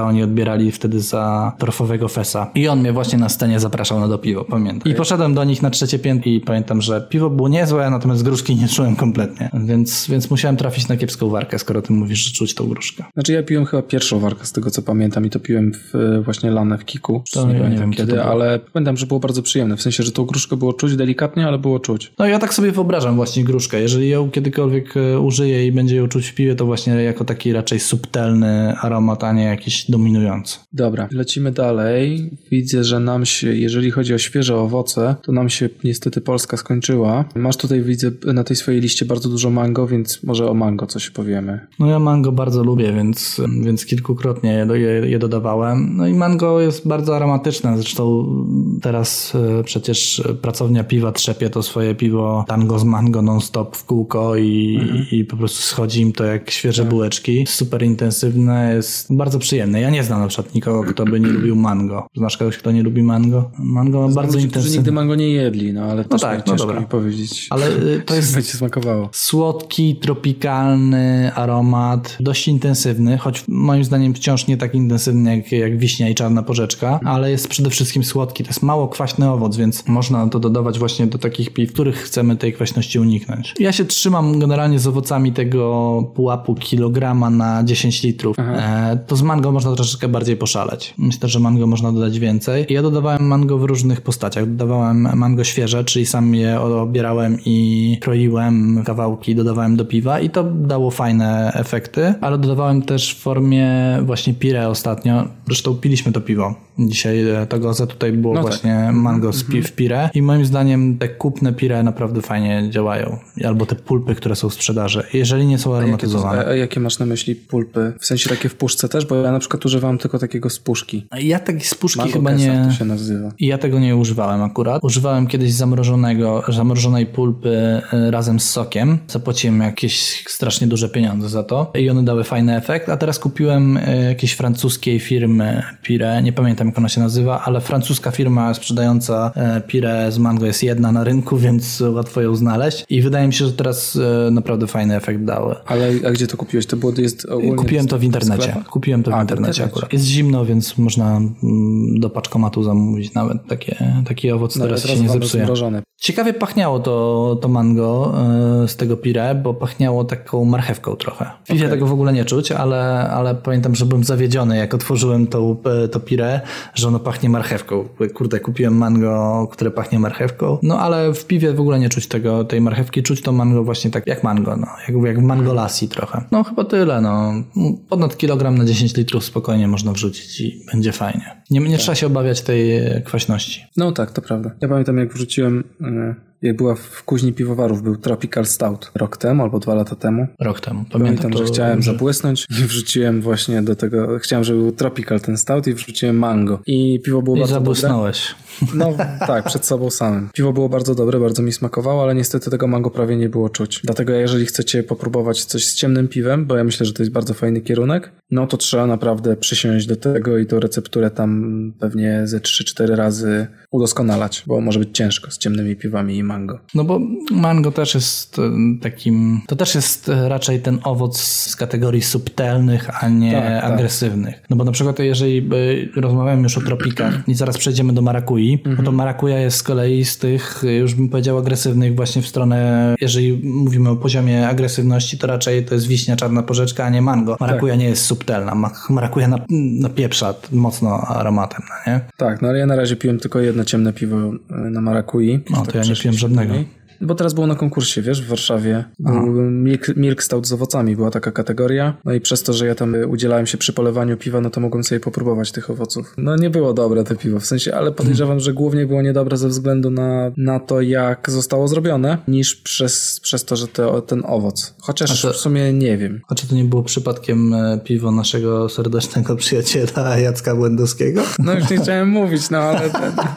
oni odbierali wtedy za torfowego fesa. I on mnie właśnie na scenie zapraszał na do piwo, pamiętam. I poszedłem do nich na trzecie piętro i pamiętam, że piwo było niezłe, natomiast gruszki nie czułem kompletnie. Więc, więc musiałem trafić na kiepską warkę, skoro ty mówisz, że czuć tą gruszkę. Znaczy ja piłem chyba pierwszą warkę z tego co pamiętam i to piłem w, właśnie lanę w Kiku. To nie ja pamiętam nie wiem, kiedy, ale pamiętam, że było bardzo przyjemne. W sensie, że tą gruszkę było czuć delikatnie, ale było czuć. No ja tak sobie wyobrażam właśnie gruszkę. Jeżeli ją kiedykolwiek użyję i będzie ją czuć w piwie, to właśnie jako taki raczej subtelny aromat, a nie jakiś dominujący. Dobra, lecimy dalej. Widzę, że nam się, jeżeli chodzi o świeże owoce, to nam się niestety Polska skończyła. Masz tutaj, widzę, na tej swojej liście bardzo dużo mango, więc może o mango coś powiemy. No ja mango bardzo lubię, więc, więc kilkukrotnie je, je, je dodawałem. No i mango jest bardzo aromatyczne. Zresztą teraz przecież pracownia piwa trzepie to swoje piwo Tango z mango non-stop w kółko i, mhm. i po prostu schodzi im to jak świeże tak. bułeczki. Super intensywne, jest bardzo przyjemne. Ja nie znam na przykład nikogo, kto by nie lubił mango. Znasz kogoś, kto nie lubi mango? Mango ma bardzo intensywne. Którzy nigdy mango nie jedli, no ale no też tak, no ciężko dobra. mi powiedzieć. Ale to jest będzie smakowało. Słodki, tropikalny aromat, dość intensywny, choć moim zdaniem wciąż nie tak intensywny jak, jak wiśnia i czarna porzeczka, ale jest przede wszystkim słodki. To jest mało kwaśny owoc, więc można to dodawać właśnie do takich piw, w których chcemy tej kwaśności uniknąć. Ja się trzymam generalnie z owocami tego pułapu kilograma na dziesięć litrów. E, to z mango można troszeczkę bardziej poszaleć. Myślę, że mango można dodać więcej. Ja dodawałem mango w różnych postaciach. Dodawałem mango świeże, czyli sam je obierałem i kroiłem kawałki, dodawałem do piwa i to dało fajne efekty, ale dodawałem też w formie właśnie pire ostatnio. Zresztą piliśmy to piwo. Dzisiaj to goza tutaj było no właśnie tak. mango z pi- w pire i moim zdaniem te kupne pire naprawdę fajnie działają. Albo te pulpy, które są w sprzedaży. Jeżeli nie są aromatyzowane. A jakie, a jakie masz na myśli pulpy? W sensie takie w puszce też? Bo ja na przykład używam tylko takiego z puszki. Ja takiej z puszki mango chyba kesa, nie... to się nazywa. Ja tego nie używałem akurat. Używałem kiedyś zamrożonego, zamrożonej pulpy razem z sokiem. Zapłaciłem jakieś strasznie duże pieniądze za to i one dały fajny efekt, a teraz kupiłem jakiejś francuskiej firmy pire, nie pamiętam jak ona się nazywa, ale francuska firma sprzedająca pire z mango jest jedna na rynku, więc łatwo ją znaleźć i wydaje mi się, że teraz naprawdę fajny efekt dały. Ale a gdzie to kupiłeś? To było jest ogólnie Kupiłem to w internecie. W Kupiłem to w a, internecie akurat. Jest zimno, więc można do paczkomatu zamówić nawet takie, taki owoc, no, teraz się nie zepsuje. Zmrożone. Ciekawie pachniało to, to mango yy, z tego pire, bo pachniało taką marchewką trochę. W piwie okay. tego w ogóle nie czuć, ale, ale pamiętam, że byłem zawiedziony, jak otworzyłem to, to pire, że ono pachnie marchewką. Kurde, kupiłem mango, które pachnie marchewką, no ale w piwie w ogóle nie czuć tego, tej marchewki, czuć to mango właśnie tak jak mango, no, jak, jak w mango lassi trochę. No chyba tyle, no. Ponad kilogram na dziesięć litrów spokojnie można wrzucić i będzie fajnie. Nie, nie tak. trzeba się obawiać tej kwaśności. No tak, to prawda. Ja pamiętam, jak wrzuciłem... Yy... Jak była w kuźni piwowarów, był Tropical Stout rok temu albo dwa lata temu. Rok temu. Pamiętam, Pamiętam to, że chciałem że... zabłysnąć i wrzuciłem właśnie do tego, chciałem, żeby był Tropical ten Stout i wrzuciłem mango. I piwo było I bardzo zabłysnąłeś. dobre. No tak, przed sobą samym. Piwo było bardzo dobre, bardzo mi smakowało, ale niestety tego mango prawie nie było czuć. Dlatego jeżeli chcecie popróbować coś z ciemnym piwem, bo ja myślę, że to jest bardzo fajny kierunek, no to trzeba naprawdę przysiąść do tego i tą recepturę tam pewnie ze trzy cztery razy udoskonalać, bo może być ciężko z ciemnymi piwami i mango. No bo mango też jest takim, to też jest raczej ten owoc z kategorii subtelnych, a nie tak, agresywnych. Tak. No bo na przykład jeżeli rozmawiamy już o tropikach i zaraz przejdziemy do marakui, mhm. no to marakuja jest z kolei z tych, już bym powiedział, agresywnych właśnie w stronę, jeżeli mówimy o poziomie agresywności, to raczej to jest wiśnia, czarna porzeczka, a nie mango. Marakuja tak. nie jest subtelna. Marakuja napieprza mocno aromatem, no nie? Tak, no ale ja na razie piłem tylko jedno ciemne piwo na marakui. No to tak ja nie piłem żadnego. Bo teraz było na konkursie, wiesz, w Warszawie. Był milk, milk stout z owocami, była taka kategoria. No i przez to, że ja tam udzielałem się przy polewaniu piwa, no to mogłem sobie popróbować tych owoców. No nie było dobre to piwo, w sensie, ale podejrzewam, hmm. że głównie było niedobre ze względu na, na to, jak zostało zrobione, niż przez, przez to, że te, ten owoc. Chociaż to, w sumie nie wiem. A czy to nie było przypadkiem piwo naszego serdecznego przyjaciela Jacka Błędowskiego? No już nie chciałem mówić, no ale...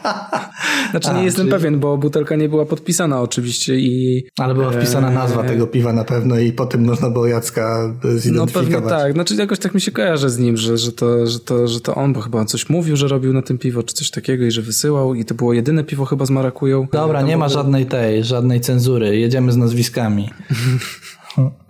Znaczy nie A, jestem czyli... pewien, bo butelka nie była podpisana oczywiście i... Ale była wpisana nazwa tego piwa na pewno i po tym można było Jacka zidentyfikować. No pewnie tak, znaczy jakoś tak mi się kojarzy z nim, że, że, to, że, to, że to on, bo chyba coś mówił, że robił na tym piwo, czy coś takiego i że wysyłał i to było jedyne piwo chyba z marakują. Dobra, nie ma żadnej tej, żadnej cenzury, jedziemy z nazwiskami.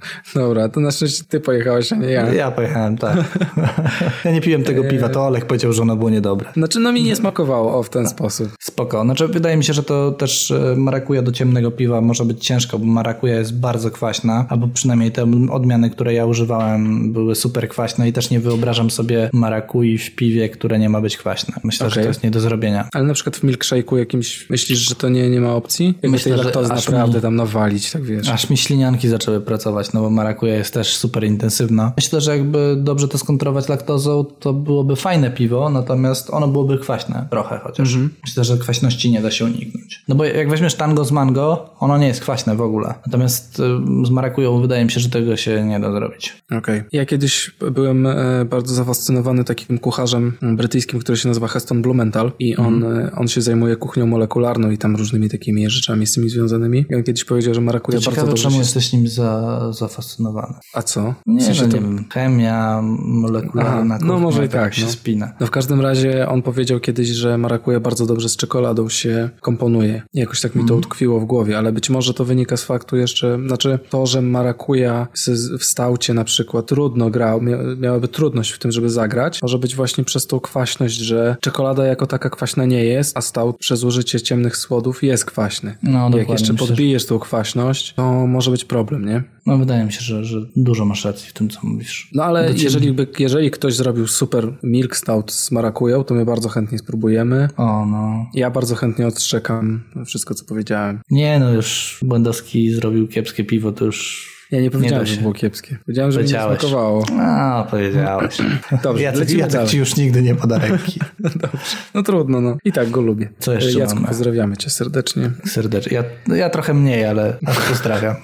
Dobra, to na szczęście ty pojechałeś, a nie ja. Ja pojechałem, tak. Ja nie piłem tego piwa, to Olek powiedział, że ono było niedobre. Znaczy, no mi nie smakowało o w ten sposób. Spoko. Znaczy, wydaje mi się, że to też marakuja do ciemnego piwa może być ciężko, bo marakuja jest bardzo kwaśna, albo przynajmniej te odmiany, które ja używałem, były super kwaśne i też nie wyobrażam sobie marakui w piwie, które nie ma być kwaśne. Myślę, okay. że to jest nie do zrobienia. Ale na przykład w milkshake'u jakimś myślisz, że to nie, nie ma opcji? Jakby Myślę, tej laktozy naprawdę mi, tam nawalić, tak wiesz. Aż mi ślinianki zaczęły pracować, no bo marakuja jest też super intensywna. Myślę, że jakby dobrze to skontrować laktozą, to byłoby fajne piwo, natomiast ono byłoby kwaśne. Trochę chociaż. Mm-hmm. Myślę, że kwaśności nie da się uniknąć. No bo jak weźmiesz tango z mango, ono nie jest kwaśne w ogóle. Natomiast z marakują wydaje mi się, że tego się nie da zrobić. Okej. Okay. Ja kiedyś byłem bardzo zafascynowany takim kucharzem brytyjskim, który się nazywa Heston Blumenthal i on, mm. on się zajmuje kuchnią molekularną i tam różnymi takimi rzeczami z tymi związanymi. I on kiedyś powiedział, że marakuja to bardzo ciekawe, dobrze czemu się... jesteś nim za, zafascynowany. A co? Nie, w sensie no, to... nie wiem. Chemia, molekularna. Aha, no może i tak, tak się no. spina. No w każdym razie on powiedział kiedyś, że marakuja bardzo dobrze z czekoladą się komponuje. Jakoś tak mi to utkwiło w głowie, ale być może to wynika z faktu jeszcze, znaczy to, że marakuja w staucie na przykład trudno grał, miałaby trudność w tym, żeby zagrać, może być właśnie przez tą kwaśność, że czekolada jako taka kwaśna nie jest, a stout przez użycie ciemnych słodów jest kwaśny. No, jak jeszcze podbijesz tą kwaśność, to może być problem, nie? No wydaje mi się, że, że dużo masz racji w tym, co mówisz. No ale jeżeli, by, jeżeli ktoś zrobił super milk stout z marakują, to my bardzo chętnie spróbujemy. O, no. Ja bardzo chętnie odszczekam wszystko, co powiedziałem. Nie, no już Błędowski zrobił kiepskie piwo, to już... Ja nie powiedziałem, nie że było kiepskie. Powiedziałem, że mi nie smakowało. A, powiedziałeś. Dobrze, Jacek, Jacek ci już nigdy nie poda ręki. Dobrze. No trudno, no. I tak go lubię. Co jeszcze Jacku, mamy? pozdrawiamy cię serdecznie. Serdecznie. Ja, ja trochę mniej, ale pozdrawiam.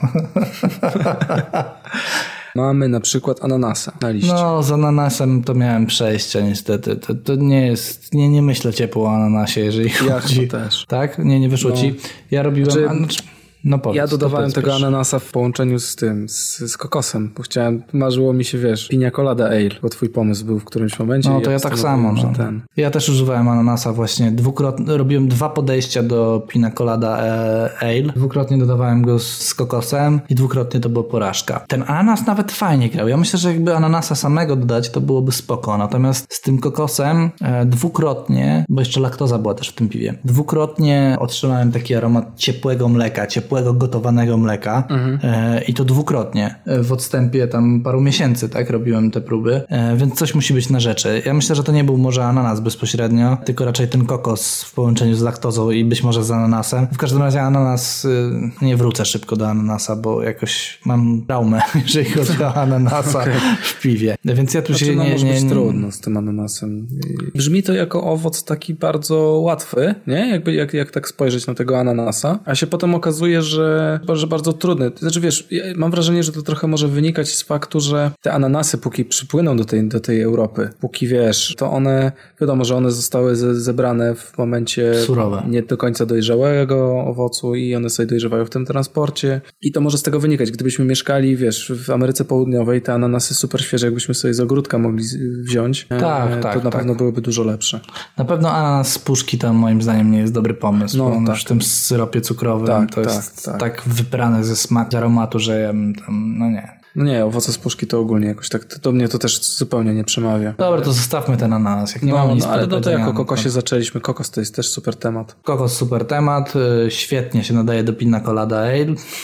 Mamy na przykład ananasa na liście. No, z ananasem to miałem przejścia niestety. To, to nie jest, nie, nie myślę ciepło o ananasie, jeżeli ja chodzi. Ja też. Tak? Nie, nie wyszło no. ci. Ja robiłem... Znaczy, an... No powiedz, ja dodawałem tego pierwszy. ananasa w połączeniu z tym, z, z kokosem, bo chciałem, marzyło mi się, wiesz, piña colada ale, bo twój pomysł był w którymś momencie. No to ja tak samo. No. Ten... Ja też używałem ananasa właśnie dwukrotnie, robiłem dwa podejścia do piña colada ale. Dwukrotnie dodawałem go z, z kokosem i dwukrotnie to była porażka. Ten ananas nawet fajnie grał. Ja myślę, że jakby ananasa samego dodać, to byłoby spoko. Natomiast z tym kokosem e, dwukrotnie, bo jeszcze laktoza była też w tym piwie, dwukrotnie otrzymałem taki aromat ciepłego mleka, ciepłego gotowanego mleka mhm. e, i to dwukrotnie w odstępie tam paru miesięcy, tak, robiłem te próby, e, więc coś musi być na rzeczy. Ja myślę, że to nie był może ananas bezpośrednio, tylko raczej ten kokos w połączeniu z laktozą i być może z ananasem. W każdym razie ananas, y, nie wrócę szybko do ananasa, bo jakoś mam traumę, jeżeli chodzi o ananasa okay. w piwie. Więc ja tu znaczy, się no, nie... może nie, być nie... trudno z tym ananasem. Brzmi to jako owoc taki bardzo łatwy, nie? Jakby jak, jak tak spojrzeć na tego ananasa, a się potem okazuje, że, że bardzo trudny. Znaczy wiesz, ja mam wrażenie, że to trochę może wynikać z faktu, że te ananasy póki przypłyną do tej, do tej Europy, póki wiesz, to one, wiadomo, że one zostały ze, zebrane w momencie surowe, nie do końca dojrzałego owocu i one sobie dojrzewają w tym transporcie i to może z tego wynikać. Gdybyśmy mieszkali, wiesz, w Ameryce Południowej, te ananasy super świeże, jakbyśmy sobie z ogródka mogli wziąć, tak, to tak, na tak. pewno byłyby dużo lepsze. Na pewno ananas z puszki to moim zdaniem nie jest dobry pomysł, no, bo on tak. już w tym syropie cukrowym tak, to tak, jest tak. tak wyprane ze smaku, z aromatu, że ja bym tam, no nie. No nie, owoce z puszki to ogólnie jakoś tak, do mnie to też zupełnie nie przemawia. Dobra, to zostawmy ten ananas, jak nie no, mamy nic no, ale no to jako kokosie to... zaczęliśmy, kokos to jest też super temat. Kokos super temat, świetnie się nadaje do piña colada ale.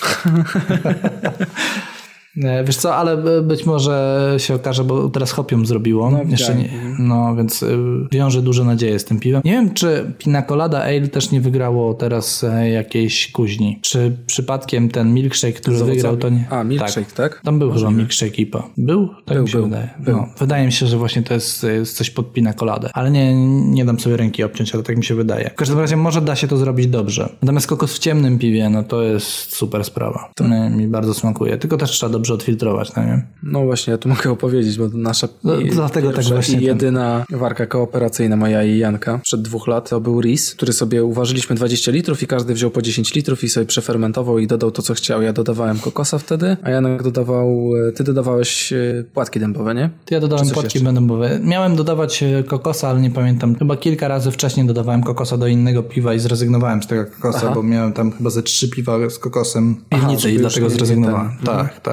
Wiesz co, ale być może się okaże, bo teraz Hopium zrobiło. No, Jeszcze nie, no więc wiąże duże nadzieje z tym piwem. Nie wiem, czy Piña Colada Ale też nie wygrało teraz jakiejś kuźni. Czy przypadkiem ten milkshake, który wygrał, to nie... A, milkshake, tak? tak? Tam był Możliwe. chyba milkshake I P A. Był? Tak był, mi się był, wydaje. był. No, wydaje mi się, że właśnie to jest, jest coś pod Piña Coladę. Ale nie, nie dam sobie ręki obciąć, ale tak mi się wydaje. W każdym razie może da się to zrobić dobrze. Natomiast kokos w ciemnym piwie, no to jest super sprawa. To mi, mi bardzo smakuje. Tylko też trzeba dobrze odfiltrować. No, nie? No właśnie, ja tu mogę opowiedzieć, bo nasza no, i, dlatego tak właśnie i jedyna ten... warka kooperacyjna moja i Janka przed dwóch lat to był ris, który sobie uważyliśmy dwadzieścia litrów i każdy wziął po dziesięć litrów i sobie przefermentował i dodał to, co chciał. Ja dodawałem kokosa wtedy, a Janek dodawał, ty dodawałeś płatki dębowe, nie? Ja dodałem płatki jeszcze? dębowe. Miałem dodawać kokosa, ale nie pamiętam. Chyba kilka razy wcześniej dodawałem kokosa do innego piwa i zrezygnowałem z tego kokosa, Aha. bo miałem tam chyba ze trzy piwa z kokosem w piwnicy i dlatego zrezygnowałem. Ten. Tak, tak.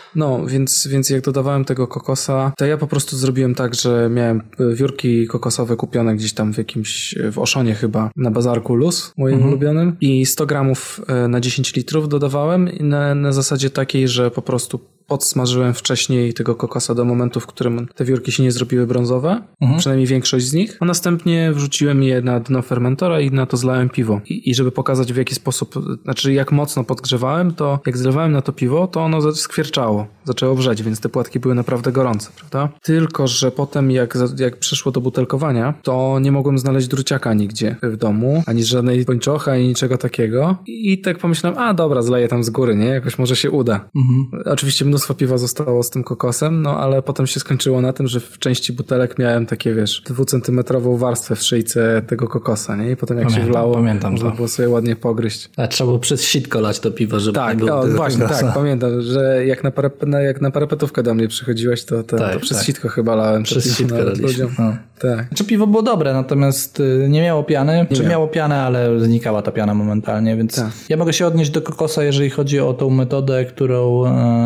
No, więc, więc jak dodawałem tego kokosa, to ja po prostu zrobiłem tak, że miałem wiórki kokosowe kupione gdzieś tam w jakimś, w Oszonie chyba, na bazarku Luz, moim mhm. ulubionym, i sto gramów na dziesięć litrów dodawałem na, na zasadzie takiej, że po prostu podsmażyłem wcześniej tego kokosa do momentu, w którym te wiórki się nie zrobiły brązowe, mhm. przynajmniej większość z nich, a następnie wrzuciłem je na dno fermentora i na to zlałem piwo. I, i żeby pokazać, w jaki sposób, znaczy jak mocno podgrzewałem, to jak zlewałem na to piwo, to ono skwierczało, zaczęło wrzeć, więc te płatki były naprawdę gorące, prawda? Tylko że potem jak, jak przeszło do butelkowania, to nie mogłem znaleźć druciaka nigdzie w domu, ani żadnej pończochy, ani niczego takiego. I tak pomyślałem, a dobra, zleję tam z góry, nie? Jakoś może się uda. Mhm. Oczywiście mnóstwo piwa zostało z tym kokosem, no ale potem się skończyło na tym, że w części butelek miałem takie, wiesz, dwucentymetrową warstwę w szyjce tego kokosa, nie? I potem jak pamiętam, się wlało, pamiętam można to. było sobie ładnie pogryźć. A trzeba było przez sitko lać to piwo, żeby tak, nie było o, tego właśnie, kokosa. tak, pamiętam, że jak na, parap- na, jak na parapetówkę do mnie przychodziłeś, to, to, tak, to przez tak. sitko chyba lałem. Przez sitko ludziom. No. Tak. Znaczy piwo było dobre, natomiast nie miało piany. Nie Czy miało. miało pianę, ale znikała ta piana momentalnie, więc tak. ja mogę się odnieść do kokosa, jeżeli chodzi o tą metodę, którą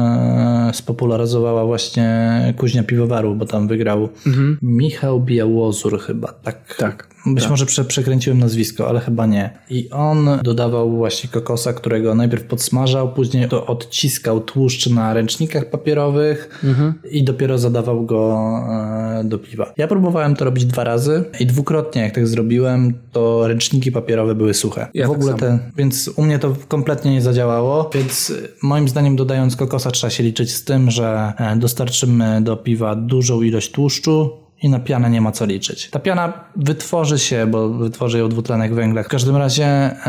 e, spopularyzowała właśnie Kuźnia Piwowaru, bo tam wygrał mhm. Michał Białozór chyba, tak? Tak. Być tak. może prze, przekręciłem nazwisko, ale chyba nie. I on dodawał właśnie kokosa, którego najpierw podsmażał, później to odciskał tłuszcz na ręcznikach papierowych mhm. i dopiero zadawał go e, do piwa. Ja próbowałem to robić dwa razy i dwukrotnie jak tak zrobiłem, to ręczniki papierowe były suche. Ja w ogóle tak te, więc u mnie to kompletnie nie zadziałało, więc moim zdaniem dodając kokosa trzeba się liczyć z tym, że dostarczymy do piwa dużą ilość tłuszczu i na pianę nie ma co liczyć. Ta piana wytworzy się, bo wytworzy ją dwutlenek węgla. W każdym razie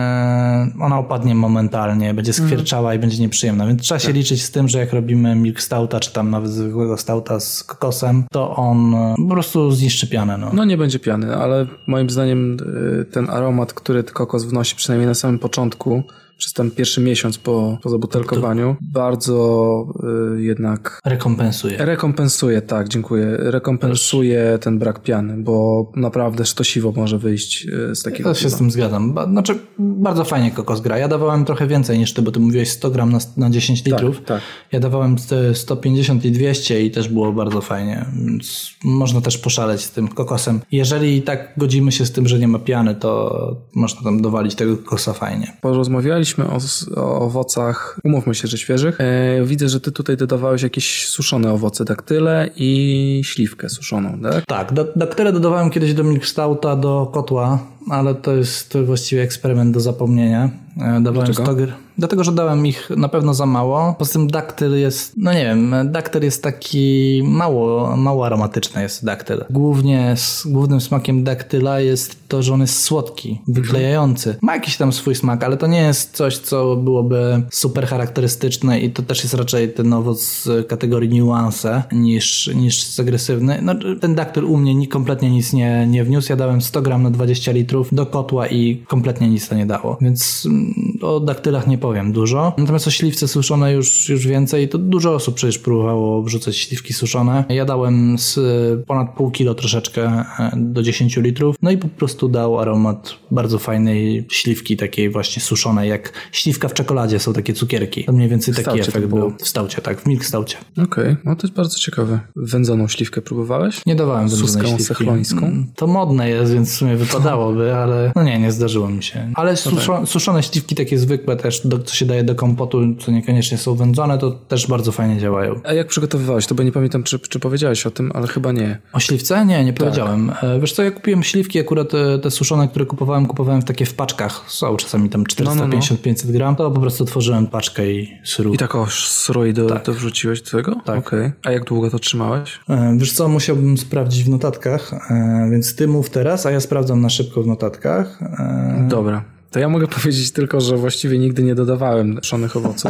e, ona opadnie momentalnie, będzie skwierczała mm. i będzie nieprzyjemna, więc trzeba tak. się liczyć z tym, że jak robimy milk stouta, czy tam nawet zwykłego stouta z kokosem, to on po prostu zniszczy pianę. No, no nie będzie piany, ale moim zdaniem ten aromat, który kokos wnosi, przynajmniej na samym początku, przez ten pierwszy miesiąc po, po zabutelkowaniu, to bardzo y, jednak... Rekompensuje. Rekompensuje, tak, dziękuję. Rekompensuje ten brak piany, bo naprawdę sztosiwo może wyjść y, z takiego Ja się z tym zgadzam. Ba, znaczy, bardzo fajnie kokos gra. Ja dawałem trochę więcej niż ty, bo ty mówiłeś sto gram na, na dziesięć litrów. Tak, tak. Ja dawałem sto pięćdziesiąt i dwieście i też było bardzo fajnie. Więc można też poszaleć z tym kokosem. Jeżeli tak godzimy się z tym, że nie ma piany, to można tam dowalić tego kokosa fajnie. Porozmawialiśmy O, o owocach, umówmy się, że świeżych. E, widzę, że ty tutaj dodawałeś jakieś suszone owoce, daktyle i śliwkę suszoną, tak? Tak, da- daktyle dodawałem kiedyś do milk stouta, do kotła, ale to jest to właściwie eksperyment do zapomnienia. E, dawałem sto gr. Dlatego, że dałem ich na pewno za mało. Poza tym daktyl jest, no nie wiem, daktyl jest taki mało, mało aromatyczny jest daktyl. Głównie z głównym smakiem daktyla jest to, że on jest słodki, wyklejający. Ma jakiś tam swój smak, ale to nie jest coś, co byłoby super charakterystyczne i to też jest raczej ten owoc z kategorii niuanse niż, niż agresywny. No, ten daktyl u mnie kompletnie nic nie, nie wniósł. Ja dałem sto gram na dwadzieścia litrów do kotła i kompletnie nic to nie dało. Więc o daktylach nie powiem dużo. Natomiast o śliwce suszone już, już więcej. To dużo osób przecież próbowało wrzucać śliwki suszone. Ja dałem z ponad pół kilo troszeczkę do dziesięć litrów. No i po prostu dał aromat bardzo fajnej śliwki, takiej właśnie suszonej, jak śliwka w czekoladzie, są takie cukierki. To mniej więcej taki efekt był w staucie, tak, w milk staucie. Okej, okay. No to jest bardzo ciekawe. Wędzoną śliwkę próbowałeś? Nie dawałem wędzonej śliwki. Sechlońską? To modne jest, więc w sumie wypadałoby, ale no nie, nie zdarzyło mi się. Ale suszo- okay. suszone śliwki takie zwykłe też, do, co się daje do kompotu, co niekoniecznie są wędzone, to też bardzo fajnie działają. A jak przygotowywałeś? To bo nie pamiętam, czy, czy powiedziałeś o tym, ale chyba nie. O śliwce? Nie, nie powiedziałem. Tak. Wiesz co, ja kupiłem śliwki, akurat te, te suszone, które kupowałem, kupowałem w takie w paczkach. Są czasami tam czterysta pięćdziesiąt do pięćset gram, to po prostu otworzyłem paczkę i syrup. I tak o sroi do, tak. do wrzuciłeś do tego? Tak. Okay. A jak długo to trzymałeś? Wiesz co, musiałbym sprawdzić w notatkach, więc ty mów teraz, a ja sprawdzam na szybko w notatkach. Dobra. To ja mogę powiedzieć tylko, że właściwie nigdy nie dodawałem suszonych owoców.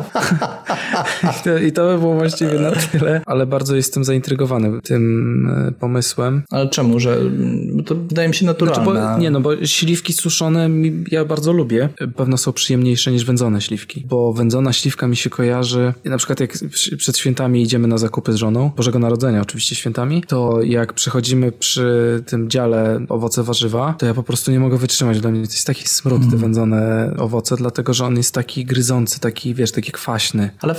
I, to, I to by było właściwie na tyle, ale bardzo jestem zaintrygowany tym pomysłem. Ale czemu? Że to wydaje mi się naturalne. Znaczy, bo, nie, no bo śliwki suszone mi, ja bardzo lubię. Pewno są przyjemniejsze niż wędzone śliwki, bo wędzona śliwka mi się kojarzy, na przykład jak przed świętami idziemy na zakupy z żoną, Bożego Narodzenia oczywiście świętami, to jak przychodzimy przy tym dziale owoce, warzywa, to ja po prostu nie mogę wytrzymać. Dla mnie to jest taki smród, mm. te wędzone owoce, dlatego, że on jest taki gryzący, taki, wiesz, taki kwaśny. Ale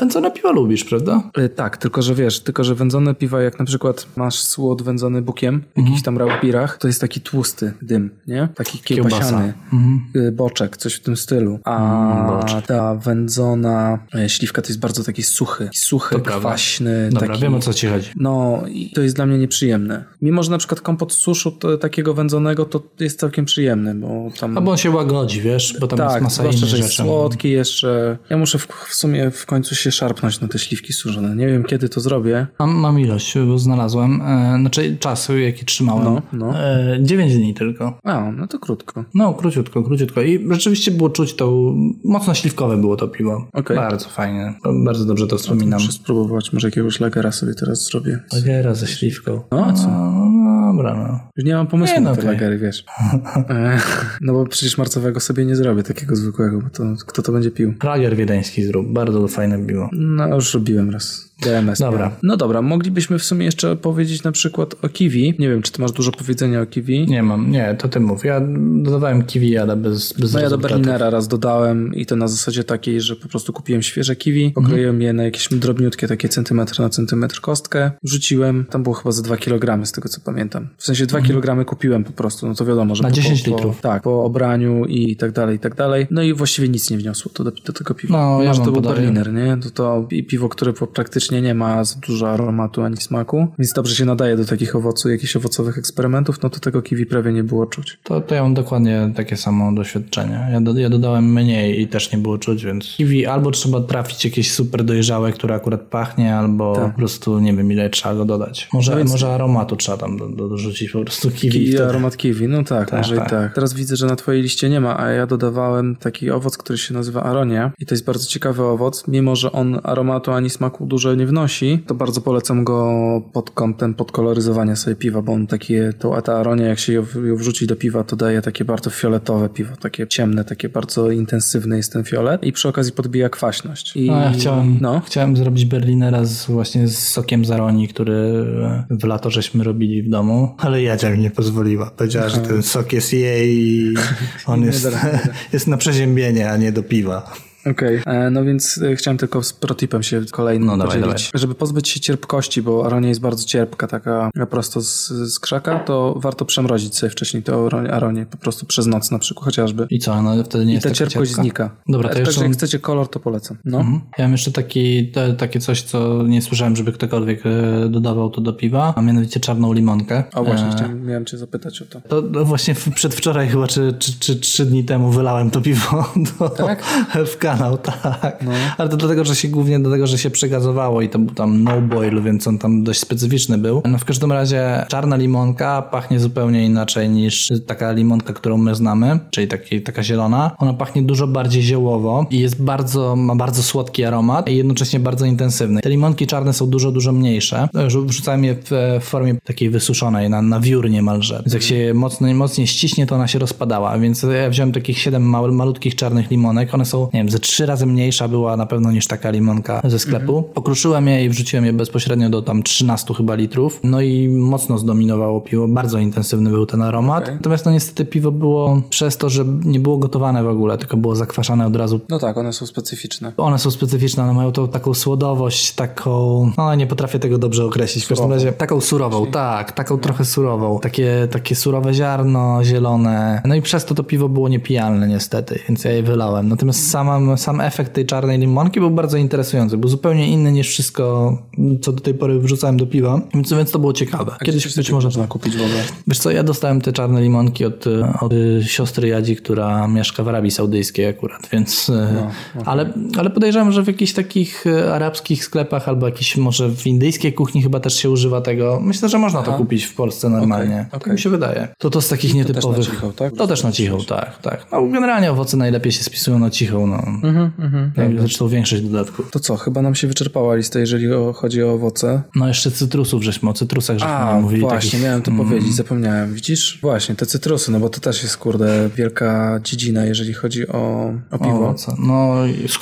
wędzone piwo lubisz, prawda? Y, tak, tylko że wiesz, tylko że wędzone piwa, jak na przykład masz słod wędzony bukiem w Mhm. jakichś tam rauchbirach, to jest taki tłusty dym, nie? Taki kiełbasiany. Mhm. Y, boczek, coś w tym stylu. A Mm, boczek. ta wędzona e, śliwka to jest bardzo taki suchy, suchy, To prawda. kwaśny. Dobra, taki... wiem o co ci chodzi. No i to jest dla mnie nieprzyjemne. Mimo, że na przykład kompot z suszu to, takiego wędzonego to jest całkiem przyjemny, bo tam... A bo on się łagodzi, wiesz, bo tam jest tak, masa zwłaszcza, innych że jest rzeczy. słodki jeszcze. Ja muszę w, w sumie w końcu się szarpnąć na te śliwki suszone. Nie wiem, kiedy to zrobię. Mam, mam ilość, bo znalazłem. E, znaczy czasu, jaki trzymałem. No, no. E, dziewięć dni tylko. A, no to krótko. No, króciutko, króciutko. I rzeczywiście było czuć to, mocno śliwkowe było to piwo. Okej. Bardzo fajnie. Bardzo dobrze to wspominam. Muszę spróbować, może jakiegoś lagera sobie teraz zrobię. Lagera ze śliwką. No, a co? No, dobra, no. Już nie mam pomysłu Nie, no na te okej. lagery, wiesz. E, no bo przecież marcowego sobie nie zrobię takiego zwykłego, bo to kto to będzie pił? Lager wiedeński zrób. Bardzo fajne piwo. No już robiłem raz. D M S. Dobra. miałem. No dobra, moglibyśmy w sumie jeszcze powiedzieć na przykład o kiwi. Nie wiem, czy ty masz dużo powiedzenia o kiwi. Nie mam, nie, to ty mów. Ja dodawałem kiwi jada bez, bez No ja do rezultatów. Berlinera raz dodałem i to na zasadzie takiej, że po prostu kupiłem świeże kiwi, pokroiłem je na jakieś drobniutkie, takie centymetr na centymetr kostkę, wrzuciłem, tam było chyba za dwa kilogramy z tego co pamiętam. W sensie dwa kilogramy kupiłem po prostu, no to wiadomo, że Na po, dziesięć po, litrów. Po, tak, po obraniu i tak dalej, i tak dalej. No i właściwie nic nie wniosło to do, do tego piwa. No, ja Może wam to był podaję. Berliner, nie? To to pi- piwo, które po- praktycznie nie ma za dużo aromatu ani smaku, więc dobrze się nadaje do takich owoców, jakichś owocowych eksperymentów, no to tego kiwi prawie nie było czuć. To, to ja mam dokładnie takie samo doświadczenie. Ja, do, ja dodałem mniej i też nie było czuć, więc kiwi albo trzeba trafić jakieś super dojrzałe, które akurat pachnie, albo Tak. po prostu nie wiem ile trzeba go dodać. Może, No więc- może aromatu trzeba tam do, do, dorzucić po prostu kiwi. I wtedy. aromat kiwi, no tak, Tak, może tak. i tak. Teraz widzę, że na twojej liście nie ma, a ja dodawałem taki owoc, który się nazywa aronia i to jest bardzo ciekawy owoc, mimo że on aromatu ani smaku dużo nie wnosi, to bardzo polecam go pod kątem podkoloryzowania sobie piwa, bo on takie, to, ta aronia jak się ją, ją wrzuci do piwa, to daje takie bardzo fioletowe piwo, takie ciemne, takie bardzo intensywne jest ten fiolet i przy okazji podbija kwaśność. I, No, ja chciałem, no. chciałem zrobić Berlinera z, właśnie z sokiem z aronii, który w lato żeśmy robili w domu, ale Jadzia mi nie pozwoliła. Powiedziała, że ten sok jest jej i on Nie jest, da rady. jest na przeziębienie, a nie do piwa. Okej, e, no więc e, chciałem tylko z protipem się kolejnym No, dawaj, podzielić. dawaj. Żeby pozbyć się cierpkości, bo aronia jest bardzo cierpka, taka prosto z, z krzaka, to warto przemrozić sobie wcześniej tę aronię, aronię po prostu przez noc na przykład chociażby. I co, no wtedy nie I jest ta taka cierpkość cierpka? znika. Dobra, to Także jeszcze... jak chcecie kolor, to polecam. No. Mhm. Ja mam jeszcze taki, te, takie coś, co nie słyszałem, żeby ktokolwiek e, dodawał to do piwa, a mianowicie czarną limonkę. O właśnie, E, chciałem, miałem cię zapytać o to. To, to właśnie w- przedwczoraj chyba, czy, czy, czy trzy dni temu wylałem to piwo do, Tak? w kanał, tak. No. Ale to dlatego, że się głównie dlatego, że się przegazowało i to był tam no boil, więc on tam dość specyficzny był. No w każdym razie czarna limonka pachnie zupełnie inaczej niż taka limonka, którą my znamy, czyli taki, taka zielona. Ona pachnie dużo bardziej ziołowo i jest bardzo, ma bardzo słodki aromat i jednocześnie bardzo intensywny. Te limonki czarne są dużo, dużo mniejsze. Wrzucałem je w, w formie takiej wysuszonej, na, na wiór niemalże. Więc jak się je mocno, mocniej ściśnie, to ona się rozpadała. Więc ja wziąłem takich siedem mał, malutkich czarnych limonek. One są, nie wiem, ze trzy razy mniejsza była na pewno niż taka limonka ze sklepu. Mhm. Pokruszyłem je i wrzuciłem je bezpośrednio do tam trzynastu chyba litrów. No i mocno zdominowało piwo. Bardzo intensywny był ten aromat. Okay. Natomiast no niestety piwo było przez to, że nie było gotowane w ogóle, tylko było zakwaszane od razu. No tak, one są specyficzne. One są specyficzne, one mają tą taką słodowość, taką, no nie potrafię tego dobrze określić. W każdym razie taką surową, tak, taką trochę surową. Takie, takie surowe ziarno, zielone. No i przez to to piwo było niepijalne niestety, więc ja je wylałem. Natomiast sam, sam efekt tej czarnej limonki był bardzo interesujący. Był zupełnie inny niż wszystko, co do tej pory wrzucałem do piwa, więc, więc to było ciekawe. Kiedyś być może można kupić w ogóle. Wiesz co, ja dostałem te czarne limonki od, od siostry Jadzi, która mieszka w Arabii Saudyjskiej akurat, więc... No, okay. ale, ale podejrzewam, że w jakichś takich arabskich sklepach albo jakiś może w indyjskiej kuchni chyba też się używa tego. Myślę, że można Aha. to kupić w Polsce normalnie. Okay, okay. Tak mi się wydaje. To to z takich to nietypowych... Też na cichą, tak? To też na cichą, tak, tak. No generalnie owoce najlepiej się spisują na cichą, no. Mhm, mhm. Jak zresztą większość dodatków. To co, chyba nam się wyczerpała lista, jeżeli o, chodzi o owoce. No jeszcze cytrusów żeśmy, o cytrusach żeśmy A, mówili. właśnie, takich... miałem to mm. powiedzieć, zapomniałem. Widzisz? Właśnie, te cytrusy, no bo to też jest, kurde, wielka dziedzina, jeżeli chodzi o, o piwo. Owoce. No, skórki.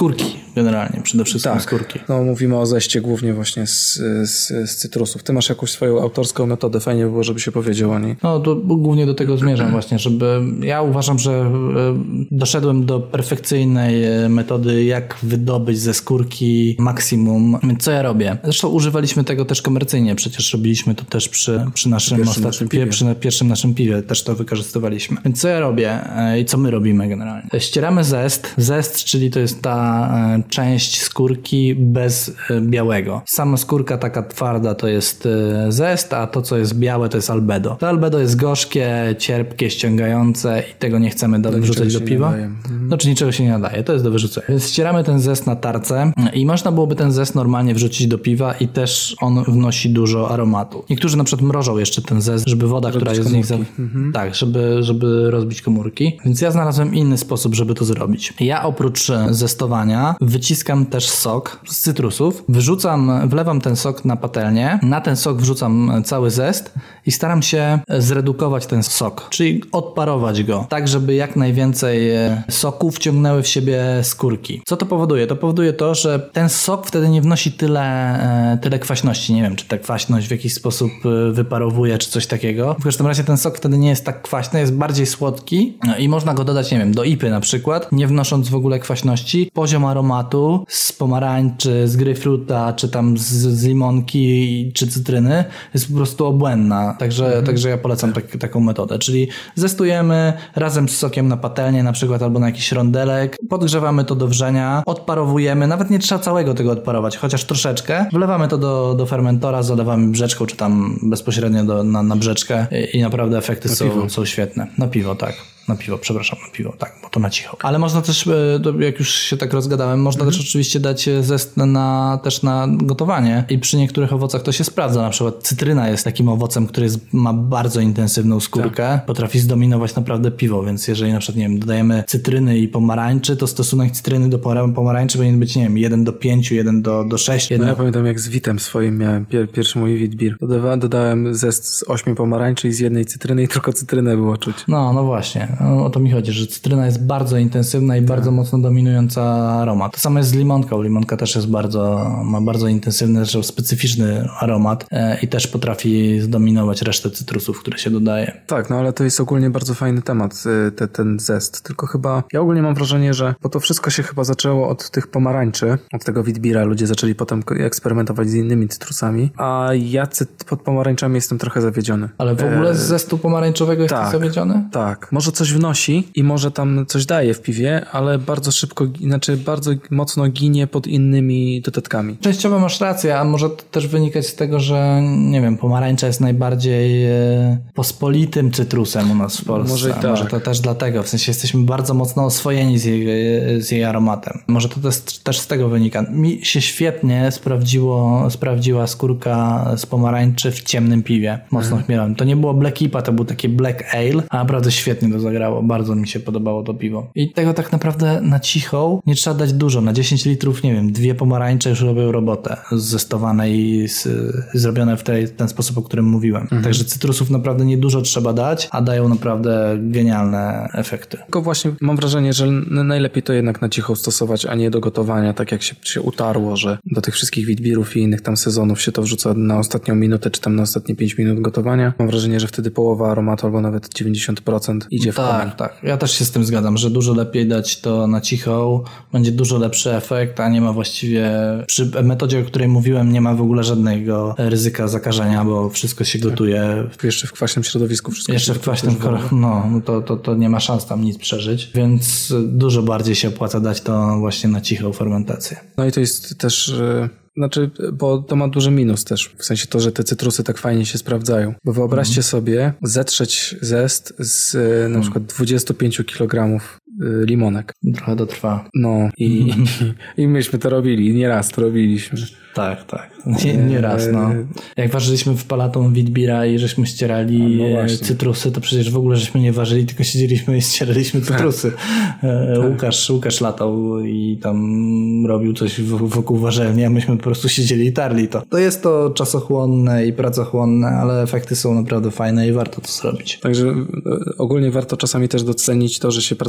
generalnie, przede wszystkim Tak. skórki. No mówimy o zeście głównie właśnie z, z, z cytrusów. Ty masz jakąś swoją autorską metodę, fajnie by było, żeby się powiedział o niej. No to głównie do tego zmierzam właśnie, żeby ja uważam, że e, doszedłem do perfekcyjnej e, metody, jak wydobyć ze skórki maksimum. Więc co ja robię? Zresztą używaliśmy tego też komercyjnie, przecież robiliśmy to też przy, przy naszym Pierwszym ostatnim naszym piwie, piwie. przy na pierwszym naszym piwie też to wykorzystywaliśmy. Więc co ja robię e, i co my robimy generalnie? Ścieramy zest. Zest, czyli to jest ta e, część skórki bez e, białego. Sama skórka taka twarda to jest e, zest, a to co jest białe to jest albedo. To albedo jest gorzkie, cierpkie, ściągające i tego nie chcemy do, wrzucać niczego do się nie piwa. nadaje. Mhm. No czy niczego się nie nadaje, to jest do wyrzucenia. Więc ścieramy ten zest na tarce i można byłoby ten zest normalnie wrzucić do piwa i też on wnosi dużo aromatu. Niektórzy na przykład mrożą jeszcze ten zest, żeby woda, Rozbić która jest z nich... Za... komórki. Mhm. Tak, żeby, żeby rozbić komórki. Więc ja znalazłem inny sposób, żeby to zrobić. Ja oprócz e, zestowania wyciskam też sok z cytrusów, wyrzucam, wlewam ten sok na patelnię, na ten sok wrzucam cały zest i staram się zredukować ten sok, czyli odparować go, tak żeby jak najwięcej e, soku wciągnęły w siebie skórki. Co to powoduje? To powoduje to, że ten sok wtedy nie wnosi tyle, e, tyle kwaśności. Nie wiem, czy ta kwaśność w jakiś sposób e, wyparowuje, czy coś takiego. W każdym razie ten sok wtedy nie jest tak kwaśny, jest bardziej słodki no i można go dodać, nie wiem, do ipy na przykład, nie wnosząc w ogóle kwaśności. Poziom aromatu z pomarańczy, z grejpfruta, czy tam z, z limonki, czy cytryny jest po prostu obłędna. Także, mhm. także ja polecam tak, taką metodę. Czyli zestujemy razem z sokiem na patelnię na przykład albo na jakiś rondelek, podgrzewamy to do wrzenia, odparowujemy, nawet nie trzeba całego tego odparować, chociaż troszeczkę. Wlewamy to do, do fermentora, zalewamy brzeczką, czy tam bezpośrednio do, na, na brzeczkę i, i naprawdę efekty są, są świetne. Na piwo, tak. Na piwo, przepraszam, na piwo, tak, bo to na cicho. Ale można też, jak już się tak rozgadałem, można mhm. też oczywiście dać zest na, też na gotowanie i przy niektórych owocach to się sprawdza. Na przykład cytryna jest takim owocem, który jest, ma bardzo intensywną skórkę, tak. Potrafi zdominować naprawdę piwo, więc jeżeli na przykład, nie wiem, dodajemy cytryny i pomarańczy, to stosunek cytryny do pomarańczy powinien być, nie wiem, jeden do pięciu, jeden do sześciu. No ja pamiętam, jak z witem swoim miałem pier, pierwszy mój wit beer. Dodawałem, dodałem zest z ośmiu pomarańczy i z jednej cytryny i tylko cytrynę było czuć. No, no właśnie. O to mi chodzi, że cytryna jest bardzo intensywna i tak. bardzo mocno dominująca aromat. To samo jest z limonką. Limonka też jest bardzo, ma bardzo intensywny, zresztą specyficzny aromat e, i też potrafi zdominować resztę cytrusów, które się dodaje. Tak, no ale to jest ogólnie bardzo fajny temat, te, ten zest. Tylko chyba, ja ogólnie mam wrażenie, że, bo to wszystko się chyba zaczęło od tych pomarańczy, od tego witbira. Ludzie zaczęli potem eksperymentować z innymi cytrusami, a ja cyt, pod pomarańczami jestem trochę zawiedziony. Ale w ogóle z zestu pomarańczowego jesteś tak, zawiedziony? Tak. Może coś wnosi i może tam coś daje w piwie, ale bardzo szybko, znaczy bardzo mocno ginie pod innymi dodatkami. Częściowo masz rację, a może to też wynikać z tego, że nie wiem, pomarańcza jest najbardziej e, pospolitym cytrusem u nas w Polsce. Może, tak. może to też dlatego, w sensie jesteśmy bardzo mocno oswojeni z jej, z jej aromatem. Może to też, też z tego wynika. Mi się świetnie sprawdziło, sprawdziła skórka z pomarańczy w ciemnym piwie. Mocno hmm. chmielowym. To nie było Black I P A, to był taki Black Ale, a naprawdę świetnie to zagrało. Bardzo mi się podobało to piwo. I tego tak naprawdę na cichą nie trzeba dać dużo. Na dziesięć litrów, nie wiem, dwie pomarańcze już robią robotę. Zestowane i z, zrobione w tej, ten sposób, o którym mówiłem. Mhm. Także cytrusów naprawdę niedużo trzeba dać, a dają naprawdę genialne efekty. Tylko właśnie mam wrażenie, że najlepiej to jednak na cichą stosować, a nie do gotowania, tak jak się, się utarło, że do tych wszystkich witbirów i innych tam sezonów się to wrzuca na ostatnią minutę, czy tam na ostatnie pięć minut gotowania. Mam wrażenie, że wtedy połowa aromatu albo nawet dziewięćdziesiąt procent idzie w tak, komin. Tak, ja też się z tym zgadzam, że dużo lepiej dać to na cichą, będzie dużo lepszy efekt, a nie ma właściwie, przy metodzie, o której mówiłem, nie ma w ogóle żadnego ryzyka zakażenia, bo wszystko się gotuje. Jeszcze w kwaśnym środowisku wszystko. Jeszcze w kwaśnym, no, to, to, to nie ma szans tam nic przeżyć, więc dużo bardziej się opłaca dać to właśnie na cichą fermentację. No i to jest też... Znaczy, bo to ma duży minus też, w sensie to, że te cytrusy tak fajnie się sprawdzają. Bo wyobraźcie mm. sobie zetrzeć zest z na mm. przykład dwadzieścia pięć kilogramów limonek. Trochę to trwa. No i, mm. i, i myśmy to robili, nieraz to robiliśmy. Tak, tak. Nie, nie raz, no. Jak ważyliśmy w palatą witbira i żeśmy ścierali no cytrusy, to przecież w ogóle żeśmy nie ważyli, tylko siedzieliśmy i ścieraliśmy cytrusy. Tak. Łukasz, Łukasz latał i tam robił coś wokół warzelni, a myśmy po prostu siedzieli i tarli to. To jest to czasochłonne i pracochłonne, ale efekty są naprawdę fajne i warto to zrobić. Także ogólnie warto czasami też docenić to, że się pracuje na małej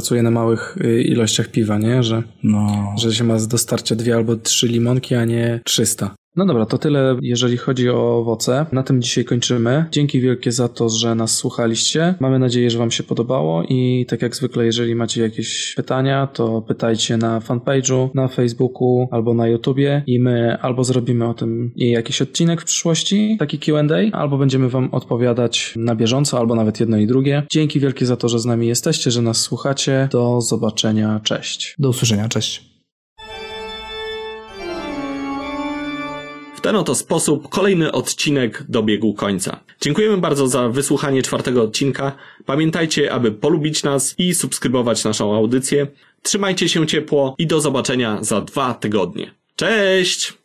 małych y, ilościach piwa, nie? Że, No. że się ma do starcia dwie albo trzy limonki, a nie trzysta. No dobra, to tyle, jeżeli chodzi o owoce. Na tym dzisiaj kończymy. Dzięki wielkie za to, że nas słuchaliście. Mamy nadzieję, że wam się podobało i tak jak zwykle, jeżeli macie jakieś pytania, to pytajcie na fanpage'u, na Facebooku albo na YouTubie i my albo zrobimy o tym jakiś odcinek w przyszłości, taki Q and A, albo będziemy wam odpowiadać na bieżąco, albo nawet jedno i drugie. Dzięki wielkie za to, że z nami jesteście, że nas słuchacie. Do zobaczenia. Cześć. Do usłyszenia. Cześć. W ten oto sposób kolejny odcinek dobiegł końca. Dziękujemy bardzo za wysłuchanie czwartego odcinka. Pamiętajcie, aby polubić nas i subskrybować naszą audycję. Trzymajcie się ciepło i do zobaczenia za dwa tygodnie. Cześć!